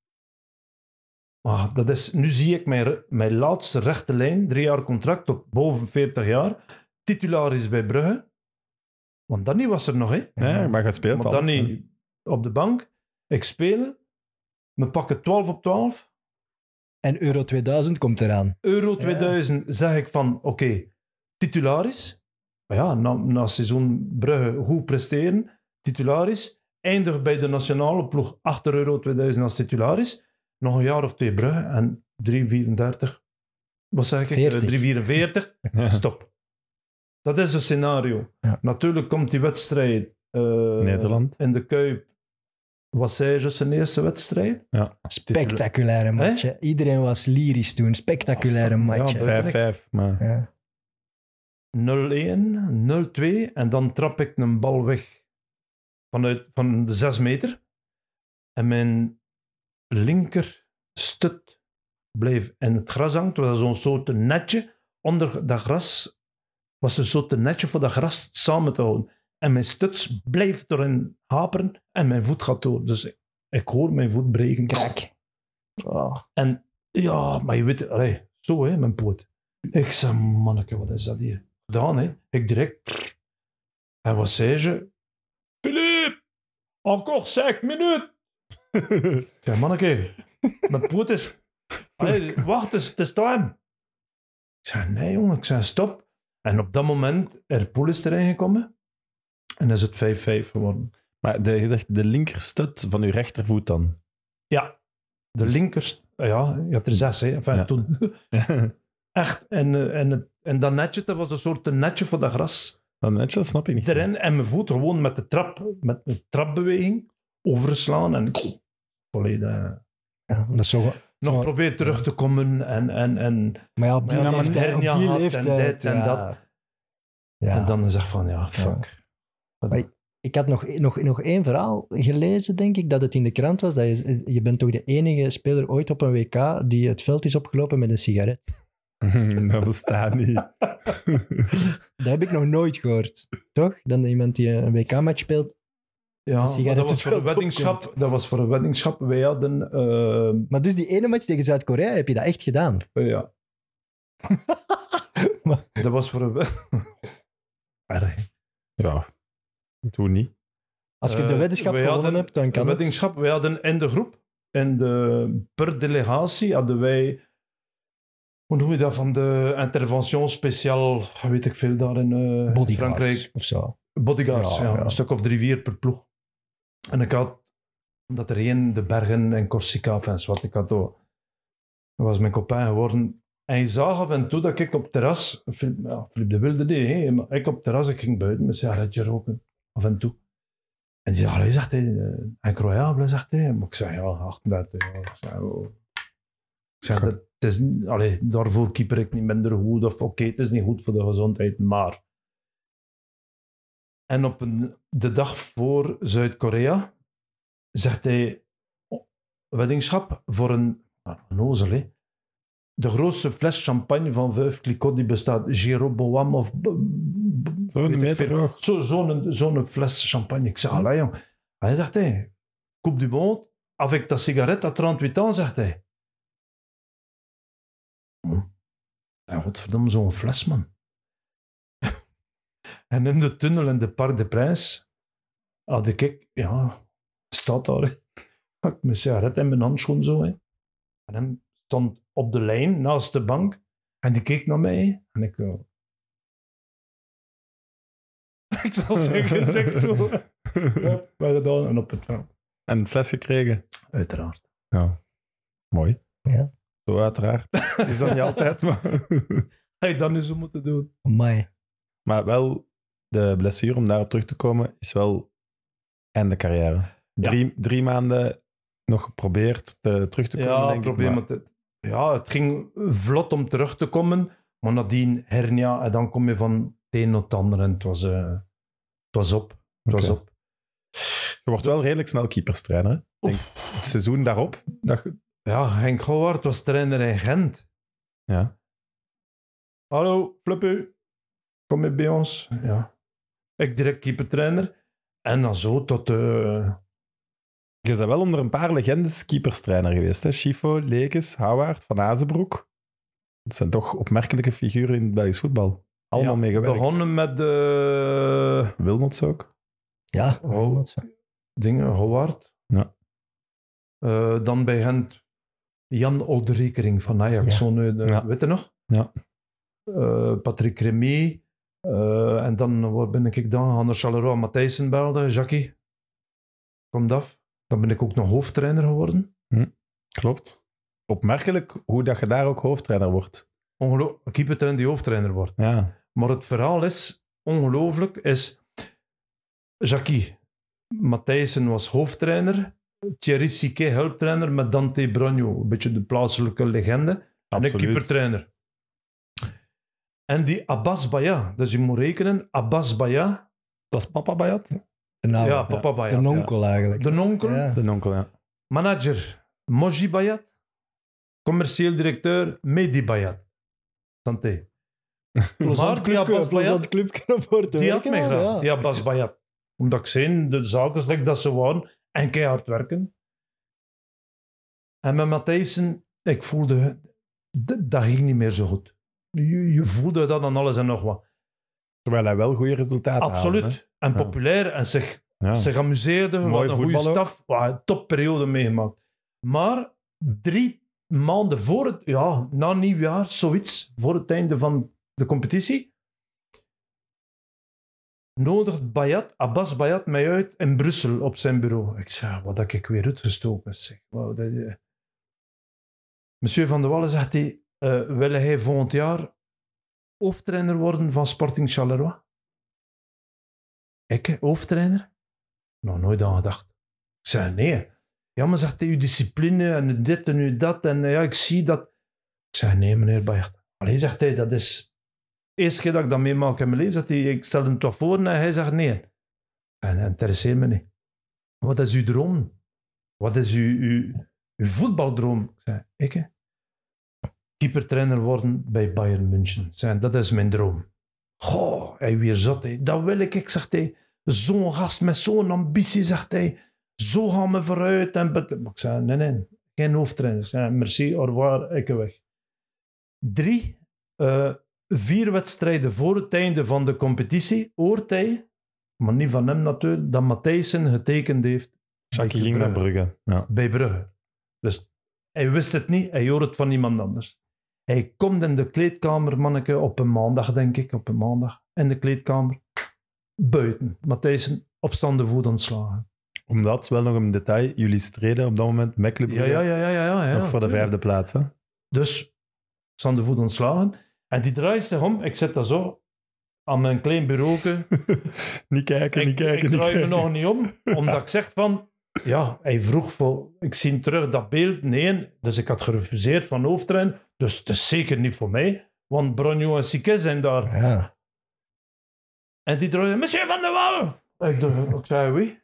dat is, nu zie ik mijn laatste rechte lijn. 3 jaar contract tot boven 40 jaar. Titularis bij Brugge. Want Danny was er nog, hè. Ja, maar je speelt Maar alles. Danny op de bank. Ik speel. We pakken 12 op 12. En Euro 2000 komt eraan. Euro 2000 zeg ik van, oké, titularis. Maar ja, na seizoen Brugge goed presteren. Titularis. Eindig bij de nationale ploeg achter Euro 2000 als titularis. Nog een jaar of 2 Brugge en 3,34. Wat zeg ik? 40. 3,44. Ja. Stop. Dat is het scenario. Ja. Natuurlijk komt die wedstrijd Nederland. in de Kuip. Wassage zijn eerste wedstrijd. Spectaculaire match. hè. Iedereen was lyrisch toen. Spectaculaire Ja, match. hè. buiten 5-5, maar... Ja. 0-1, 0-2 en dan trap ik een bal weg van de 6 meter. En mijn linker stut bleef in het gras hangen. Het was zo'n soort netje. Onder dat gras was een soort netje voor dat gras samen te houden. En mijn stuts blijft erin haperen en mijn voet gaat door. Dus ik hoor mijn voet breken. Krak. Oh. En ja, maar je weet, allee, zo hè, mijn poot. Ik zei, manneke, wat is dat hier? Gedaan hè. Ik direct. En wat zei ze? Philippe, encore 5 minuten. Ik zei, manneke, mijn poot is... Allee, wacht, het is time. Ik zei, nee jongen, ik zei, stop. En op dat moment, Poel is erin gekomen. En is het 5-5 geworden. Maar je zegt de linkerstut van je rechtervoet dan. Ja, de Dus- linkers... Ja, je hebt er 6 hè, enfin, Ja. toen. Echt. En dat netje, dat was een soort netje voor dat gras Dan netjes, snap ik niet. erin. En mijn voet gewoon met de trapbeweging overslaan. En volledig... Ja, dat is zo... Nog Zo- probeer terug te komen. En Maar ja, op die Ja, maar leeftijd... hernia Op die had en leeftijd dit en ja. dat. Ja. En dan zeg van, ja, fuck. Ik had nog één verhaal gelezen, denk ik, dat het in de krant was. Dat je bent toch de enige speler ooit op een WK die het veld is opgelopen met een sigaret. Dat bestaat niet. Dat heb ik nog nooit gehoord. Toch? Dan iemand die een WK-match speelt. Ja, maar sigaret dat was het voor een veld weddingschap. Dat was voor een weddingschap. Wij hadden... Maar dus die ene match tegen Zuid-Korea heb je dat echt gedaan. ja. Maar- Dat was voor een... Erg. Ja, toen niet. Als je de weddenschap gewonnen hebt, dan kan de het. weddingschap, wij hadden in de groep, per delegatie hadden wij, hoe noem je dat, van de intervention speciaal, weet ik veel, daar in Bodyguards Frankrijk. of zo. Bodyguards, Ja, ja, ja. een stuk of 3-4 per ploeg. En ik had, omdat er één de bergen en Corsica, fans wat ik had, dat was mijn copain geworden. En je zag af en toe dat ik op terras, Philippe de Wilde deed, hè, maar ik op terras, ik ging buiten met een sigaretje roken, af en toe. En die zei, allee, zegt hij, incroyable, zegt hij. Maar ik zei, ja, 38 jaar. Ik zei, oh. Ik zei, dat, het is, allee, daarvoor keeper ik niet minder goed, of oké, het is niet goed voor de gezondheid, maar... En op de dag voor Zuid-Korea zegt hij, weddingschap voor een nozel, hè. De grootste fles champagne van 5 Clicquot die bestaat, Jeroboam of... Zo'n weet ik meter veel. hoog. Zo'n fles champagne. Ik zei, allee jong. Hij zegt, hey, Coupe du Monde, avec ta cigarette à 38 ans, zegt hij. Ja, godverdomme, zo'n fles, man. En in de tunnel in de Parc des Princes had ik, ja, staat daar, hè. Had ik mijn sigaret in mijn handschoen zo, hè. En hij stond op de lijn naast de bank en die keek naar mij en ik zo... Ik zal zeggen, zeg zo. Ja, maar gedaan en op het veld. En een fles gekregen. Uiteraard. Ja, mooi. Ja. Zo uiteraard. Is dat niet altijd, maar... Hey, dan is ze moeten doen. Amai. Maar wel, de blessure, om daarop terug te komen, is wel einde carrière. Drie maanden nog geprobeerd terug te komen, denk ik. Probleem het ging vlot om terug te komen, maar nadien hernia en dan kom je van het een naar het ander en het was op. Het was op. Je wordt wel redelijk snel keeperstrainer. Ik denk, het seizoen daarop... Ja, Henk Gouwaert was trainer in Gent. Ja. Hallo, Flippy. Kom je bij ons? Ja. Ik direct keepertrainer. En dan zo tot... Je bent wel onder een paar legendes keeperstrainer geweest. Hè? Schifo, Lekes, Houwaert, Van Azenbroek. Dat zijn toch opmerkelijke figuren in het Belgisch voetbal. Allemaal mee gewerkt. Begonnen met Wilmots ook. Ja, dingen, Gouwaert. Ja. Dan bij Gent Jan Olderekering van Ajax. Ja. Weet je nog? Ja. Patrick Remy. En dan, waar ben ik dan? Hannes Charleroi, Matthijssen belde. Jackie. Komt af. Dan ben ik ook nog hoofdtrainer geworden. Klopt. Opmerkelijk hoe dat je daar ook hoofdtrainer wordt. Een keepertrainer die hoofdtrainer wordt. Ja. Maar het verhaal is, ongelooflijk, is Jackie. Matthijssen was hoofdtrainer. Thierry Siquet hulptrainer met Dante Brogno. Een beetje de plaatselijke legende. Absoluut. En ik keepertrainer. En die Abbas Baya, dus je moet rekenen, Abbas Baya. Dat is Papa Bayat? Ja, Papa Baya. De onkel eigenlijk. De onkel. Ja. De onkel, ja. Manager, Moji Bayat. Commercieel directeur, Mehdi Bayat. Santé. Maar die Abbas Bayat, die had mij graag. Die Abbas Bayat. Omdat ik zei, de zaken slecht dat ze waren. En keihard werken. En met Matthijssen, ik voelde... Dat ging niet meer zo goed. Je voelde dat aan alles en nog wat. Terwijl hij wel goede resultaten haalde. Absoluut. En populair. En zich amuseerde. Mooi Wat een goede voetbal ook. staf. Topperiode meegemaakt. Maar 3 maanden voor het... Ja, na nieuwjaar, zoiets. Voor het einde van de competitie. Nodigt Abbas Bayat mij uit in Brussel op zijn bureau. Ik zei, wat heb ik weer uitgestoken? Zeg. Monsieur Van der Wallen zegt hij, wil hij volgend jaar hoofdtrainer worden van Sporting Charleroi? Ik, hoofdtrainer? Nog nooit aan gedacht. Ik zei, nee. Ja, maar zegt hij, uw discipline en dit en uw dat. En ja, ik zie dat. Ik zei, nee, meneer Bayat. Allee, zegt hij, dat is... De eerste keer dat ik dat meemaak in mijn leven, zegt hij, ik stel hem toch voor en hij zegt nee. En dat interesseert me niet. Wat is uw droom? Wat is uw voetbaldroom? Ik zei, ik? Keepertrainer worden bij Bayern München. Ik zei, dat is mijn droom. Goh, hij weer zot. Hè. Dat wil ik, zegt hij. Zo'n gast met zo'n ambitie, zegt hij. Zo gaan we vooruit. Ik zei, nee, geen hoofdtrainer. Ik zei, merci, au revoir, ik weg. 4 wedstrijden voor het einde van de competitie hoort hij, maar niet van hem natuurlijk, dat Matthijssen getekend heeft. Jackie ging naar Brugge. Ja. Bij Brugge. Dus hij wist het niet, hij hoort het van iemand anders. Hij komt in de kleedkamer, manneke, op een maandag, denk ik, in de kleedkamer, buiten. Matthijssen op staande voet ontslagen. Omdat, wel nog een detail, jullie streden op dat moment met Club Brugge. Ja. Nog voor de 5e plaats, hè? Dus, staande voet ontslagen. En die draait zich om. Ik zit daar zo aan mijn klein bureauke. Niet kijken. Ik draai me nog niet om, omdat ik zeg van... Ja, hij vroeg voor... Ik zie terug dat beeld. Nee, dus ik had gerefuseerd van hoofdtrainer. Dus het is zeker niet voor mij. Want Brogno en Siquet zijn daar. Ja. En die draait... Monsieur Van der Wal! Ik zei, wie?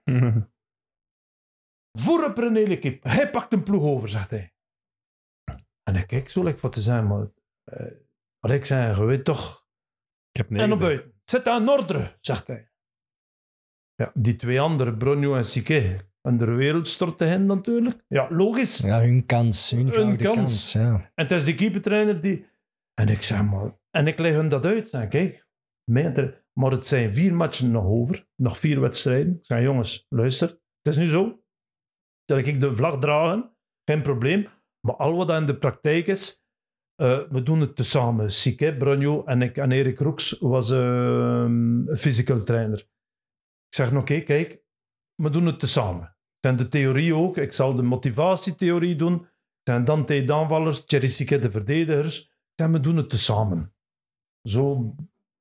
Voor een hele kip. Hij pakt een ploeg over, zegt hij. En ik kijk zo lekker wat te zijn, maar... Maar ik zei, je weet toch... Ik heb en naar buiten. Zet aan orde, zegt hij. Ja, die 2 anderen, Brogno en Siquet, en de wereld stortte hen natuurlijk. Ja, logisch. Ja, hun kans. Hun gouden kans. Ja. En het is die keepertrainer die... En ik zeg maar... En ik leg hun dat uit. Zeg, kijk, maar het zijn 4 matchen nog over. Nog 4 wedstrijden. Ik zeg, jongens, luister. Het is nu zo. Dat ik de vlag dragen. Geen probleem. Maar al wat dat in de praktijk is... we doen het tezamen. Siquet, Brogno en ik. En Erik Roeks was physical trainer. Ik zeg, oké, kijk. We doen het tezamen. zijn de theorie ook. Ik zal de motivatietheorie doen. Zijn Dante de aanvallers, Thierry Siquet de verdedigers. En we doen het tezamen. Zo.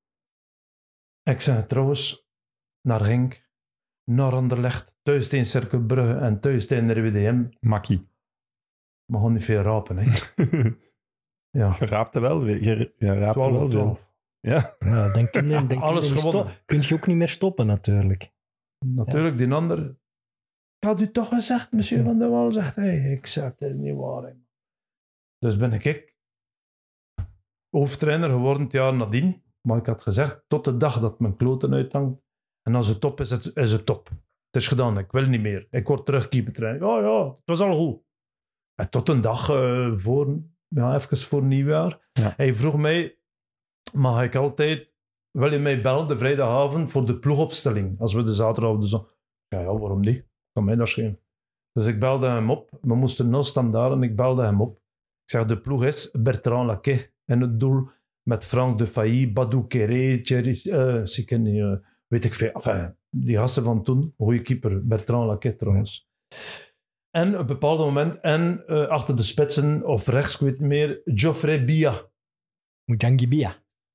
Ik zei trouwens naar Henk, naar Anderlecht, thuis tegen Cerkelbrugge en thuis tegen RWDM. Makkie. Maar gewoon niet veel rapen, hè. Ja, Je raapte wel weer. Je raapte 12 wel op weer. 12. Ja. Ja, dan kun je, Alles gewonnen. kun je ook niet meer stoppen, natuurlijk. Natuurlijk, die ander. Ik had u toch gezegd, monsieur Van der Wal, zegt hij. Ik zeg het is niet waar. Hè. Dus ben ik hoofdtrainer geworden het jaar nadien. Maar ik had gezegd, tot de dag dat mijn kloten uithangt. En als het top is, is het top. Het is gedaan, ik wil niet meer. Ik word terug keepertrainer. Ja, het was al goed. En tot een dag even voor nieuwjaar. Ja. Hij vroeg mij, mag ik altijd, wil je mij bellen de vrijdagavond voor de ploegopstelling? Als we de zaterdag of de zondag... Ja, waarom niet? Kan mij dat schelen. Dus ik belde hem op. We moesten nog standaard en ik belde hem op. Ik zeg, de ploeg is Bertrand Laquet in het doel met Frank de Failly, Badou Kéré, Thierry Siken, weet ik veel. Enfin, die gasten van toen, goede keeper, Bertrand Laquet trouwens. En op een bepaald moment, achter de spitsen, of rechts, ik weet niet meer, Geoffrey Bia. Mujangi Bia.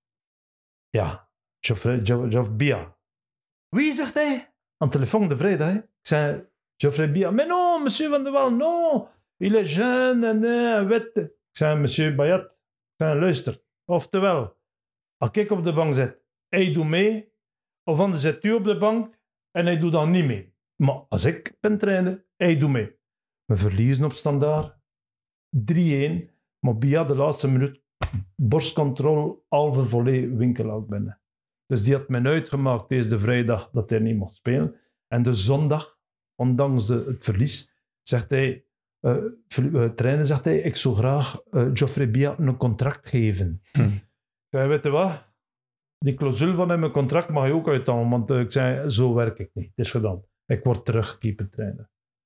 Ja, Geoffrey Bia. Wie, zegt hij? Aan de telefoon de vrijdag. Hè? Ik zei, Geoffrey Bia. Mais non, monsieur Van der Wal, non. Il est jeune en wit. Ik zei, monsieur Bayat. Ik zei, luister. Oftewel, als ik op de bank zit, hij doet mee. Of anders zit u op de bank en hij doet dan niet mee. Maar als ik ben trainer, hij doet mee. We verliezen op standaard. 3-1. Maar Bia de laatste minuut, borstcontrole, halve volley winkel binnen. Dus die had men uitgemaakt deze vrijdag dat hij niet mocht spelen. En de zondag, ondanks het verlies, zegt hij, trainer zegt hij, ik zou graag Geoffrey Bia een contract geven. Ik zei, weet je wat? Die clausule van in mijn contract mag je ook uithalen, want ik zei, zo werk ik niet. Het is gedaan. Ik word terug keepertrainer.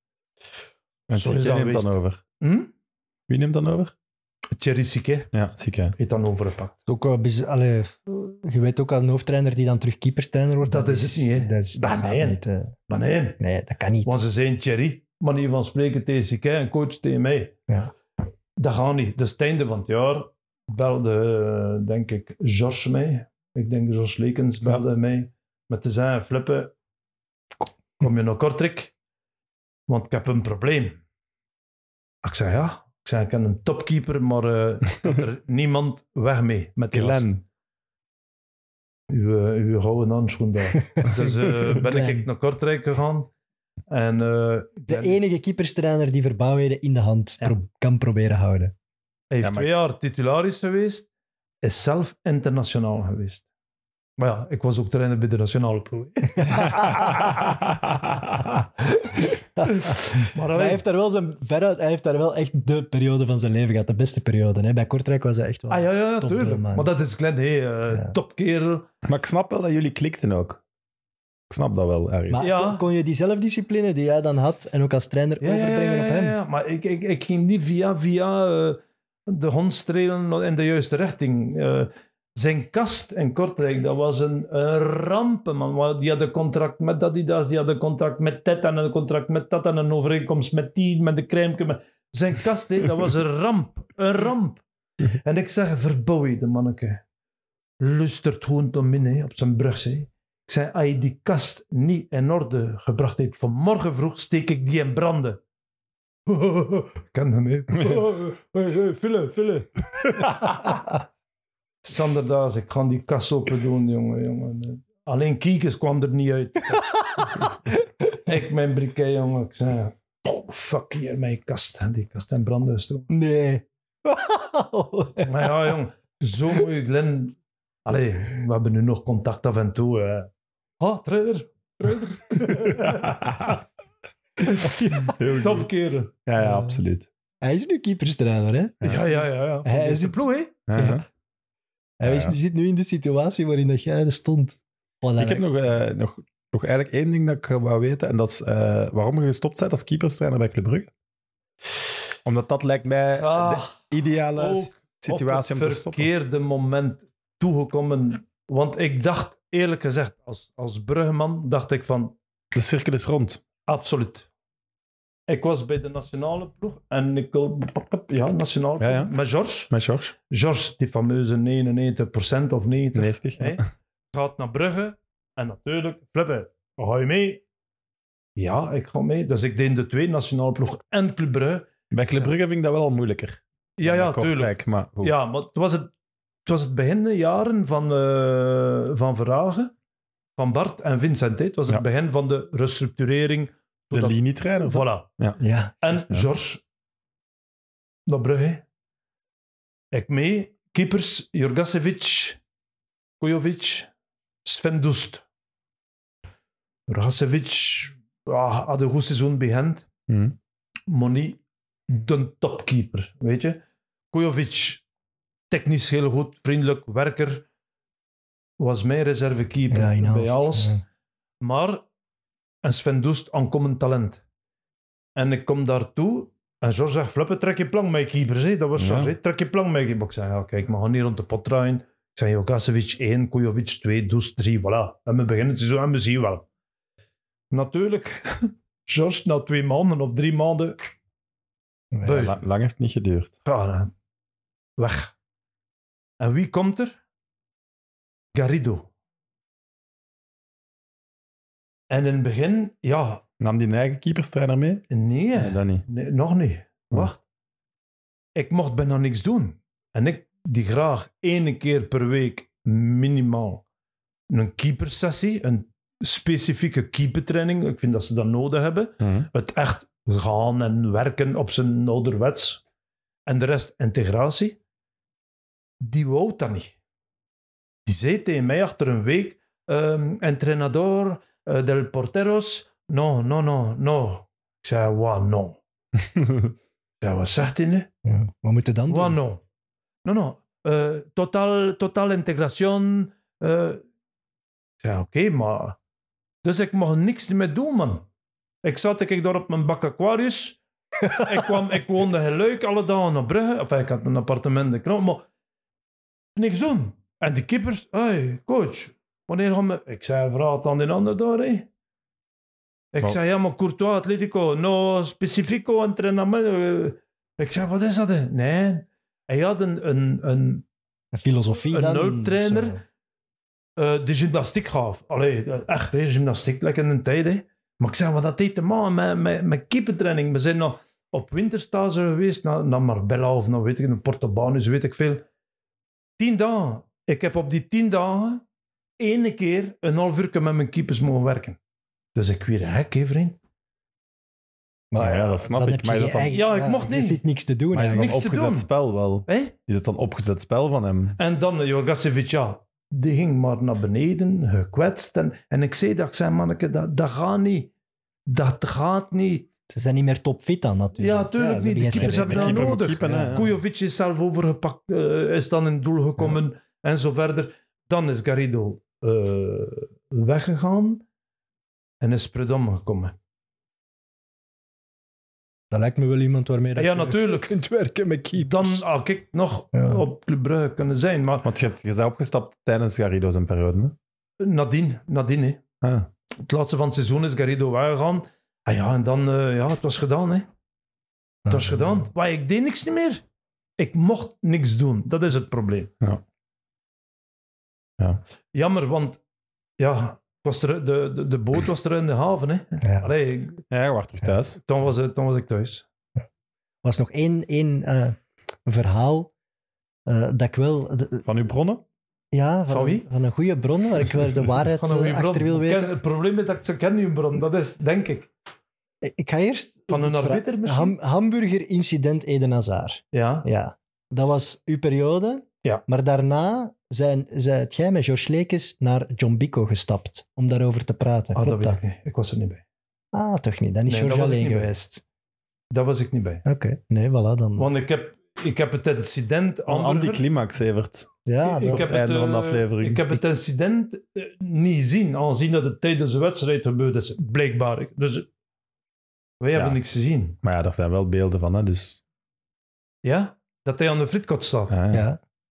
En Zo is Sique dat neemt dan geweest. over. Wie neemt dan over? Thierry Siquet Ja, Sique. heeft dan overgepakt. Ook wel je weet ook al een hoofdtrainer die dan terug keeperstrainer wordt. Dat is het niet, hè? Dat Maar gaat nee. niet. Maar nee, Nee, dat kan niet. want ze zijn Thierry, manier van spreken tegen Siquet en coach tegen mij. Ja. Dat gaat niet. Dus het einde van het jaar belde, denk ik, George mij. Ik denk George Lekens belde mij met te zeggen, Flippe, kom je naar Kortrijk? Want ik heb een probleem. Ik zei, ja. Ik zei, ik heb een topkeeper, maar dat er niemand weg mee met die gast. Glenn. Uw gouden handschoen daar. Dus ben Glenn. ik naar Kortrijk gegaan. En, De enige keeperstrainer die verbouwheden in de hand Ja. kan proberen houden. Hij heeft Ja, maar 2 jaar titularis geweest, is zelf internationaal geweest. Maar ja, ik was ook trainer bij de nationale ploeg. Maar hij heeft daar wel echt de periode van zijn leven gehad. De beste periode. Hè? Bij Kortrijk was hij echt wel... Ah ja, Top tuurlijk. doelman. Maar dat is Glenn, Ja. topkerel. Maar ik snap wel dat jullie klikten ook. Ik snap dat wel ergens. Maar Ja. kon je die zelfdiscipline die jij dan had en ook als trainer overbrengen op hem? Ja, maar ik ging niet via de hond strelen in de juiste richting. Zijn kast in Kortrijk, dat was een ramp, man. Die had een contract met Adidas, die had een contract met dit en een contract met dat en een overeenkomst met die, met de crème. Zijn kast, dat was een ramp. Een ramp. En ik zeg, verbouw je de manneke. Lustert gewoon te min, op zijn brug. Hè. Ik zei, als je die kast niet in orde gebracht heeft, vanmorgen vroeg steek ik die in branden. Ken hem, hè? Vullen. Standaard, ik ga die kast open doen, jongen. Alleen kiekers kwam er niet uit. Ik mijn briquet, jongen. Ik zei, fuck hier, mijn kast. En die kast in branden is toch. Nee. Maar ja, jongen, zo moet je Glenn... Allee, we hebben nu nog contact af en toe. Trainer. Topkerel. Ja, absoluut. Hij is nu keeperstrainer, hè? Ja. Hij is de ploeg, hè? Ja. Hij zit nu in de situatie waarin dat jij er stond. Voilà. Ik heb nog eigenlijk één ding dat ik wou weten. En dat is waarom je gestopt bent als keeperstrainer bij Club Brugge. Omdat dat lijkt mij de ideale ook situatie om op te het stoppen. verkeerde moment toegekomen. Want ik dacht, eerlijk gezegd, als Bruggeman, dacht ik van, De cirkel is rond. absoluut. Ik was bij de nationale ploeg en ik wil... Ja, nationale ploeg. Ja. Met George. Met George. George, die fameuze 99% of 90%. 90. hè, gaat naar Brugge. En natuurlijk, Flippe, ga je mee? Ja, ik ga mee. Dus ik deed de 2, nationale ploeg en Club Brugge. Bij Club Brugge vind ik dat wel al moeilijker. Ja, Kortrijk, tuurlijk. maar goed. Ja, maar het was het begin de jaren van Verhagen, van Bart en Vincent. Hè. Het was het Ja. begin van de restructurering. De Zodat- linietrainers. hè? Voilà. Ja. En George, naar Brugge. Ik mee. Keepers, Jorgasevic, Kujovic, Sven Doest. Jorgasevic had een goed seizoen bij Gent. Mhm. Maar niet de topkeeper, weet je. Kujovic, technisch heel goed, vriendelijk, werker. Was mijn reservekeeper Ja, in bij Aalst, alles. ja. Maar, en Sven Doest, aankomend talent. En ik kom daartoe en George zegt, Flippe, trek je plank met keepers. Hè? Dat was Ja. George, hè? Trek je plank met keepers. Ik zeg, ja, kijk, we gaan hier rond de pot draaien. Ik zeg, Jokasevic 1, Kujovic 2, Doest 3, voilà. En we beginnen het seizoen en we zien wel. Natuurlijk, George, na 2 maanden of 3 maanden, bui. Lang heeft het niet geduurd. Weg. En wie komt er? Garrido. En in het begin, ja, Nam die een eigen keeperstrainer mee? nee. Nee, dat niet. Nee, nog niet. Wacht. Ik mocht bijna niks doen. En ik die graag 1 keer per week minimaal een keepersessie, een specifieke keepertraining. Ik vind dat ze dat nodig hebben. Mhm. Het echt gaan en werken op zijn ouderwets. En de rest integratie. Die wou dat niet. Die zei tegen mij achter een week, entrenador del porteros, no. Ik zei, wat no? Ja, wat zegt hij nu? Ja. Wat moet je dan Wat doen? no? Total integratie. Ik zei, oké, maar... Dus ik mag niks meer doen, man. Ik zat daar op mijn bak Aquarius. ik woonde heel leuk alle dagen op Brugge. Enfin, ik had een appartement in Knoop, maar niks doen. En de keepers, hey, coach, wanneer gaan we... Ik zei, vraag het aan die ander daar, hè. Ik Wat? zei, ja, maar Courtois, Atletico, no specifico entrenament. Ik zei, wat is dat? Hè? Nee, hij had een Filosofie Een dan? hulptrainer. Zo. de gymnastiek gaf. Allee, echt, hè, gymnastiek, lekker in de tijd. Hè. Maar ik zei, wat dat heeft te maken met keepertraining. We zijn nog op winterstage geweest, naar Marbella of naar, weet ik, naar Portobanus, weet ik veel. 10 dagen. Ik heb op die 10 dagen 1 keer een half uur met mijn keepers mogen werken. Dus ik weer gek, hè, vriend. Maar ja, dat snap dan ik. heb je Maar is geen dat dan- eigen- Ja, ik mocht Je niet. zit niks te doen. Maar is het dan niks te opgezet doen. spel wel? Hè? Is het dan opgezet spel van hem? En dan Jorgasevic, ja, die ging maar naar beneden, gekwetst. En ik zei, manneke, dat gaat niet. Dat gaat niet. Ze zijn niet meer topfit dan natuurlijk. Ja, tuurlijk ze niet. hebben De geen keepers hebben dat scherpe keeper moet nodig. keepen, hè. Kujovic is zelf overgepakt, is dan in het doel gekomen en zo verder. Dan is Garrido weggegaan en is Predom gekomen. Dat lijkt me wel iemand waarmee dat Ja, je natuurlijk. kunt werken met Dan keepers. had ik nog Ja. op Club Brugge kunnen zijn. Maar Want je bent opgestapt tijdens Garrido zijn periode. Hè? nadien hè. Ah. Het laatste van het seizoen is Garrido weggegaan. Ah ja, en dan, het was gedaan, hè. Het was gedaan. Maar ik deed niks niet meer. Ik mocht niks doen. Dat is het probleem. Ja. Jammer, want ja, het was de boot was er in de haven, hè. Ja. Allee, Ja, je was terug thuis. dan was ik thuis. was nog één verhaal dat ik wel... Van uw bronnen? Ja, Van wie? Van een goede bron, waar ik wel de waarheid Van een goede achter bron. wil weten. Het probleem is dat ik ze ken, die bron. Dat is, denk ik. Ik ga eerst... Van een het verhaal- arbiter misschien? Hamburger-incident Eden Hazard. Ja. Ja. Dat was uw periode. Ja. Maar daarna zijt jij met George Lekes naar John Bico gestapt om daarover te praten. Ah, dat Klopt weet dat? ik niet. Ik was er niet bij. Ah, toch niet. Dan is Nee, George dat was ik alleen niet bij. geweest. Daar was ik niet bij. Oké. Nee, voilà. Dan... Want ik heb het incident... Een Hamburger- anticlimax, Evert. Ja, Ik dat- heb het einde van de aflevering. Ik heb het incident niet gezien, aangezien dat het tijdens de wedstrijd gebeurd is. Blijkbaar. Dus wij hebben niks gezien. Maar ja, daar zijn wel beelden van, hè, dus... Ja? Dat hij aan de frietkot staat. Ja. ja.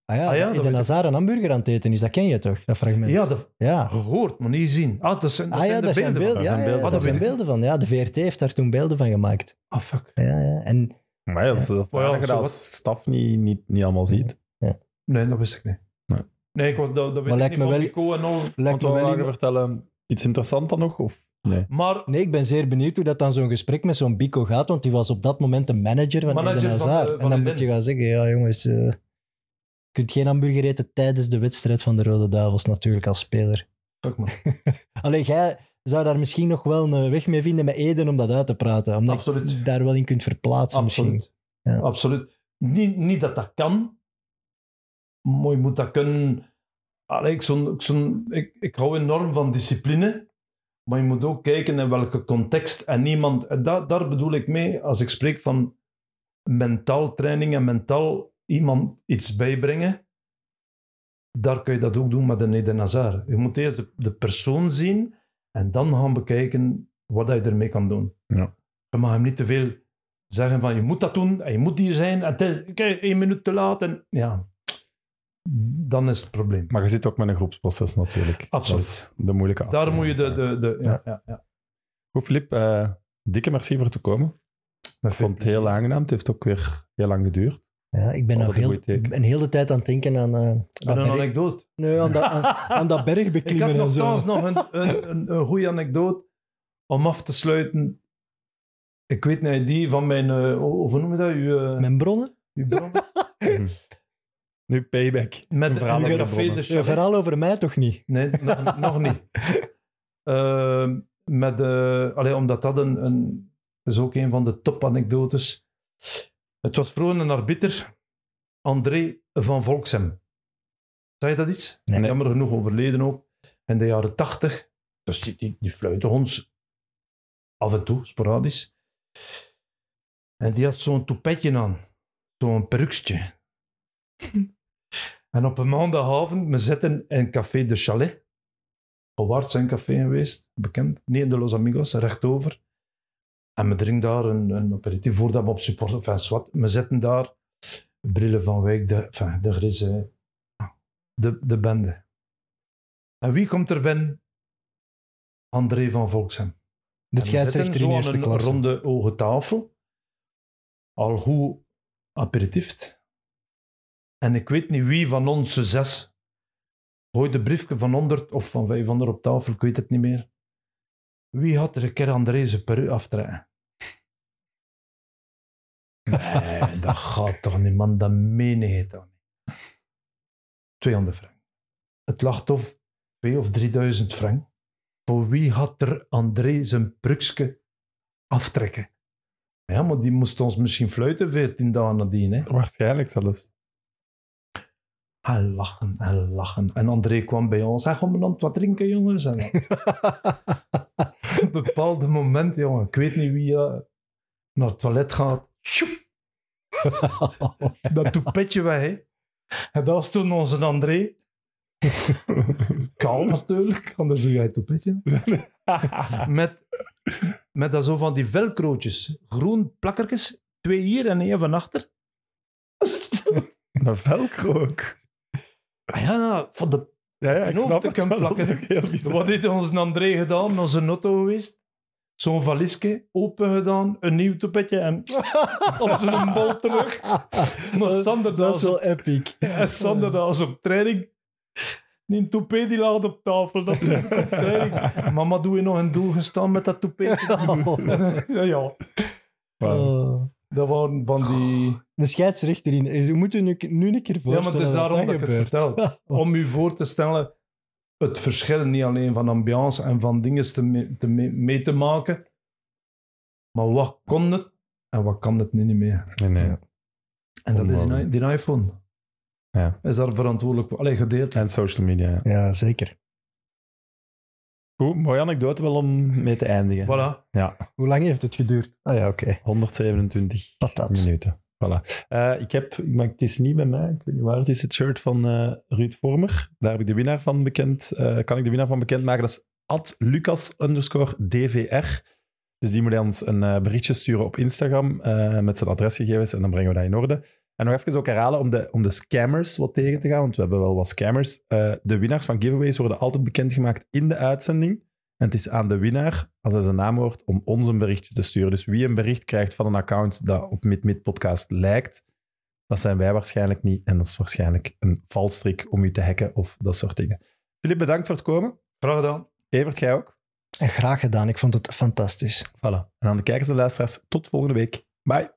dat Eden weet ik. Hazard een hamburger aan het eten is, dat ken je toch, dat fragment? Ja, dat Ja. gehoord, maar niet gezien. Dat zijn daar de zijn beelden. beelden, van. ja, Dat zijn beelden. daar dat zijn weet ik. beelden van. Ja, de VRT heeft daar toen beelden van gemaakt. Ah, fuck. Ja. En Maar ja, dat is Maar ja, raar dat je zo dat wat- als staf niet allemaal ziet. Nee, dat wist ik niet. Nee. Dat weet ik lijkt niet me van wel- Nico en al. lijkt Want me wat wel wil je iemand- vertellen? Iets interessants dan nog? Of? Nee. Maar Nee, ik ben zeer benieuwd hoe dat dan zo'n gesprek met zo'n Bico gaat, want die was op dat moment de manager van Manager Eden van Hazard. de- van En dan Eden. moet je gaan zeggen, ja jongens, je kunt geen hamburger eten tijdens de wedstrijd van de Rode Duivels natuurlijk als speler. fuck man. Alleen jij zou daar misschien nog wel een weg mee vinden met Eden om dat uit te praten. Omdat Absoluut. je daar wel in kunt verplaatsen misschien. Absoluut. Ja. Absoluut. Niet dat dat kan, maar je moet dat kunnen. Allee, ik hou enorm van discipline, maar je moet ook kijken in welke context. En niemand, en daar bedoel ik mee als ik spreek van mentaal training en mentaal iemand iets bijbrengen. Daar kun je dat ook doen met een Eden Hazard. Je moet eerst de persoon zien en dan gaan bekijken wat je ermee kan doen. Ja. Je mag hem niet te veel zeggen van je moet dat doen en je moet hier zijn en kijk, 1 minuut te laat. En, ja, dan is het probleem. Maar je zit ook met een groepsproces natuurlijk. Absoluut. Dat is de moeilijke Daar afweging. moet je ja. Goed, Filip. Dikke merci voor te komen. Met Ik vond het heel aangenaam. Het heeft ook weer heel lang geduurd. Ja, ik ben Altijd nog een heel, goed teken. ik ben heel de tijd aan het denken aan, En dat een berg, anekdote. nee, aan dat Ik bergbeklimmen heb en zo. nogthans nog een goede anekdote om af te sluiten. Ik weet niet, die van mijn, hoe noem je dat? Mijn bronnen? Uw bron? Nu payback. Met Een verhaal een over café bronnen. de Een Chalet. verhaal over mij toch niet? Nee, nog niet. Omdat dat het is ook een van de topanekdotes. Het was vroeger een arbiter, André van Volksem. Zei je dat iets? Nee. Jammer genoeg overleden ook. In de jaren 80. Dus die fluiten ons af en toe, sporadisch. En die had zo'n toepetje aan. Zo'n perukstje. En op een maandagavond, we zitten in Café de Chalet. Howard zijn café geweest, bekend. Nee, in de Los Amigos, rechtover. En we drinken daar een aperitief voordat we op support, enfin, zwart. We zitten daar, Brillen van Wijk, de Gris, de bende. En wie komt er binnen? André van Volksem. De En we scheidsrechter zitten in zo eerste aan klasse. een ronde ogen tafel. Al goed aperitief. En ik weet niet wie van ons 6 gooit de briefje van 100 of van 500 op tafel, ik weet het niet meer. Wie had er een keer André zijn peru aftrekken? Nee, dat gaat toch niet, man. Dat meen je toch niet. 200 frank. Het lag toch 2.000 of 3.000 frank. Voor wie had er André zijn prukske aftrekken? Ja, maar die moest ons misschien fluiten 14 dagen nadien. Hè? Waarschijnlijk zelfs. En lachen. En André kwam bij ons. Zeg, om dan wat drinken, jongens. En op een bepaald moment, jongen, ik weet niet wie naar het toilet gaat. Sjoef. Dat toepetje weg, hè. En dat was toen onze André. Kaal natuurlijk, anders doe jij het toepetje. Met dat zo van die velcrootjes. Groen plakkertjes. 2 hier en 1 van achter. Een velcro ook. Ah ja, nou, van de Ja, ik hoofd snap te het kunnen wel. Dat is plakken. ook heel bizar. Wat heeft onze André gedaan? Naar zijn auto geweest. Zo'n valiesje open gedaan. Een nieuw toepetje en op zijn bol terug. Maar Sander Dat is dat wel epic. en Sander dat was op training. Die toupé die lag op tafel. Dat is op training. Mama, doe je nog een doel gestaan met dat toupé? Ja, Wauw. Oh. dat waren van die... De scheidsrechter in. Je moet je nu een keer Ja, voorstellen. maar het is daarom dat ik het vertel. Om u voor te stellen, het verschil niet alleen van ambiance en van dingen mee te maken, maar wat kon het en wat kan het nu niet meer. Nee. Ja. En dat is Onmogelijk. die iPhone. Ja. Is daar verantwoordelijk voor? Allee, gedeeld. En social media. Ja. Ja, zeker. Goed, mooie anekdote wel om mee te eindigen. Voilà. Ja, Hoe lang heeft het geduurd? Ah ja, oké. 127 Patat. minuten. Voilà. Ik heb, maar het is niet bij mij, ik weet niet waar, het is het shirt van Ruud Vormer. Daar heb ik de winnaar van bekend, kan ik de winnaar van bekendmaken. Dat is @Lucas_DVR. Dus die moet ons een berichtje sturen op Instagram met zijn adresgegevens en dan brengen we dat in orde. En nog even ook herhalen om de scammers wat tegen te gaan, want we hebben wel wat scammers. De winnaars van giveaways worden altijd bekendgemaakt in de uitzending. En het is aan de winnaar, als hij zijn naam hoort, om ons een berichtje te sturen. Dus wie een bericht krijgt van een account dat op Mid Podcast lijkt, dat zijn wij waarschijnlijk niet. En dat is waarschijnlijk een valstrik om u te hacken of dat soort dingen. Filip, bedankt voor het komen. Graag gedaan. Evert, jij ook. En graag gedaan, ik vond het fantastisch. Voilà. En aan de kijkers en luisteraars, tot volgende week. Bye.